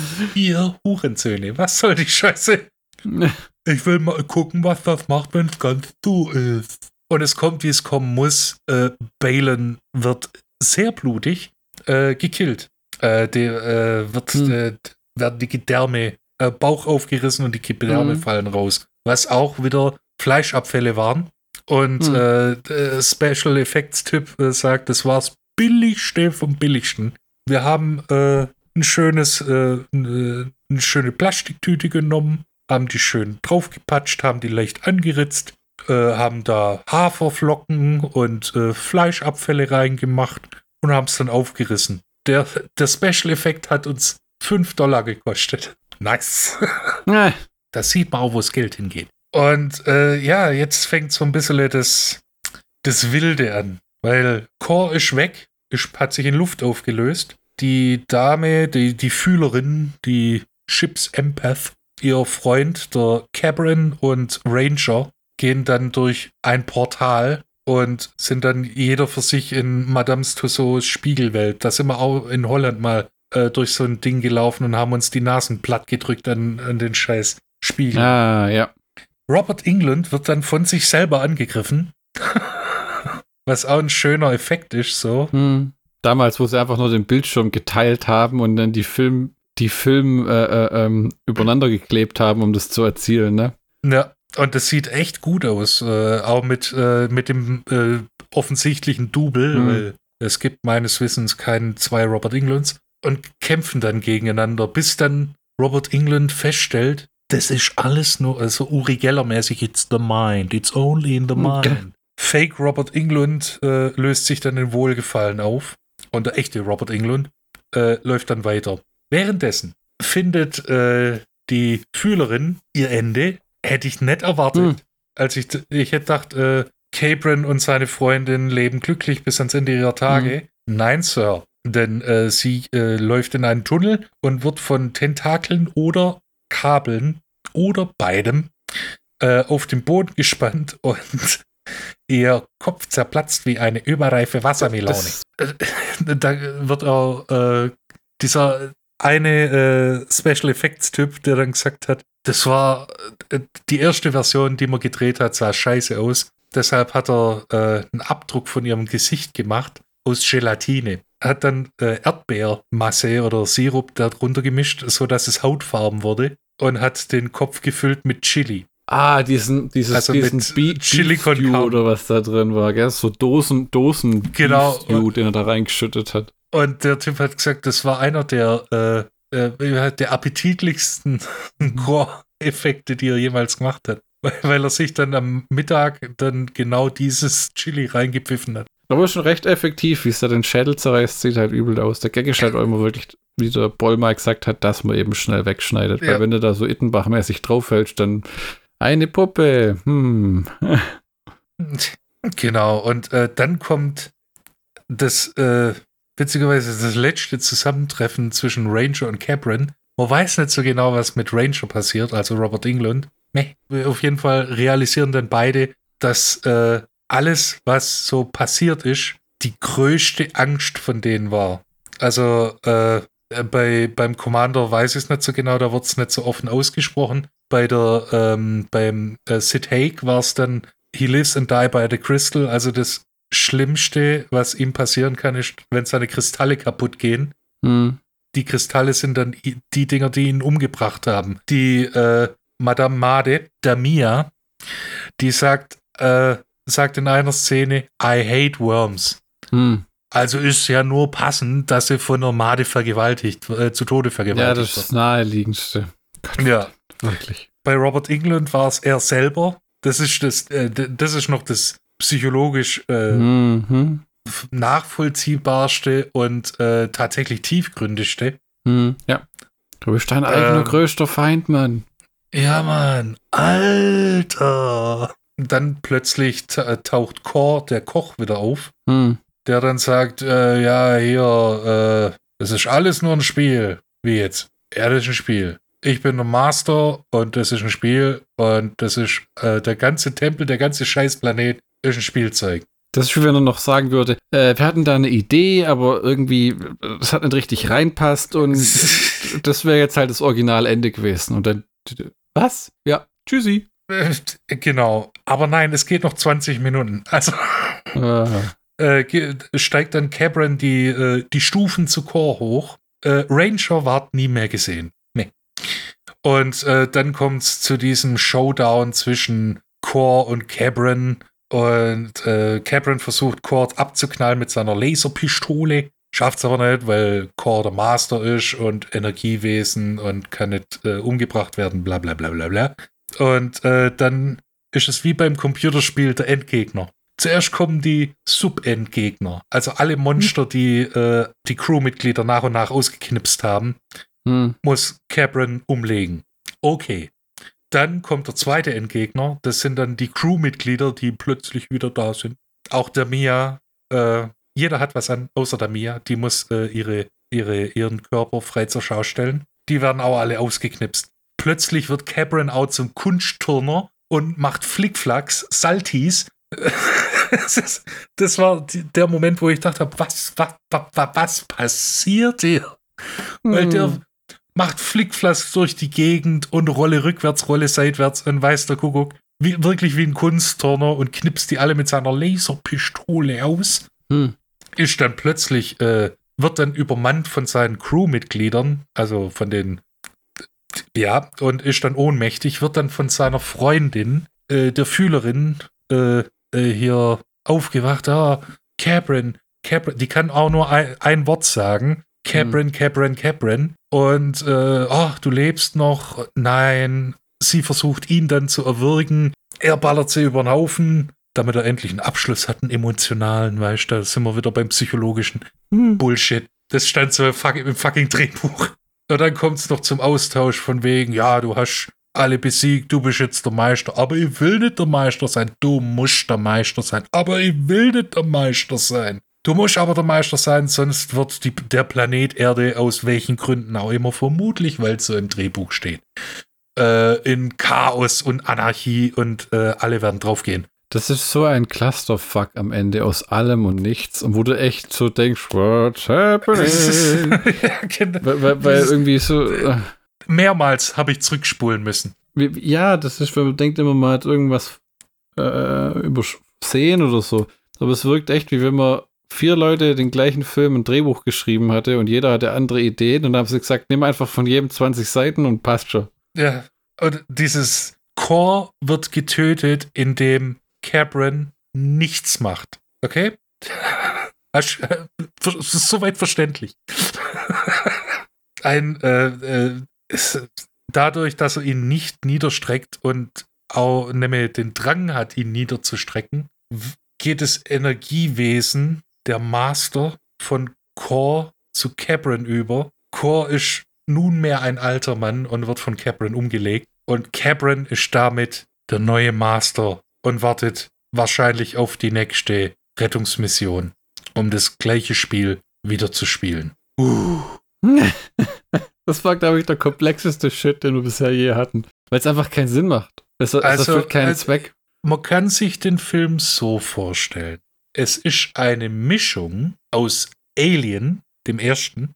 ihr Hurensöhne, was soll die Scheiße? Ich will mal gucken, was das macht, wenn es ganz zu ist. Und es kommt, wie es kommen muss. Äh, Balon wird sehr blutig äh, gekillt. Äh, der äh, wird, hm. äh, werden die Gedärme, äh, Bauch aufgerissen und die Gedärme hm. fallen raus. Was auch wieder Fleischabfälle waren. Und hm. äh, der Special Effects Typ äh, sagt, das war das Billigste vom Billigsten. Wir haben äh, ein schönes, äh, eine, eine schöne Plastiktüte genommen, haben die schön draufgepatscht, haben die leicht angeritzt, äh, haben da Haferflocken und äh, Fleischabfälle reingemacht und haben es dann aufgerissen. Der, der Special Effekt hat uns fünf Dollar gekostet. Nice. Ja. Da sieht man auch, wo das Geld hingeht. Und äh, ja, jetzt fängt so ein bisschen das, das Wilde an. Weil Kor ist weg, ist, hat sich in Luft aufgelöst. Die Dame, die, die Fühlerin, die Ship's Empath, ihr Freund, der Cabron und Ranger, gehen dann durch ein Portal und sind dann jeder für sich in Madame Tussauds Spiegelwelt. Da sind wir auch in Holland mal äh, durch so ein Ding gelaufen und haben uns die Nasen platt gedrückt an, an den scheiß Spiegel. Ah, ja. Robert Englund wird dann von sich selber angegriffen. Was auch ein schöner Effekt ist, so. Hm. Damals, wo sie einfach nur den Bildschirm geteilt haben und dann die Film, die Film äh, äh, ähm, übereinander geklebt haben, um das zu erzielen, ne? Ja, und das sieht echt gut aus. Äh, auch mit, äh, mit dem äh, offensichtlichen Double, hm. weil es gibt meines Wissens keinen zwei Robert Englunds, und kämpfen dann gegeneinander, bis dann Robert Englund feststellt, das ist alles nur, also Uri Geller-mäßig, it's the mind, it's only in the mind. Okay. Fake Robert Englund äh, löst sich dann in Wohlgefallen auf und der echte Robert Englund äh, läuft dann weiter. Währenddessen findet äh, die Fühlerin ihr Ende, hätte ich nicht erwartet. Hm. Als ich, ich hätte gedacht, äh, Cabron und seine Freundin leben glücklich bis ans Ende ihrer Tage. Hm. Nein, Sir, denn äh, sie äh, läuft in einen Tunnel und wird von Tentakeln oder Kabeln oder beidem äh, auf den Boden gespannt und ihr Kopf zerplatzt wie eine überreife Wassermelone. Das, da wird auch äh, dieser eine äh, Special Effects Typ, der dann gesagt hat, das war äh, die erste Version, die man gedreht hat, sah scheiße aus. Deshalb hat er äh, einen Abdruck von ihrem Gesicht gemacht aus Gelatine. Hat dann äh, Erdbeermasse oder Sirup darunter gemischt, sodass es hautfarben wurde, und hat den Kopf gefüllt mit Chili. Ah, diesen, dieses, also diesen mit Be- Chili con Stew oder was da drin war, gell? So Dosen, Dosen genau. Stew, den er da reingeschüttet hat. Und der Typ hat gesagt, das war einer der, äh, äh, der appetitlichsten Core-Effekte, die er jemals gemacht hat. Weil er sich dann am Mittag dann genau dieses Chili reingepfiffen hat. Aber schon recht effektiv, wie es da den Schädel zerreißt, sieht halt übel aus. Der Gag ist halt auch immer wirklich, wie der Bollmeier gesagt hat, dass man eben schnell wegschneidet. Ja. Weil wenn du da so Ittenbach-mäßig draufhältst, dann eine Puppe. Hm. Genau, und äh, dann kommt das, äh, witzigerweise das letzte Zusammentreffen zwischen Ranger und Cabron. Man weiß nicht so genau, was mit Ranger passiert, also Robert Englund. Nee, auf jeden Fall realisieren dann beide, dass äh, alles, was so passiert ist, die größte Angst von denen war. Also äh, bei, beim Commander weiß ich es nicht so genau, da wird es nicht so offen ausgesprochen. Bei der, ähm, beim äh, Sid Haig war es dann He lives and die by the crystal, also das Schlimmste, was ihm passieren kann, ist, wenn seine Kristalle kaputt gehen. Hm. Die Kristalle sind dann die Dinger, die ihn umgebracht haben. Die äh, Madame Made, Damia, die sagt, äh, sagt in einer Szene, I hate worms. Hm. Also ist ja nur passend, dass sie von der Made vergewaltigt, äh, zu Tode vergewaltigt wird. Ja, das ist das Naheliegendste. Gott, ja. Wirklich. Bei Robert Englund war es er selber. Das ist das, äh, das ist noch das psychologisch äh, mhm. nachvollziehbarste und äh, tatsächlich tiefgründigste. Mhm. Ja. Du bist dein eigener ähm, größter Feind, Mann. Ja, Mann. Alter. Und dann plötzlich t- taucht Kor, der Koch, wieder auf, mhm. der dann sagt, äh, ja, hier, äh, das ist alles nur ein Spiel. Wie jetzt? Ja, das ist ein Spiel. Ich bin der Master und das ist ein Spiel und das ist äh, der ganze Tempel, der ganze Scheißplanet ist ein Spielzeug. Das ist wie wenn er noch sagen würde, äh, wir hatten da eine Idee, aber irgendwie, das hat nicht richtig reinpasst und das wäre jetzt halt das Originalende gewesen. Und dann, was? Ja, tschüssi. Genau, aber nein, es geht noch zwanzig Minuten. Also ah. äh, steigt dann Cabron die, äh, die Stufen zu Kor hoch. Äh, Ranger ward nie mehr gesehen. Nee. Und äh, dann kommt es zu diesem Showdown zwischen Kor und Cabron. Und äh, Cabron versucht, Kor abzuknallen mit seiner Laserpistole. Schafft es aber nicht, weil Kor der Master ist und Energiewesen und kann nicht äh, umgebracht werden, bla bla bla bla bla. Und äh, dann ist es wie beim Computerspiel der Endgegner. Zuerst kommen die Sub-Endgegner, also alle Monster, die äh, die Crewmitglieder nach und nach ausgeknipst haben, hm. muss Cabron umlegen. Okay. Dann kommt der zweite Endgegner, das sind dann die Crewmitglieder, die plötzlich wieder da sind. Auch der Mia, äh, jeder hat was an, außer der Mia, die muss äh, ihre, ihre, ihren Körper frei zur Schau stellen. Die werden auch alle ausgeknipst. Plötzlich wird Cabron auch zum Kunstturner und macht Flickflacks, Saltis. das, ist, das war die, der Moment, wo ich dachte, was, was, was, was passiert hier? Hm. Weil der macht Flickflacks durch die Gegend und Rolle rückwärts, Rolle seitwärts und weiß der Kuckuck, wie, wirklich wie ein Kunstturner und knipst die alle mit seiner Laserpistole aus. Hm. Ist dann plötzlich, äh, wird dann übermannt von seinen Crewmitgliedern, also von den, ja, und ist dann ohnmächtig, wird dann von seiner Freundin, äh, der Fühlerin, äh, äh, hier aufgewacht. Ah, Cabron, Cabron, die kann auch nur ein, ein Wort sagen. Cabron, Cabron, Cabron. Und, äh, ach, du lebst noch. Nein. Sie versucht, ihn dann zu erwürgen. Er ballert sie über den Haufen, damit er endlich einen Abschluss hat, einen emotionalen, weißt du, da sind wir wieder beim psychologischen hm. Bullshit. Das stand so im fucking, im fucking Drehbuch. Und dann kommt es noch zum Austausch von wegen, ja, du hast alle besiegt, du bist jetzt der Meister, aber ich will nicht der Meister sein. Du musst der Meister sein, aber ich will nicht der Meister sein. Du musst aber der Meister sein, sonst wird die, der Planet Erde aus welchen Gründen auch immer, vermutlich, weil es so im Drehbuch steht, äh, in Chaos und Anarchie und äh, alle werden draufgehen. Das ist so ein Clusterfuck am Ende aus allem und nichts. Und wo du echt so denkst, what's happening? Ja, genau. Weil, weil, weil irgendwie so... Äh, mehrmals habe ich zurückspulen müssen. Ja, das ist, wenn man denkt immer, man hat irgendwas äh, übersehen oder so. Aber es wirkt echt, wie wenn man vier Leute den gleichen Film ein Drehbuch geschrieben hatte und jeder hatte andere Ideen und dann haben sie gesagt, nimm einfach von jedem zwanzig Seiten und passt schon. Ja, und dieses Kor wird getötet, indem Cabron nichts macht. Okay? Das ist soweit verständlich. Ein, äh, äh, ist, dadurch, dass er ihn nicht niederstreckt und auch nämlich den Drang hat, ihn niederzustrecken, geht das Energiewesen der Master von Kor zu Cabron über. Kor ist nunmehr ein alter Mann und wird von Cabron umgelegt. Und Cabron ist damit der neue Master und wartet wahrscheinlich auf die nächste Rettungsmission, um das gleiche Spiel wieder zu spielen. Uh. Das war, glaube ich, der komplexeste Shit, den wir bisher je hatten. Weil es einfach keinen Sinn macht. Es, es also, erfüllt keinen also, Zweck. Man kann sich den Film so vorstellen. Es ist eine Mischung aus Alien, dem ersten.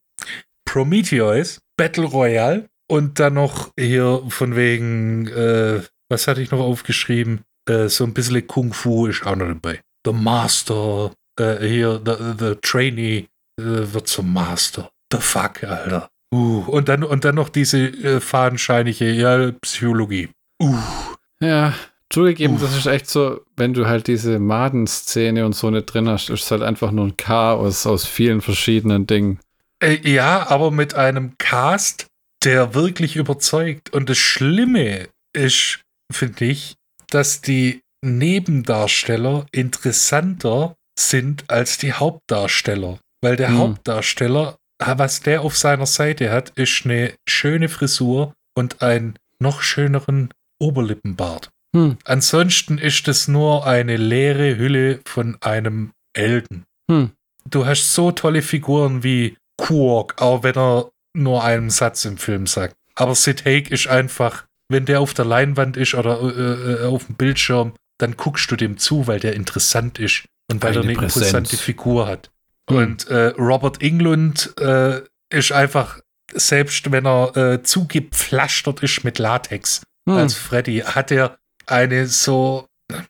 Prometheus, Battle Royale und dann noch hier von wegen, äh, was hatte ich noch aufgeschrieben? Äh, so ein bisschen Kung Fu ist auch noch dabei. The Master, äh, hier, the, the Trainee äh, wird zum Master. The fuck, Alter. Uh, und dann, und dann noch diese äh, fadenscheinige ja, Psychologie. Uh. Ja, zugegeben, uh. das ist echt so, wenn du halt diese Maden-Szene und so nicht drin hast, ist es halt einfach nur ein Chaos aus vielen verschiedenen Dingen. Äh, ja, aber mit einem Cast, der wirklich überzeugt. Und das Schlimme ist, finde ich, dass die Nebendarsteller interessanter sind als die Hauptdarsteller. Weil der hm. Hauptdarsteller, was der auf seiner Seite hat, ist eine schöne Frisur und einen noch schöneren Oberlippenbart. Hm. Ansonsten ist es nur eine leere Hülle von einem Helden. Hm. Du hast so tolle Figuren wie Quark, auch wenn er nur einen Satz im Film sagt. Aber Sid Haig ist einfach, wenn der auf der Leinwand ist oder äh, auf dem Bildschirm, dann guckst du dem zu, weil der interessant ist und weil eine er eine Präsenz. Interessante Figur hat. Hm. Und äh, Robert Englund äh, ist einfach, selbst wenn er äh, zugepflastert ist mit Latex hm. als Freddy, hat er eine so,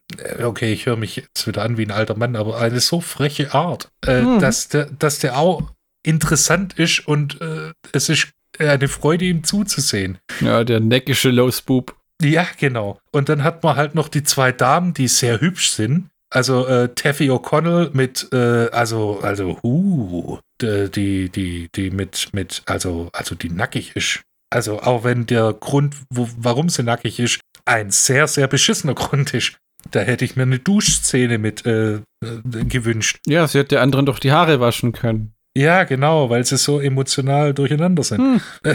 okay, ich höre mich jetzt wieder an wie ein alter Mann, aber eine so freche Art, äh, hm. dass, der, dass der auch interessant ist und äh, es ist eine Freude, ihm zuzusehen. Ja, der neckische Lowsboob. Ja, genau. Und dann hat man halt noch die zwei Damen, die sehr hübsch sind. Also äh, Taffy O'Connell mit, äh, also, also, uh, die, die, die mit, mit, also, also die nackig ist. Also auch wenn der Grund, wo, warum sie nackig ist, ein sehr, sehr beschissener Grund ist. Da hätte ich mir eine Duschszene mit äh, äh, gewünscht. Ja, sie hätte der anderen doch die Haare waschen können. Ja, genau, weil sie so emotional durcheinander sind. Hm.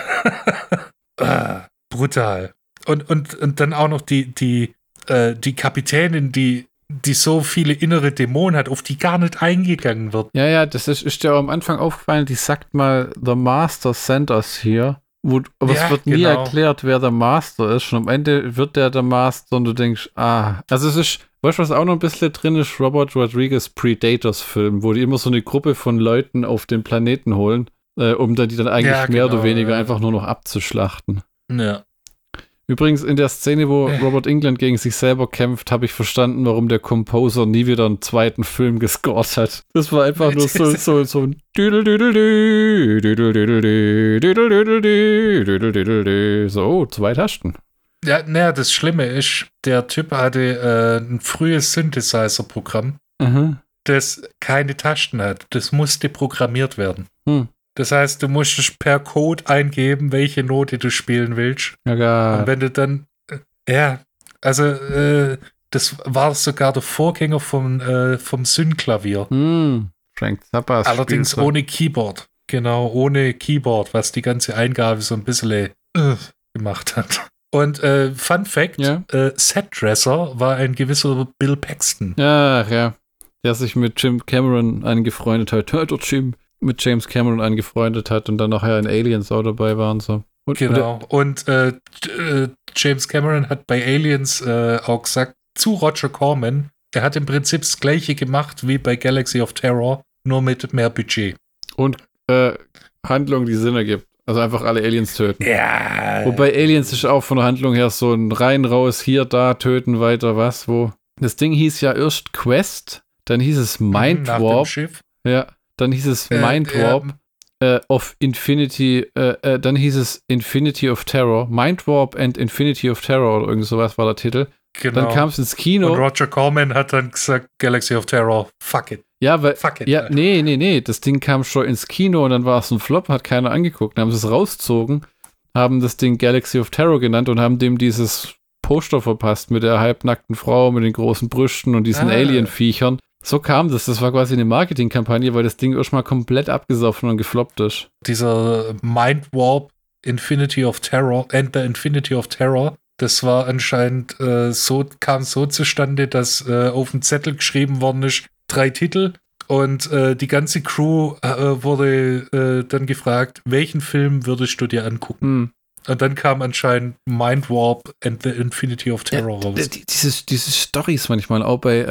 ah, brutal. Und, und, und dann auch noch die, die, äh, die Kapitänin, die, die so viele innere Dämonen hat, auf die gar nicht eingegangen wird. Ja, ja, das ist, ist dir am Anfang aufgefallen, die sagt mal, The Master sent us here. Wo, aber ja, es wird nie genau. erklärt, wer der Master ist. Und am Ende wird der der Master und du denkst, ah, also es ist, weißt du, was auch noch ein bisschen drin ist? Robert Rodriguez Predators-Film, wo die immer so eine Gruppe von Leuten auf den Planeten holen, äh, um dann die dann eigentlich ja, mehr genau, oder weniger ja. einfach nur noch abzuschlachten. Ja. Übrigens, in der Szene, wo Ja. Robert Englund gegen sich selber kämpft, habe ich verstanden, warum der Composer nie wieder einen zweiten Film gescored hat. Das war einfach nur so, so, so ein so, zwei Tasten. Ja, naja, das Schlimme ist, der Typ hatte äh, ein frühes Synthesizer-Programm, Mhm. das keine Tasten hat. Das musste programmiert werden. Hm. Das heißt, du musst per Code eingeben, welche Note du spielen willst. Ja, geil. Und wenn du dann, äh, ja, also äh, das war sogar der Vorgänger vom, äh, vom Synklavier. Hm. Frank Zappas. Allerdings Spielzeug. ohne Keyboard. Genau, ohne Keyboard, was die ganze Eingabe so ein bisschen äh, gemacht hat. Und äh, Fun Fact, Ja. äh, Setdresser war ein gewisser Bill Paxton. Ja, ja. Der sich mit Jim Cameron angefreundet hat. Hört dort Jim mit James Cameron angefreundet hat und dann nachher in Aliens auch dabei war und so. Und, Genau. Und äh, äh, James Cameron hat bei Aliens äh, auch gesagt, zu Roger Corman, er hat im Prinzip das Gleiche gemacht wie bei Galaxy of Terror, nur mit mehr Budget. Und äh, Handlung, die Sinn ergibt. Also einfach alle Aliens töten. Ja. Wobei Aliens ist auch von der Handlung her so ein rein, raus, hier, da, töten, weiter, was, wo. Das Ding hieß ja erst Quest, dann hieß es Mind Nach Warp. dem Schiff. Ja, dann hieß es Äh, Mind Warp äh, of Infinity, äh, äh, dann hieß es Infinity of Terror. Mind Warp and Infinity of Terror oder irgend sowas war der Titel. Genau. Dann kam es ins Kino. Und Roger Corman hat dann gesagt, Galaxy of Terror, fuck it. Ja, weil, Fuck it. ja, Alter. nee, nee, nee, das Ding kam schon ins Kino und dann war es ein Flop, hat keiner angeguckt. Dann haben sie es rausgezogen, haben das Ding Galaxy of Terror genannt und haben dem dieses Poster verpasst mit der halbnackten Frau, mit den großen Brüsten und diesen Ah. Alien-Viechern. So kam das, das war quasi eine Marketingkampagne, weil das Ding erstmal komplett abgesoffen und gefloppt ist. Dieser Mind Warp Infinity of Terror and the Infinity of Terror, das war anscheinend äh, so, kam so zustande, dass äh, auf dem Zettel geschrieben worden ist, drei Titel und äh, die ganze Crew äh, wurde äh, dann gefragt, welchen Film würdest du dir angucken? Hm. Und dann kam anscheinend Mind Warp and the Infinity of Terror Ja, raus. die- diese, diese Storys manchmal, auch bei, ähm,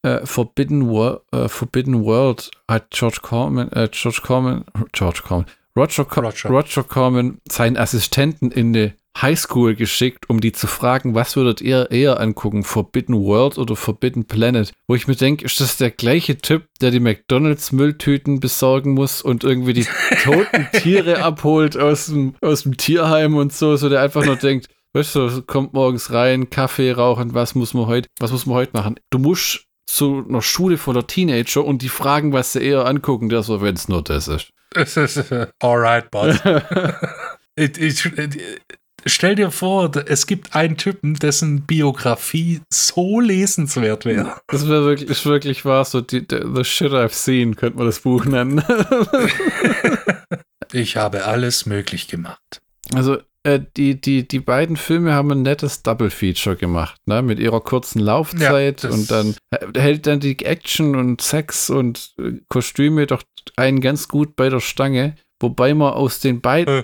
äh, Forbidden, Wor- äh, Forbidden World hat George Corman, äh, George Corman, George Corman, Roger, Co- Roger. Roger Corman seinen Assistenten in eine Highschool geschickt, um die zu fragen, was würdet ihr eher angucken, Forbidden World oder Forbidden Planet? Wo ich mir denke, ist das der gleiche Typ, der die McDonalds-Mülltüten besorgen muss und irgendwie die toten Tiere abholt aus dem, aus dem Tierheim und so, so der einfach nur denkt, weißt du, kommt morgens rein, Kaffee rauchen, was muss man heute, was muss man heute machen? Du musst zu einer Schule voller Teenager und die fragen, was sie eher angucken, der so, wenn es nur das ist. Alright, Boss. ich, ich, ich, Stell dir vor, es gibt einen Typen, dessen Biografie so lesenswert wäre. Das wäre wirklich, ist wirklich wahr, so die, die, The Shit I've Seen, könnte man das Buch nennen. Ich habe alles möglich gemacht. Also, äh, die, die, die beiden Filme haben ein nettes Double-Feature gemacht, ne? Mit ihrer kurzen Laufzeit ja, und dann hält dann die Action und Sex und äh, Kostüme doch einen ganz gut bei der Stange. Wobei man aus den beiden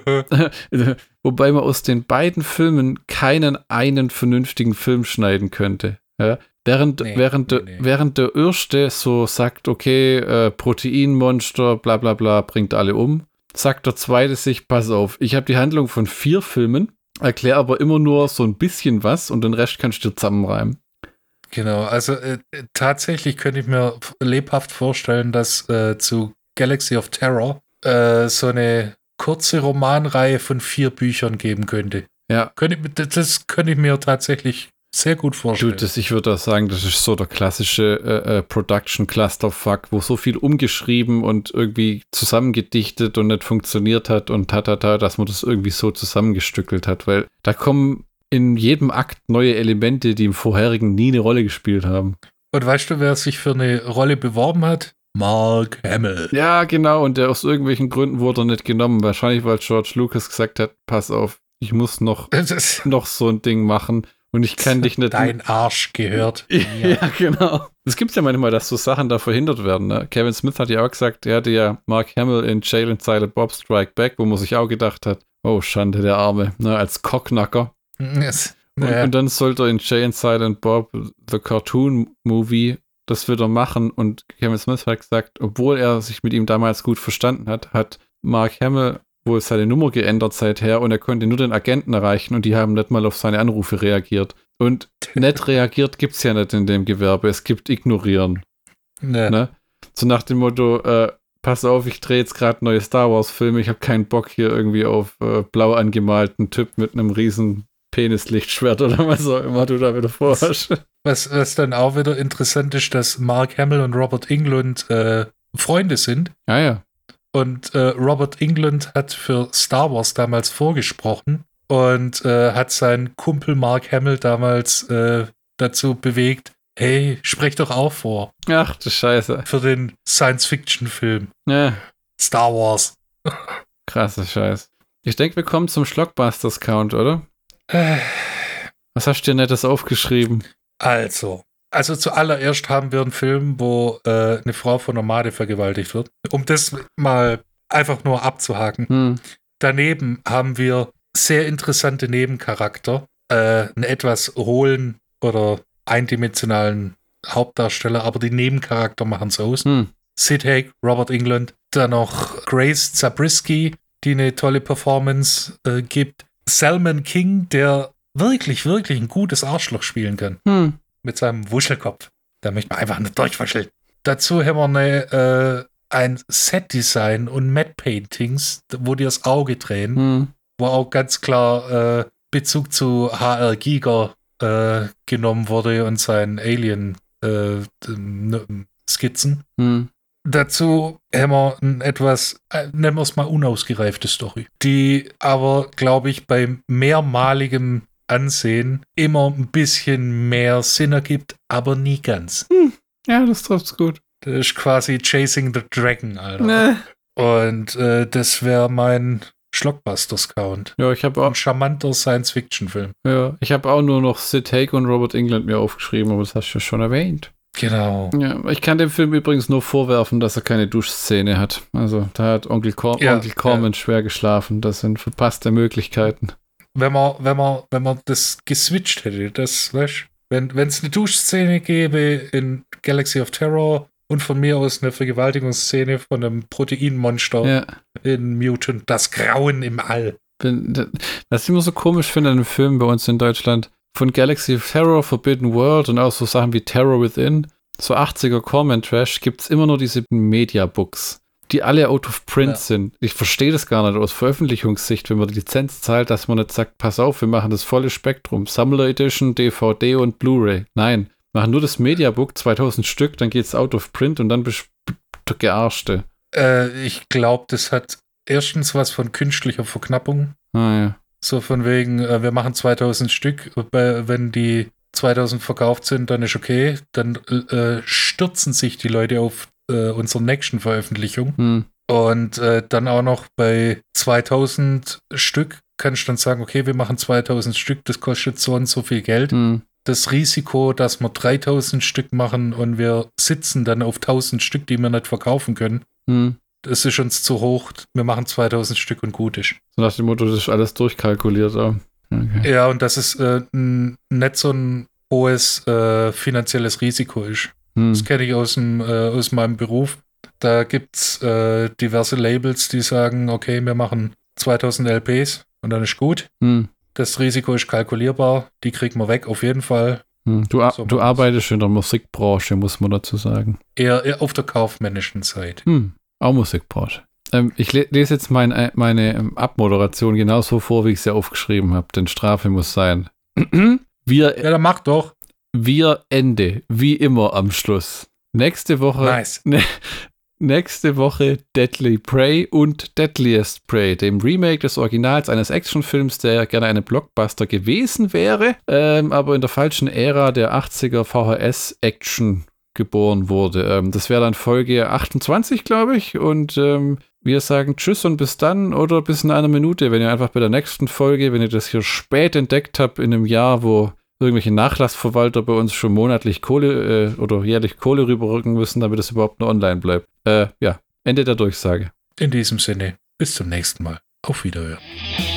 wobei man aus den beiden Filmen keinen einen vernünftigen Film schneiden könnte. Ja? Während, nee, während, nee, nee. während der erste so sagt, okay, äh, Proteinmonster, bla bla bla, bringt alle um, sagt der zweite sich, pass auf, ich habe die Handlung von vier Filmen, erkläre aber immer nur so ein bisschen was und den Rest kannst du dir zusammenreimen. Genau, also äh, tatsächlich könnte ich mir lebhaft vorstellen, dass äh, zu Galaxy of Terror so eine kurze Romanreihe von vier Büchern geben könnte. Ja. Könnte, das könnte ich mir tatsächlich sehr gut vorstellen. Du, das, ich würde auch sagen, das ist so der klassische äh, Production Clusterfuck, wo so viel umgeschrieben und irgendwie zusammengedichtet und nicht funktioniert hat und tatata, dass man das irgendwie so zusammengestückelt hat, weil da kommen in jedem Akt neue Elemente, die im vorherigen nie eine Rolle gespielt haben. Und weißt du, wer sich für eine Rolle beworben hat? Mark Hamill. Ja, genau, und der aus irgendwelchen Gründen wurde nicht genommen. Wahrscheinlich, weil George Lucas gesagt hat, pass auf, ich muss noch, noch so ein Ding machen und ich kann dich nicht... Dein Arsch gehört mir. Ja, genau. Es gibt ja manchmal, dass so Sachen da verhindert werden. Ne? Kevin Smith hat ja auch gesagt, er hatte ja Mark Hamill in Jail and Silent Bob Strike Back, wo man sich auch gedacht hat, oh, Schande, der Arme, ne? Als Cockknacker. Yes. Und, ja. und dann sollte er in Jail and Silent Bob, the Cartoon Movie, das wieder machen und Kevin Smith hat gesagt, obwohl er sich mit ihm damals gut verstanden hat, hat Mark Hamill wohl seine Nummer geändert seither und er konnte nur den Agenten erreichen und die haben nicht mal auf seine Anrufe reagiert. Und nicht reagiert gibt's ja nicht in dem Gewerbe, es gibt ignorieren. Nee. Ne? So nach dem Motto, äh, pass auf, ich drehe jetzt gerade neue Star Wars Filme, ich habe keinen Bock hier irgendwie auf äh, blau angemalten Typ mit einem riesen Penislichtschwert oder was auch immer du da wieder vorhast. Was, was dann auch wieder interessant ist, dass Mark Hamill und Robert Englund äh, Freunde sind. Ah ja. Und äh, Robert Englund hat für Star Wars damals vorgesprochen und äh, hat seinen Kumpel Mark Hamill damals äh, dazu bewegt, hey, sprech doch auch vor. Ach du Scheiße. Für den Science-Fiction-Film. Ja. Star Wars. Krasser Scheiß. Ich denke, wir kommen zum Schlockbusters-Count, oder? Äh. Was hast du dir Nettes aufgeschrieben? Also, also zuallererst haben wir einen Film, wo äh, eine Frau von einer Made vergewaltigt wird. Um das mal einfach nur abzuhaken. Hm. Daneben haben wir sehr interessante Nebencharakter. Äh, einen etwas hohlen oder eindimensionalen Hauptdarsteller, aber die Nebencharakter machen es aus. Hm. Sid Haig, Robert Englund, dann noch Grace Zabriskie, die eine tolle Performance äh, gibt. Salman King, der wirklich, wirklich ein gutes Arschloch spielen kann. Hm. Mit seinem Wuschelkopf. Da möchte man einfach nicht durchwascheln. Dazu haben wir eine, äh, ein Set-Design und Matte-Paintings, wo die das Auge drehen, Hm. wo auch ganz klar äh, Bezug zu H R. Giger äh, genommen wurde und seinen Alien-Skizzen. Äh, hm. Dazu haben wir ein etwas, äh, nennen wir es mal, unausgereifte Story, die aber, glaube ich, bei mehrmaligem Ansehen immer ein bisschen mehr Sinn ergibt, aber nie ganz. Hm. Ja, das trifft's gut. Das ist quasi Chasing the Dragon, Alter. Nee. Und äh, das wäre mein Schlockbusters-Count. Ja, ich habe auch. Ein charmanter Science-Fiction-Film. Ja, ich habe auch nur noch Sid Haig und Robert Englund mir aufgeschrieben, aber das hast du ja schon erwähnt. Genau. Ja, ich kann dem Film übrigens nur vorwerfen, dass er keine Duschszene hat. Also da hat Onkel, Cor- ja, Onkel Corman ja. schwer geschlafen. Das sind verpasste Möglichkeiten. Wenn man, wenn man, wenn man das geswitcht hätte, das, weißt Wenn es eine Duschszene gäbe in Galaxy of Terror und von mir aus eine Vergewaltigungsszene von einem Proteinmonster ja. in Mutant, das Grauen im All. Was ich immer so komisch finde an den Filmen bei uns in Deutschland, von Galaxy of Terror, Forbidden World und auch so Sachen wie Terror Within, so achtziger Corman-Trash, gibt es immer nur diese Media-Books, die alle out of print ja. sind. Ich verstehe das gar nicht aus Veröffentlichungssicht, wenn man die Lizenz zahlt, dass man nicht sagt, pass auf, wir machen das volle Spektrum, Sammler Edition, D V D und Blu-ray. Nein, machen nur das Mediabook, zweitausend Stück, dann geht's out of print und dann bist du Gearschte. Äh, ich glaube, das hat erstens was von künstlicher Verknappung. Ah ja. So von wegen, äh, wir machen zweitausend Stück, äh, wenn die zweitausend verkauft sind, dann ist okay. Dann äh, stürzen sich die Leute auf äh, unsere nächsten Veröffentlichung. Hm. Und äh, dann auch noch bei zweitausend Stück kannst du dann sagen, okay, wir machen zweitausend Stück, das kostet so und so viel Geld. Hm. Das Risiko, dass wir dreitausend Stück machen und wir sitzen dann auf tausend Stück, die wir nicht verkaufen können, hm. das ist uns zu hoch. Wir machen zweitausend Stück und gut ist. So nach dem Motto, das ist alles durchkalkuliert. Oh. Okay. Ja, und dass es äh, n- nicht so ein hohes äh, finanzielles Risiko ist. Hm. Das kenne ich aus, dem, äh, aus meinem Beruf. Da gibt es äh, diverse Labels, die sagen, okay, wir machen zweitausend L Ps und dann ist gut. Hm. Das Risiko ist kalkulierbar, die kriegen wir weg, auf jeden Fall. Hm. Du, so du arbeitest in der Musikbranche, muss man dazu sagen. Eher, eher auf der kaufmännischen Seite. Hm. Auch Musikbranche. Ähm, ich le- lese jetzt mein, meine ähm, Abmoderation genauso vor, wie ich sie aufgeschrieben habe, denn Strafe muss sein. Wir, ja, dann mach doch. Wir Ende, wie immer am Schluss. Nächste Woche. Nice. Ne, nächste Woche Deadly Prey und Deadliest Prey, dem Remake des Originals eines Actionfilms, der gerne eine Blockbuster gewesen wäre, ähm, aber in der falschen Ära der achtziger V H S-Action geboren wurde. Ähm, das wäre dann Folge achtundzwanzig, glaube ich. Und ähm, wir sagen Tschüss und bis dann oder bis in einer Minute, wenn ihr einfach bei der nächsten Folge, wenn ihr das hier spät entdeckt habt, in einem Jahr, wo irgendwelche Nachlassverwalter bei uns schon monatlich Kohle äh, oder jährlich Kohle rüberrücken müssen, damit es überhaupt nur online bleibt. Äh, ja, Ende der Durchsage. In diesem Sinne, bis zum nächsten Mal. Auf Wiederhören.